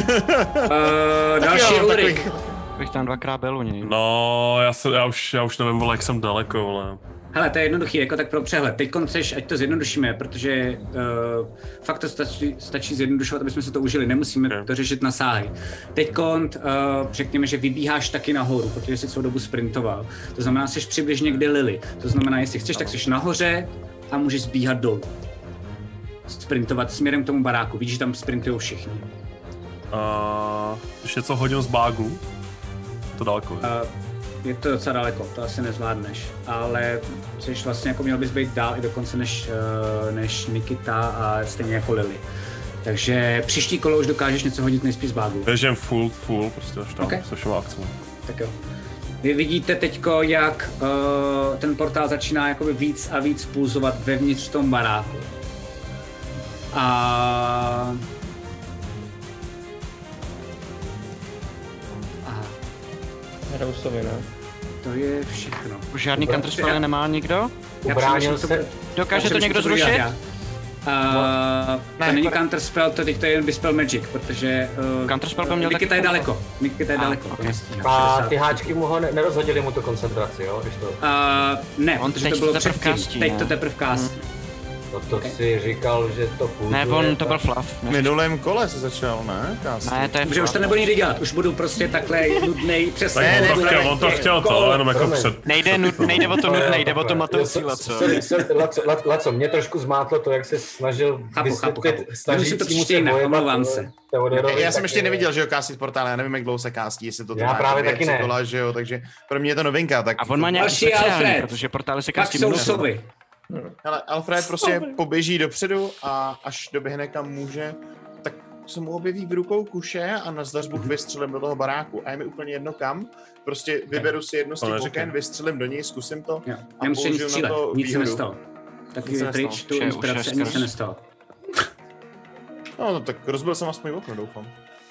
Uh, další je jo, Ulrik. takový- Bych tam dvakrát byl u něj. No, já, se, já, už, já už nevím, vole, jak jsem daleko, vole. Hele, to je jednoduchý, jako tak pro přehled. Teď chceš, ať to zjednodušíme, protože uh, fakt to stačí, stačí zjednodušovat, aby jsme se to užili, nemusíme Okay. to řešit na sáhy. Teď uh, řekněme, že vybíháš taky nahoru, protože jsi celou dobu sprintoval. To znamená, jsi přibližně kde Lily. To znamená, jestli chceš, tak jsi nahoře a můžeš zbíhat dolů. Sprintovat směrem k tomu baráku, vidíš, že tam sprintujou všichni. Uh, když něco hodím z bágu, to daleko. Uh, Uh, je to docela daleko, to asi nezvládneš, ale jsi vlastně jako měl bys být dál i dokonce než, uh, než Nikita a stejně jako Lily. Takže příští kolo už dokážeš něco hodit nejspíš z bágu. Běžím full, full, prostě až tam, Ok. se všema akcemi. tak jo. Vy vidíte teďko, jak uh, ten portál začíná jakoby víc a víc pulzovat vevnitř v tom baráku. A... Aha. Hrausovi, ne? To je všechno. Už žádný counterspell nemá nikdo? Ubránil se. Dokáže to někdo zrušit? Uh, to není counterspell, to teď to je jen dispel magic, protože... Uh, counterspell by měl taky Nikita je daleko. Nikita je daleko. Okay. A ty háčky mu ho ne- nerozhodili mu tu koncentraci, jo? Když to... Uh, ne, on protože teď to bylo to teprve předtím. kástí, Teď ne? to teprve kástí. Hmm. No to okay. Si říkal, že to půjde. Ne, on to byl fluff. V minulém kole se začal, ne? Kásti. Ne, to je Protože už to nebudu nikdy dělat, už budu prostě takhle nudnej, přesně. Ne, ne, on to chtěl, on to chtěl to, jenom jako před... Nejde, nud, nejde o to nudnej, jde o to matoucí, Laco. Laco, Laco, mě trošku zmátlo to, jak se snažil vysvětlit snažícímu se bojovat Teodorovi. Já jsem ještě neviděl, že jo, kástit portál, já nevím, jak dlouho se kástí, jestli to Já právě taky ne. Kola, že jo, takže pro mě je to novinka. Tak... A on má nějaký speciální, protože portály se kástí jsou sovy. Ale Alfred prostě poběží dopředu a až doběhne kam může, tak se mu objeví v rukou kuše a na zdař Bůh vystřelím do toho baráku. A je mi úplně jedno kam. Prostě vyberu si jedno z těch oken, vystřelím do něj, zkusím to Jo. a Nemusím nic použiju na střílet, to nic se výhodu. nestalo. Taky Nic se pryč nestalo. tu Vše, inspiraci, už nic je se nestalo. No, no tak rozbil jsem aspoň okno, doufám.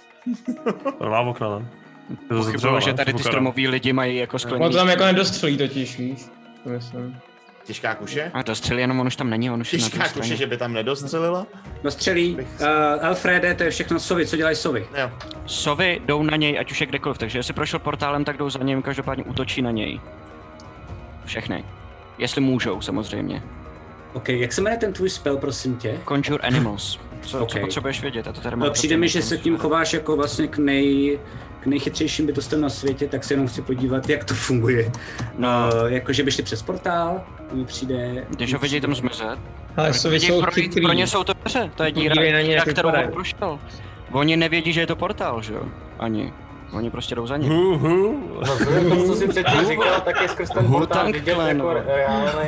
To má okna, ne? Pochybuju, že tady ty stromoví lidi mají jako sklený. On to tam jako nedostřelí totiž, víš. To myslím. Těžká kuše? A dostřelí, jenom on už tam není, on už je na Těžká druhé kuše, straně. že by tam nedostřelila? Dostřelí. Uh, Alfrede, to je všechno sovy, co dělají sovy? Jo. Sovy jdou na něj, ať už je kdekoliv, takže jestli prošel portálem, tak jdou za ním, každopádně útočí na něj. Všechny. Jestli můžou, samozřejmě. OK, jak se jmenuje ten tvůj spell, prosím tě? Conjure Animals. Co, Okay. co potřebuješ vědět? A to tady mám Přijde mi, že se tím chováš jako vlastně k, nej, k nejchytřejším bytostem na světě, tak se jenom chci podívat, jak to funguje. No. Uh, jakože by šli přes portál, mi přijde... Když ho vidí tam zmizet. Ale sovy jsou pro, chytrý. pro ně jsou to dveře, to je díra, Podívej na ně, díra jak kterou vypadají. on prošel. Oni nevědí, že je to portál, že jo? Ani. Oni prostě jdou za ním. Hu, hu. No vzhledem k tomu, co jsi předtím říkal, tak je skrz ten portál vidět jako reálnej.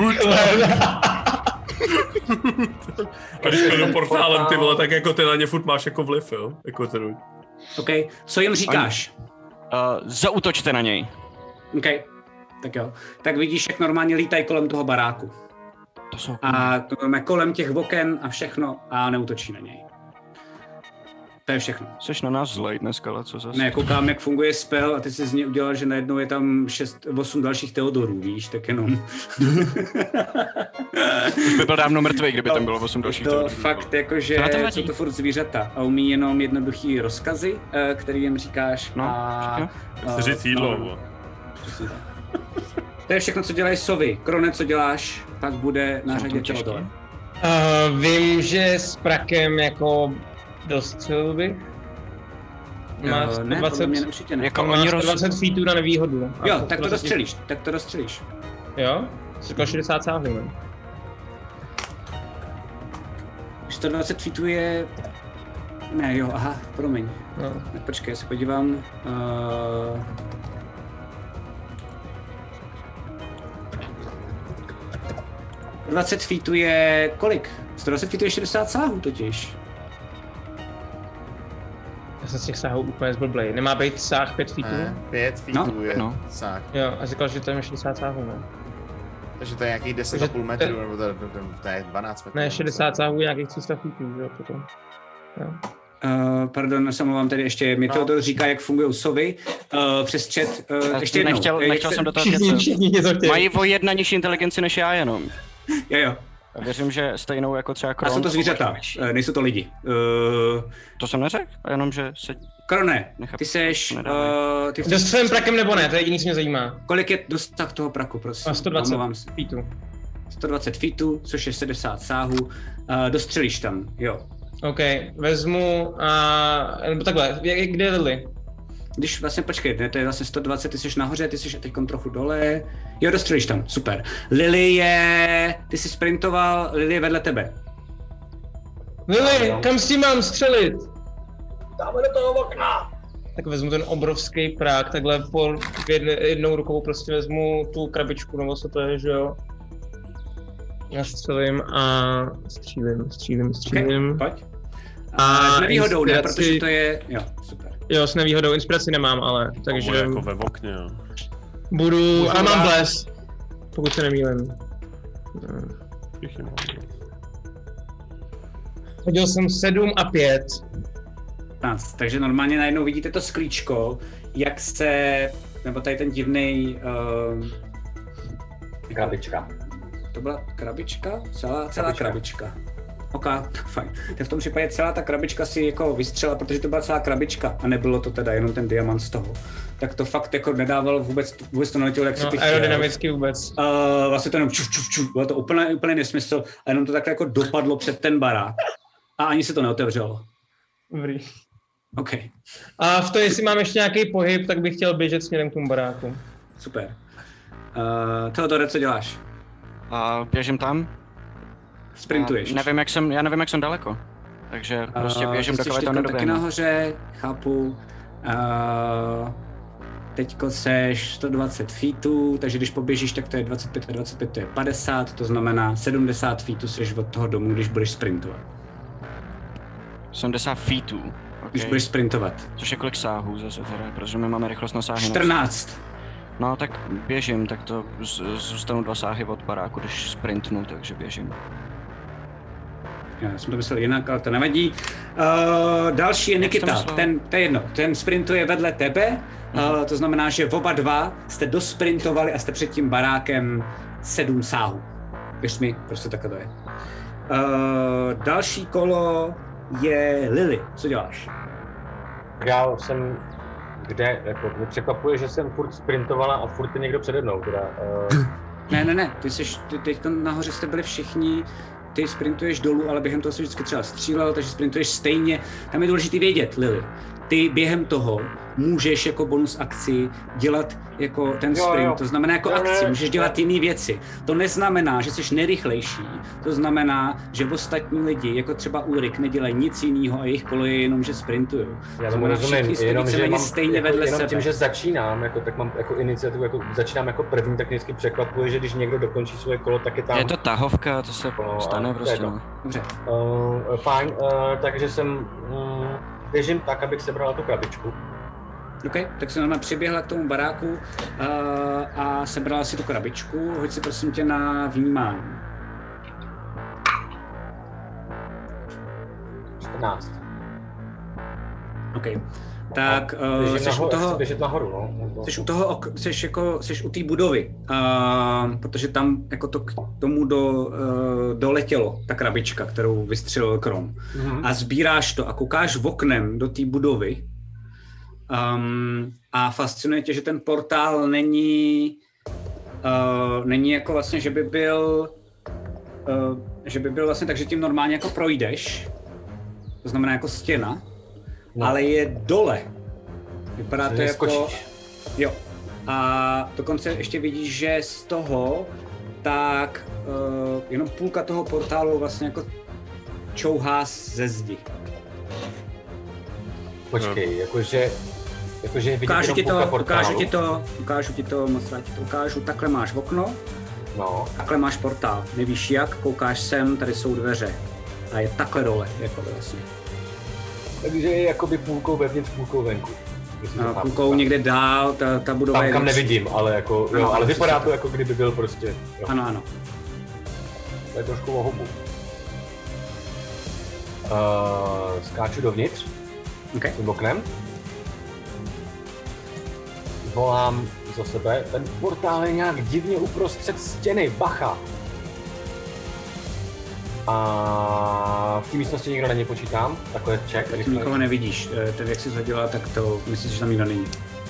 A když to do portálem, ty vole, tak jako ty na ně furt máš jako vliv, jo? Jako ten... OK, co jim říkáš? Uh, zaútočte na něj. OK, tak jo. Tak vidíš, jak normálně lítají kolem toho baráku. To jsou... A to máme kolem těch oken a všechno a neútočí na něj. To je všechno. Jseš na nás zlej dneska, ale co zase? Ne, koukám, jak funguje spell a ty jsi z něj udělal, že najednou je tam šest, osm dalších Teodorů, víš, tak jenom. Už by byl dávno mrtvý, kdyby tam bylo osm dalších To Teodorů. fakt jako, že jsou to furt zvířata a umí jenom jednoduchý rozkazy, který jim říkáš no, a... Chci říct jídlo, no. To je všechno, co dělají sovy. Krone, co děláš, pak bude na řadě Teodor. Uh, vím, že s prakem jako dostřelil bych. Má Uh, sto ne, dvacet, podle mě určitě ne. Jako má oni sto roz... dvacet feetů na nevýhodu. A Jo, sto tak to dvacet dostřelíš, tak to dostřelíš. Jo? Jsi říkal šedesát sáhů, ne? sto dvacet feetů je... Ne, jo, aha, promiň. No. Ne, počkej, já se podívám. Uh... dvacet feetů je kolik? sto dvacet feetů je šedesát sáhů totiž. Já jsem z těch sáhů úplně zblblej. Nemá být sáh pět feetů? Ne, pět feetů No, je no. sáh. Jo, a říkal, že tam je šedesát sáhů, ne? Takže to je nějakých deset a půl metru, nebo to, to, to, to je dvanáct metrů. Ne, šedesát sáhů je nějakých tři sta feetů, jo, potom. Jo. Uh, pardon, se mluvám tady ještě, mi No. to říká, jak fungují sovy. Uh, přes chat, uh, ještě jednou. Nechtěl, Jak nechtěl se- jsem do toho Všichni, kecat. všichni něco chtějí. Mají o jedna nižší inteligenci než já jenom. Jo, jo. A věřím, že stejnou jako třeba A Kron. jsou to zvířata, uh, nejsou to lidi. Uh, To jsem neřekl, jenom že se... Krone, Nechápu, ty seš... nedávej. Uh, ty Dost svým prakem nebo ne, to je jediný, co mě zajímá. Kolik je dostat toho praku, prosím? A sto dvacet Omlouvám se. feetů. sto dvacet feetů, což je sedmdesát sáhů. Uh, dostřelíš tam, jo. OK, vezmu a... nebo takhle, jak- kde je Lily? Když vlastně, počkej, ne, to je vlastně sto dvacet, ty jsi nahoře, ty jsi teď trochu dole. Jo, dostřelíš tam, super. Lily je... Ty jsi sprintoval, Lily je vedle tebe. Lily, kam s tím mám střelit? Dáme do toho okna! Tak vezmu ten obrovský prák, takhle po jedne, jednou rukou prostě vezmu tu krabičku, nebo co to je, že jo? Nastřelím a střílím, střílím, střílím. Okay, pojď. A A s nevýhodou, ne, inspiraci- protože to je... Jo, super. Jo, s nevýhodou inspiraci nemám, ale, takže... Bude jako ve okně, jo. Budu, ale mám bles, pokud se nemýlím. Všichni mám. Hodil jsem sedm a pět. patnáct, takže normálně najednou vidíte to sklíčko, jak se, nebo tady ten divnej... Uh, krabička. To byla krabička? Celá, celá krabička. krabička. Ok, fajn. Tak v tom případě celá ta krabička si jako vystřela, protože to byla celá krabička a nebylo to teda jenom ten diamant z toho. Tak to fakt jako nedávalo vůbec, vůbec to neletělo, jak si no, ty chtěl. aerodynamicky vůbec. Uh, vlastně to jenom čuf, čuf, čuf, bylo to úplně, úplně nesmysl a jenom to takhle jako dopadlo před ten barák a ani se to neotevřelo. Dobrý. OK. A v to, jestli mám ještě nějaký pohyb, tak bych chtěl běžet směrem k tomu baráku. Super. Uh, Teodore, co děláš? A běžím tam. Sprintuješ. A nevím, jak jsem, já nevím, jak jsem daleko. Takže prostě běžím, dokud to nedoběhne. Taky nahoře, chápu. Uh, teďko seš sto dvacet feetů, takže když poběžíš, tak to je dvacet pět a dvacet pět, to je padesát, to znamená sedmdesát feetů seš od toho domu, když budeš sprintovat. sedmdesát feetů. Okay. Když budeš sprintovat. Což je kolik sáhů zase teda, protože my máme rychlost na sáhy. čtrnáct. No tak běžím, tak to z- zůstanu dva sáhy od baráku, když sprintnu, takže běžím. Já jsem to myslel jinak, ale to nevadí. Uh, další je Nikita, ten, to je jedno, ten sprintuje vedle tebe, mm-hmm. uh, to znamená, že oba dva jste dosprintovali a jste před tím barákem sedm sáhů. Věř mi, prostě takhle to je. Uh, další kolo je Lily, co děláš? Já jsem, kde, jako mě překvapuje, že jsem furt sprintovala a furt je někdo přede mnou, teda. Uh... Ne, ne, ne, ty jsi, ty, teď nahoře jste byli všichni, ty sprintuješ dolů, ale během toho jsi vždycky třeba střílel, takže sprintuješ stejně. Tam je důležité vědět, Lily, ty během toho můžeš jako bonus akci dělat jako ten jo, sprint, jo. to znamená jako jo, akci, ne, můžeš dělat jiné věci. To neznamená, že jsi nejrychlejší, to znamená, že ostatní lidi, jako třeba Ulrik, nedělají nic jiného a jejich kolo je jenom, že sprintují. Já tomu rozumím, jenom, že mám, stejně jako, vedle jenom sebe. tím, že začínám, jako, tak mám jako iniciativu, jako začínám jako první, tak vždycky překvapuje, že když někdo dokončí svoje kolo, tak je tam... Je to tahovka, to se no, stane prostě. To. Dobře. Uh, fajn, uh, takže jsem... Um, běžím tak, abych sebrala tu krabičku. OK, tak se normálně přiběhla k tomu baráku uh, a sebrala si tu krabičku. Hoď si prosím tě na vnímání. čtrnáct. OK. Tak uh, jsi nahoru, u toho, běžet nahoru, no. Jsi u toho, jsi jako, jsi u té budovy, uh, protože tam jako to k tomu do, uh, doletělo, ta krabička, kterou vystřelil Krom. Mm-hmm. A sbíráš to a koukáš v oknem do té budovy um, a fascinuje tě, že ten portál není, uh, není jako vlastně, že by byl, uh, že by byl vlastně tak, že tím normálně jako projdeš, to znamená jako stěna, no. Ale je dole. Vypadá to jako... Skočíš. Jo. A dokonce ještě vidíš, že z toho tak uh, jenom půlka toho portálu vlastně jako čouhá ze zdi. Počkej, no. jakože... jakože vidět ukážu ti to, půlka portálu. Ukážu ti to, ukážu ti to, moc rád ti to ukážu. Takhle máš okno, no. Takhle máš portál. Nevíš jak, koukáš sem, tady jsou dveře. A je takhle dole, jako vlastně. Takže je jakoby půlkou vevnitř, půlkou venku. No, půlkou někde dál, ta, ta budova tam, je... kam nevidím, ale jako, ano, jo, ale vypadá to to jako kdyby byl prostě, jo. Ano, ano. To je trošku o hubu. Uh, skáču dovnitř, okay. tím oknem. Volám za sebe, ten portál je nějak divně uprostřed stěny, bacha. A v té místnosti nikdo není, počítám, takhle check. Ty nikoho nevidíš, ten jak jsi zhodila, tak to myslíš, že tam nikdo není.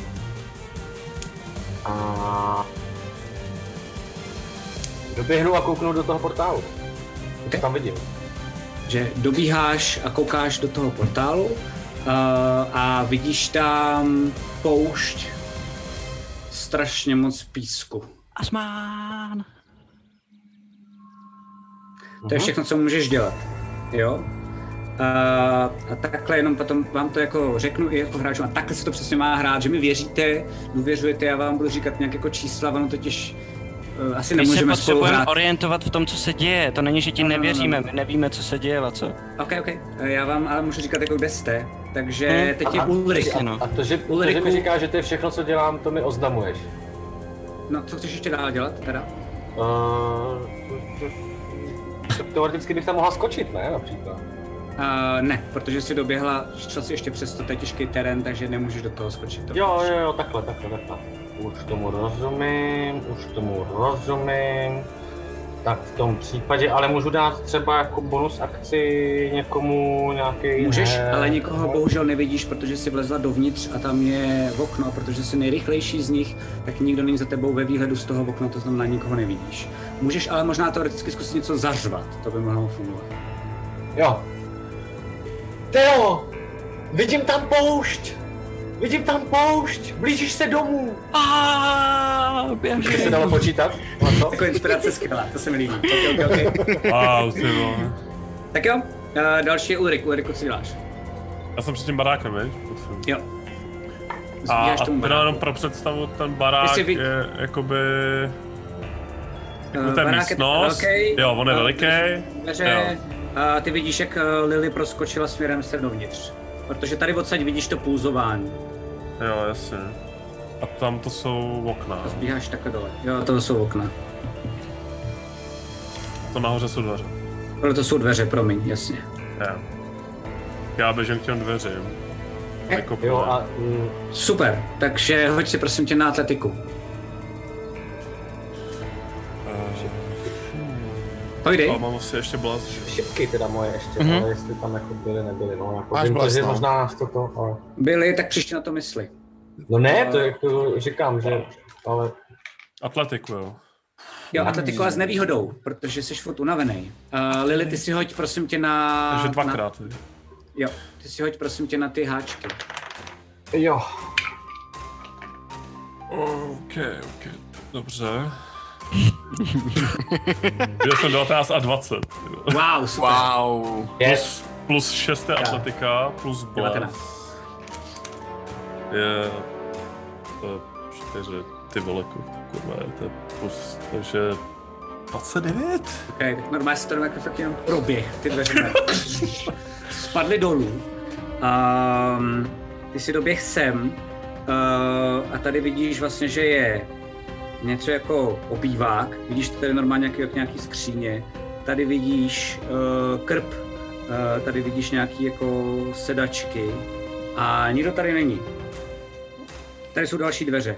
A doběhnu a kouknu do toho portálu, okay. Co tam vidím. Že dobíháš a koukáš do toho portálu uh, a vidíš tam poušť, strašně moc písku. Asmán! To je všechno, co můžeš dělat, jo? A, a takhle jenom potom vám to jako řeknu i jako hráčům a takhle se to přesně má hrát, že mi věříte, důvěřujete, já vám budu říkat nějak jako čísla, ono totiž uh, asi My se nemůžeme spolu potřebujeme hrát. orientovat v tom, co se děje. To není, že ti No, no, no, nevěříme, no. my nevíme, co se děje, co. Ok, ok. Uh, Já vám ale můžu říkat, jako kde jste. Takže Hmm. teď je A- Ulrik. No. A to, že, to, že Ulriku. mi říkáš, že to je všechno, co dělám, to mi oznamuješ. No, co chceš ještě dál dělat teda? Uh, teoreticky bych tam mohla skočit, ne? Například. Uh, ne, protože jsi doběhla, šel jsi ještě přes to, to je těžký terén, takže nemůžeš do toho skočit. To Jo, jo, jo, takhle, takhle, takhle. Už tomu rozumím, už tomu rozumím. Tak v tom případě, ale můžu dát třeba jako bonus akci někomu nějaký. Můžeš, ne, ale nikoho bohužel nevidíš, protože jsi vlezla dovnitř a tam je okno, protože jsi nejrychlejší z nich, tak nikdo není za tebou ve výhledu z toho okna, to znamená nikoho nevidíš. Můžeš ale možná teoreticky zkusit něco zařvat, to by mohlo fungovat. Jo. Teo, vidím tam poušť! Vidím tam poušť! Blížíš se domů! Aaaa, By se dalo počítat? No co? Jako inspirace skvělá, to se mi líbí. Okay, okay, okay. Wow, ty vole. Tak jo, uh, další je Ulrik. Ulriku, co děláš? Já jsem před tím barákem, víš? Jo. A, Zbíháš a tomu teda baráku. jenom pro představu, ten barák Jestli vy- je jakoby... Eh, Jako ten barák je místnost, velký, jo, on je eh, veliký, Dveře, a ty vidíš, jak eh, Lily proskočila směrem se dovnitř. Protože tady odsaď vidíš to pulzování. jo, jasně. A tam to jsou okna, A zbíháš takhle dole. Jo, to jsou okna. to nahoře jsou dveře. Tohle to jsou dveře, promiň, jasně. Jo. Já běžím k těm dveřím. Vykopnu Jo je. a mm, Super, takže hoď si prosím tě na atletiku. Pojdi. A mám asi ještě blast. šipky teda moje ještě, Mhm. ale jestli tam jako byly, nebyly, no jako Máš vím, blast, že no. možná toto, ale... Byli, tak příště na to mysli. No ne, to je jako říkám, že, ale... Atletiku, jo. Jo, atletiku ale s nevýhodou, protože jsi furt unavený. Uh, Lily, ty si hoď prosím tě na... Takže Na, dvakrát. jo, ty si hoď prosím tě na ty háčky. Jo. OK, OK, dobře. Byl jsem devatenáct a dvacet. Wow, super. Wow. Yes. Plus šest je atletika, plus devatenáct. blast. Je... To je čtyři, ty vole, kurva, je to je plus, takže... dvacet devět? Ok, tak normálně se to jako fakt jenom proběh, ty dveře ne. Spadly dolů. Um, ty si doběh sem uh, a tady vidíš vlastně, že je něco jako obývák. Vidíš tady normálně nějaký, jak nějaký skříně. Tady vidíš uh, krb, uh, tady vidíš nějaký jako sedačky a nikdo tady není. Tady jsou další dveře.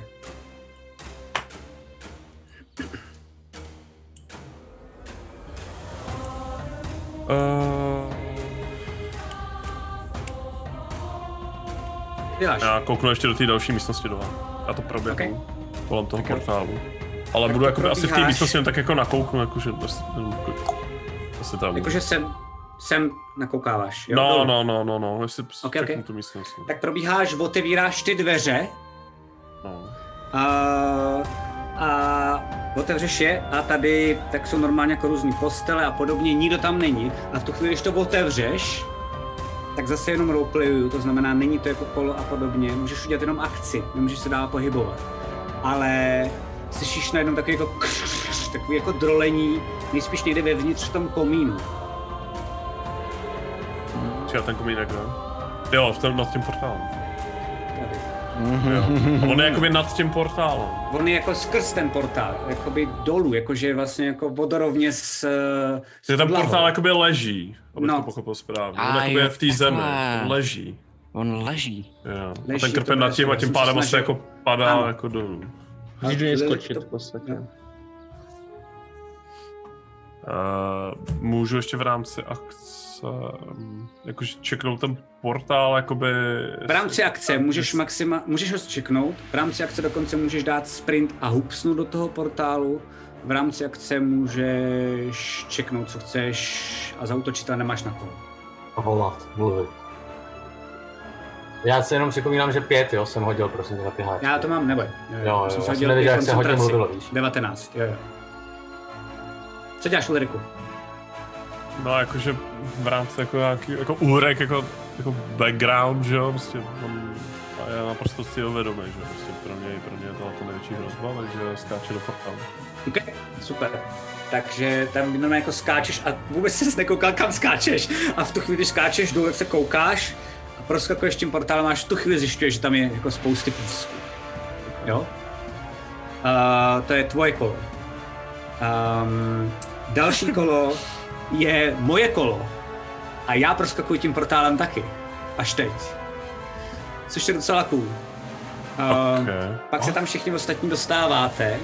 Uh, Děláš? já kouknu ještě do té další místnosti dole. Já to proběhnu Okay. kolem toho Tak jo. portálu. Ale Tak budu to jako asi v té probíháš. místnosti jen tak jako nakouknu, jakože asi, asi tam. Jakože sem, sem nakoukáváš, jo? No, Dolů. no, no, no, no, jestli Okay, čeknu okay. tu místnost. no. Tak probíháš, otevíráš ty dveře No. a, a otevřeš je a tady tak jsou normálně jako různý postele a podobně, nikdo tam není a v tu chvíli, když to otevřeš, tak zase jenom roleplayuju, to znamená, není to jako kolo a podobně, můžeš udělat jenom akci, nemůžeš se dál pohybovat, ale slyšíš najednou takový jako takový jako drolení, nejspíš někde vevnitř v tom komínu. Čeká ten komínek, ne? Jo, v tom, nad tím portálem. Tady. Jo. A on je jakoby nad tím portálem. On je jako skrz ten portál, jakoby dolů, jakože vlastně jako vodorovně s, s Že ten podlahou. portál jakoby leží, abych No. to pochopil správně. A On jakoby jo, je v té zemi, takhle. on leží. On leží. Jo. A Leží, ten krp to je nad bude tím a jasný, tím já jsem pádem se asi snažil. jako padá Ano. jako dolů. Můžeš do něj Lily skočit to- v podstatě. no. Uh, můžu ještě v rámci akce, um, jakože čeknout ten portál, jakoby... V rámci akce můžeš maxima, můžeš ho zčeknout, v rámci akce dokonce můžeš dát sprint a hupsnout do toho portálu, v rámci akce můžeš čeknout, co chceš a zaútočit a nemáš na to. Volat, mluvit. Já si jenom připomínám, že pět, jo, jsem hodil, prosím tě, na ty háčky. Já to mám, neboj. Jo, jo, jsem já se hodil jsem nevěděl, i jak se hodně koncentraci. mluvilo, víš. devatenáct, jo, jo. Co děláš, Ulriku? No jakože v rámci jako nějaký, jako úrek, jako, jako background, že jo, prostě on, a já naprosto si uvědomý, že prostě pro mě, pro mě je to to největší hrozba, takže skáče do portálu. OK, super. Takže tam jenom jako skáčeš a vůbec se nekoukal, kam skáčeš. A v tu chvíli, když skáčeš dolů, jak se koukáš a proskakuješ tím portálem, až v tu chvíli zjišťuješ, že tam je jako spousty písku. Jo? Uh, to je tvoje kolo. Um, další kolo je moje kolo. A já proskakuji tím portálem taky. Až teď. Což je docela cool. Um, okay. Pak se tam všichni ostatní dostáváte.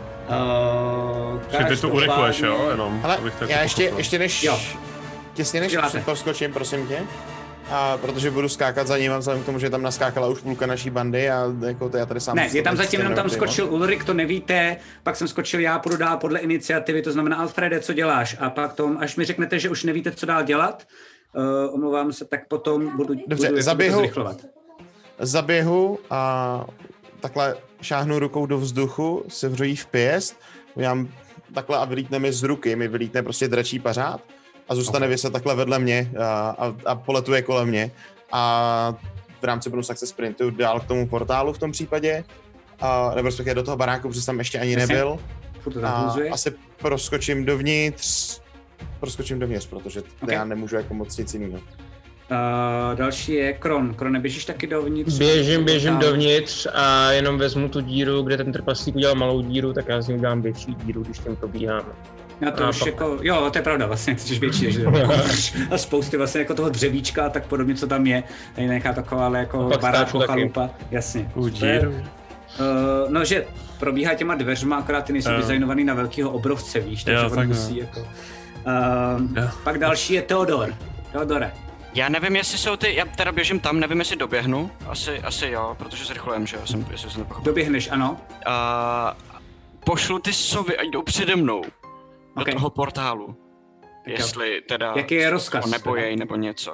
Uh, ty to urychluješ, jo? Jenom, ale já ještě, ještě než, jo. těsně než proskočím, prosím tě. A protože budu skákat za ním, vzhledem k tomu, že tam naskákala už půlka naší bandy a jako to já tady sám... Ne, je tam zatím jenom tam skočil Ulrik, to nevíte, pak jsem skočil já, půjdu dál podle iniciativy, to znamená Alfrede, co děláš? A pak tom, až mi řeknete, že už nevíte, co dál dělat, uh, omlouvám se, tak potom budu, Dobře, budu zaběhu, zrychlovat. Zaběhu a takhle šáhnu rukou do vzduchu, se vřejí v pěst, udělám takhle a vylítne mi z ruky, mi vylítne prostě dračí pařád a zůstane okay. vyset takhle vedle mě a, a, a poletuje kolem mě a v rámci bonus akce sprintu dál k tomu portálu v tom případě, a, nebo respektive do toho baráku, protože tam ještě ani nebyl. A asi proskočím dovnitř, proskočím dovnitř, protože okay. já nemůžu jako moc nic jiného. Uh, další je Kron. Kron, neběžíš taky dovnitř? Běžím, běžím dovnitř a jenom vezmu tu díru, kde ten trpaslík udělal malou díru, tak já z ní udělám větší díru, když tím probíháme. No to a už pak... jako, jo, to je pravda, vlastně chceš větší, že a spousty vlastně jako toho dřevíčka a tak podobně, co tam je, tady nějaká taková, ale jako baráčko, chalupa, jasně. Udíru. Uh, no, že probíhá těma dveřma, akorát ty nejsou uh. designovaný na velkýho obrovce, víš, takže on musí jako... Uh, yeah. Pak další je Theodor. Theodore. Já nevím, jestli jsou ty, já teda běžím tam, nevím, jestli doběhnu, asi, asi jo, protože zrychlujem, že jo, jsem, jestli jsem nepochopil. Doběhneš, ano. Uh, pošlu ty sovy, ať jdou přede mnou, do okay. toho portálu, tak jestli teda jaký je rozkaz, nebojej nebo něco.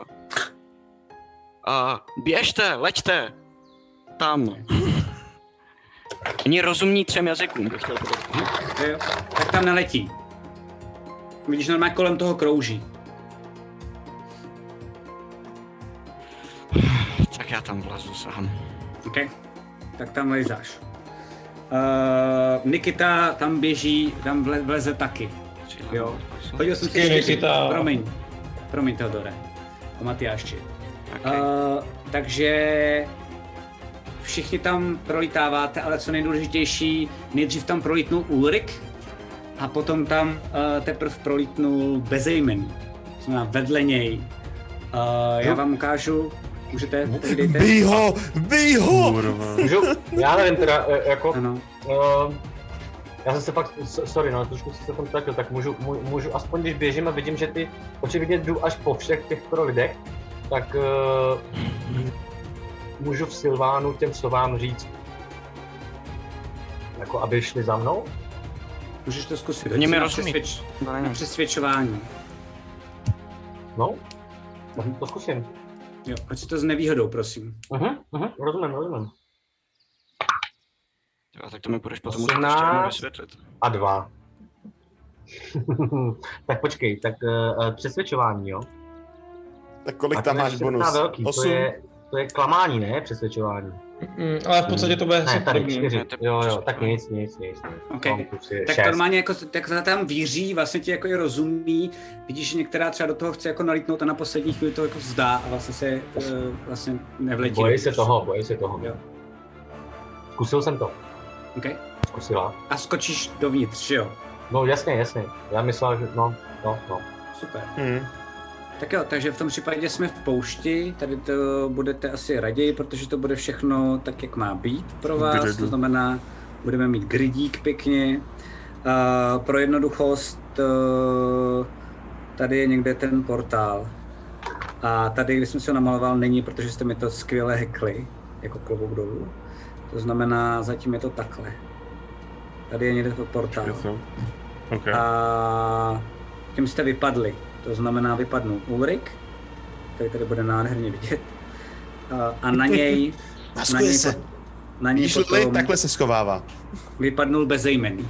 Uh, běžte, leďte, tam. Oni rozumí třem jazykům, bych chtěl podotknout. Tak tam neletí. Vidíš, normálně kolem toho krouží. Tak já tam vlezu sám. OK, tak tam lezáš. Uh, Nikita tam běží, tam vle, vleze taky. Jo. Chodil jsem si Nikita. Promiň, promiň Teodore. A Matyáši. Okay. Uh, takže všichni tam prolítáváte, ale co nejdůležitější, nejdřív tam prolítnul Ulrik a potom tam uh, teprve prolítnul Bezejmen. Znamená vedle něj. Uh, já vám ukážu. Můžete, povídejte. Bij ho! Bij ho! Můžu? Já nevím teda, jako... Ano. Uh, já jsem se fakt, sorry no, trošku jsem se tam ztratil, tak můžu, můžu aspoň když běžím a vidím, že ty očividně jdu až po všech těchto lidech, tak uh, můžu v Silvánu těm sovám říct, jako aby šli za mnou? Můžeš to zkusit. Oni mi rozumí. Přesvědč, na přesvědčování. No, tak to zkusím. Jo, ať si to s nevýhodou, prosím. Aha, aha, rozumím, rozumím. Jo, tak to mi budeš potom muset ještě vysvětlit. A dva. Tak počkej, tak uh, přesvědčování, jo? Tak kolik tam máš bonus? Velký, to, je, to je klamání, ne? Přesvědčování. Mm, ale v podstatě to bude ne, tady čtyři. Jo, jo, tak nic, nic, nic. Okay. Tak normálně jako, tak tam víří, vlastně ti jako je rozumí, vidíš, že některá třeba do toho chce jako nalítnout a na poslední chvíli to jako vzdá a vlastně se uh, vlastně nevletí. Bojí se toho, bojí se toho. Jo. Zkusil jsem to. Okay. Zkusila. A skočíš dovnitř, že jo? No jasně, jasně. Já myslel, že no, no, no. Super. Hmm. Tak jo, takže v tom případě jsme v poušti, tady to budete asi raději, protože to bude všechno tak, jak má být pro vás, Gridu. To znamená, budeme mít gridík pěkně. Uh, pro jednoduchost, uh, tady je někde ten portál. A tady, když jsem si ho namaloval, není, protože jste mi to skvěle hackli, jako klobouk dolů. To znamená, zatím je to takhle. Tady je někde ten portál. Okay. A tím jste vypadli. To znamená, vypadnul Ulrik, který tady bude nádherně vidět, a na něj, na něj, se. na něj potom takhle se schovává. Vypadnul Bezejmenný.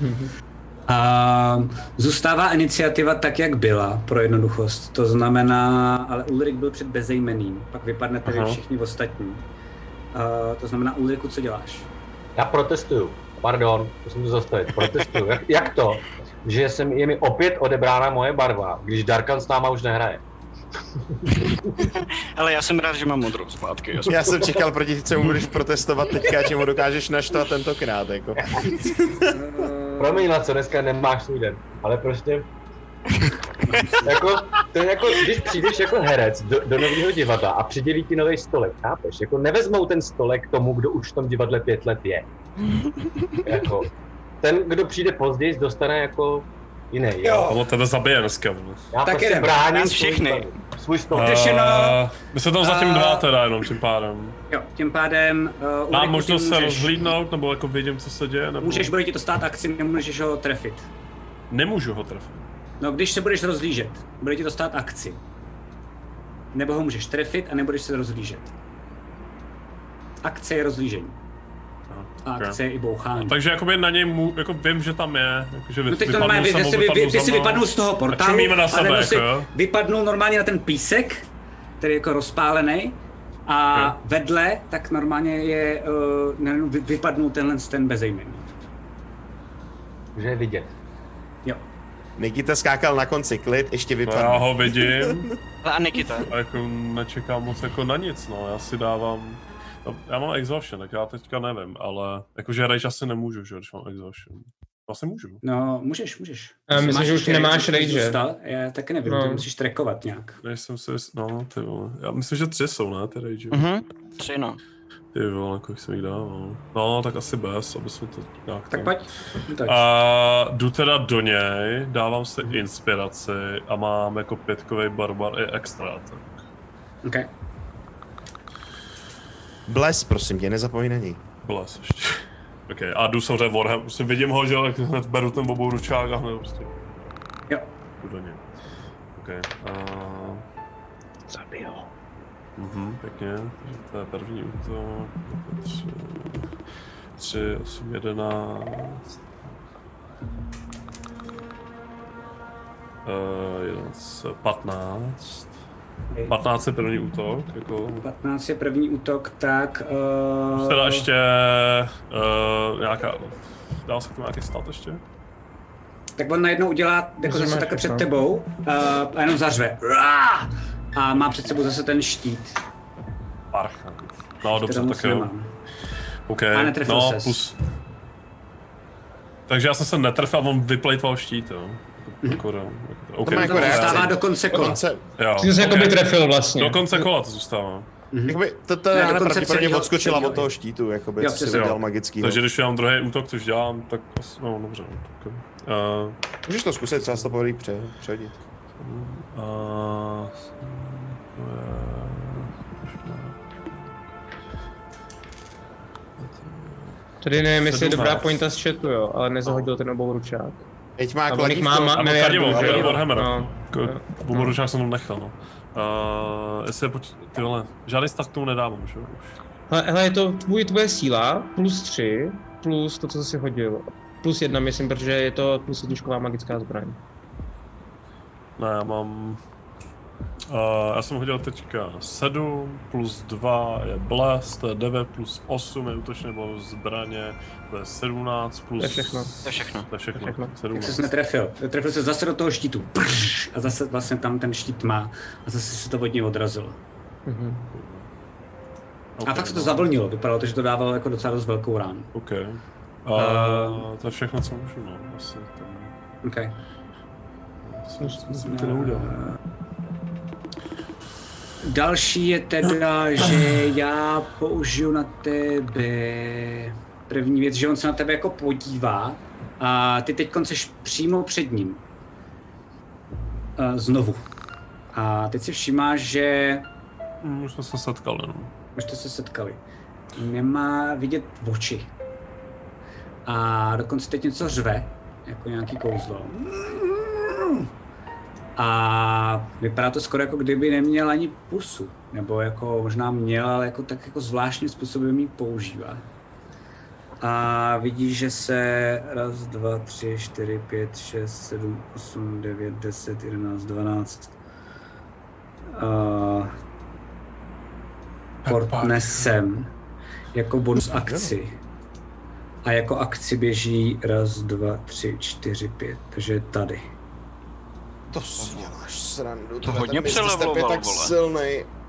A zůstává iniciativa tak, jak byla, pro jednoduchost. To znamená, ale Ulrik byl před Bezejmenným, pak vypadnete vy všichni ostatní. Uh, to znamená, Ulriku, co děláš? Já protestuju. Pardon, musím to zastavit. Protestuju. Jak, jak to, že jsem, je mi opět odebrána moje barva, když Darkan s náma už nehraje? Ale já jsem rád, že mám modrou zpátky. Já, já jsem čekal, proti čemu budeš protestovat teďka, čemu dokážeš naštvat tentokrát, jako. Promiň, Laco, dneska nemáš svůj den, ale prostě... jako, to je jako, když přijdeš jako herec do, do nového divadla a přidělí ti nový stolek, chápeš? Jako nevezmou ten stolek tomu, kdo už v tom divadle pět let je. Jako, ten, kdo přijde později, dostane jako jiný. Jo, ono tebe zabije dneska. Já tak prostě bráním všechny. Svůj stolek. Uh, my jsme tam zatím Uh, dva teda jenom tím pádem. Jo, tím pádem... Uh, Mám možnost se rozhlídnout, nebo jako vidím, co se děje, nebo... Můžeš, bude ti to stát akci, nemůžeš ho trefit. Nemůžu ho trefit. No, když se budeš rozlížet, bude ti to stát akci. Nebo ho můžeš trefit a nebudeš se rozlížet. Akce je rozlížení. A Okay. akce je i bouchání. No, takže jakoby na něj mů, jako vím, že tam je, jakože No teď to normálně, vy, vy, vy, ty si vypadnul z toho portálu, na sebe, ale jako, jo? vypadnul normálně na ten písek, který je jako rozpálený, a Okay. vedle tak normálně je, uh, ne, vy, vypadnul tenhle ten bezejmenný. Že je vidět. Jo. Nikita skákal na konci, klid, ještě No, vypadl. já ho vidím. A Nikita? A jako nečekám moc jako na nic, no, já si dávám... No, já mám exhaustion, tak já teďka nevím, ale jakože rage asi nemůžu, že, když mám exhaustion. Vlastně můžu. No, můžeš, můžeš. Já myslím, Máš že už ještě nemáš rage, rage, že? zůstal? Já taky nevím, No. to musíš trackovat nějak. Nejsem si, no, ty vole. Já myslím, že tři jsou, ne, ty rage. Mhm, tři no. Ty vole, kolik jsem jich dával. No, tak asi bez, aby jsme to nějak... Tak pojď. Tak. A jdu teda do něj, dávám si inspiraci a mám jako pětkovej barbar i extra attack. Okay. Bles, prosím tě, nezapomeň na něj. Bles ještě. Ok, a jdu samozřejmě Warham, prostě vidím ho, že tak hned beru ten bobouručák a hned prostě... Jo. Jdu do něj. Ok, uh... Zabij ho. Mhm, pěkně, takže to je první útok, tři, tři, osm, jedenáct. Uh, jedenáct, patnáct. patnáct je první útok, jako... patnáct je první útok, tak... Uh... Teda ještě... Uh, nějaká... Dá se k tomu nějaký stat ještě? Tak on najednou udělá jako zase takhle před tebou uh, a jenom zařve. A má před sebou zase ten štít. Parcha. No dobře, tak jo. OK, a netrefil no ses. plus... Takže já jsem se netrefil a on vyplejtval štít, jo. Jako, okay. To má jako zůstává do konce kola. Konce... Jo, Ty jsi okay. jakoby trefil vlastně. Do konce kola to zůstává. Mm-hmm. Jakoby, to, to rána pravděpodobně odskočila od toho štítu, jakoby, jo, co si udělal magický. Takže když mám druhý útok, což dělám, tak no dobře. Tak, uh, můžeš to zkusit, třeba se to povolí pře, předit. Uh, Tady nevím, jestli je dobrá pointa z chatu, jo, ale nezahodil ten obouručák. Teď má kladívko. Má, má miliardu, že? Warhammer. No. Obouručák jsem tam nechal, no. Uh, jestli je poč... Ty vole, žádný stav k tomu nedávám, že? Hele, hele, je to tvůj, tvoje síla, plus tři, plus to, co jsi hodil. Plus jedna, myslím, protože je to plus jedničková magická zbraň. Ne, já mám... Uh, já jsem hodil teďka sedm, plus dva je bless, to je devět, plus osm je útočné bylo zbraně, to je sedmnáct, plus... To je všechno. To je všechno. To je všechno. všechno. sedmnáct. Jak jsi netrefil. Trefil se zase do toho štítu. A zase vlastně tam ten štít má. A zase se to od něj odrazilo. Mm-hmm. Okay, a fakt se to no. zavlnilo. Vypadalo to, že to dávalo jako docela dost velkou ránu. OK. Uh, uh, to je všechno, co můžu, no. Asi tam... OK. Myslím, to neudělal. Další je teda, že já použiju na tebe první věc, že on se na tebe jako podívá a ty teď jsi přímo před ním. Znovu. A teď si všimáš, že... Už jsme se setkali, no. Už jste se setkali. Nemá vidět v oči. A dokonce teď něco řve, jako nějaký kouzlo. A vypadá to skoro jako kdyby neměl ani pusu, nebo jako možná měl, ale jako tak jako zvláštním způsobem ji používá. A vidíš, že se raz, dva, tři, čtyři, pět, šest, sedm, osm, devět, deset, jedenáct, dvanáct uh, portne sem. jako bonus akci. A jako akci běží raz, dva, tři, čtyři, pět, takže je tady. To si děláš srandu. To hodně přelevoval, tak vole. silnej.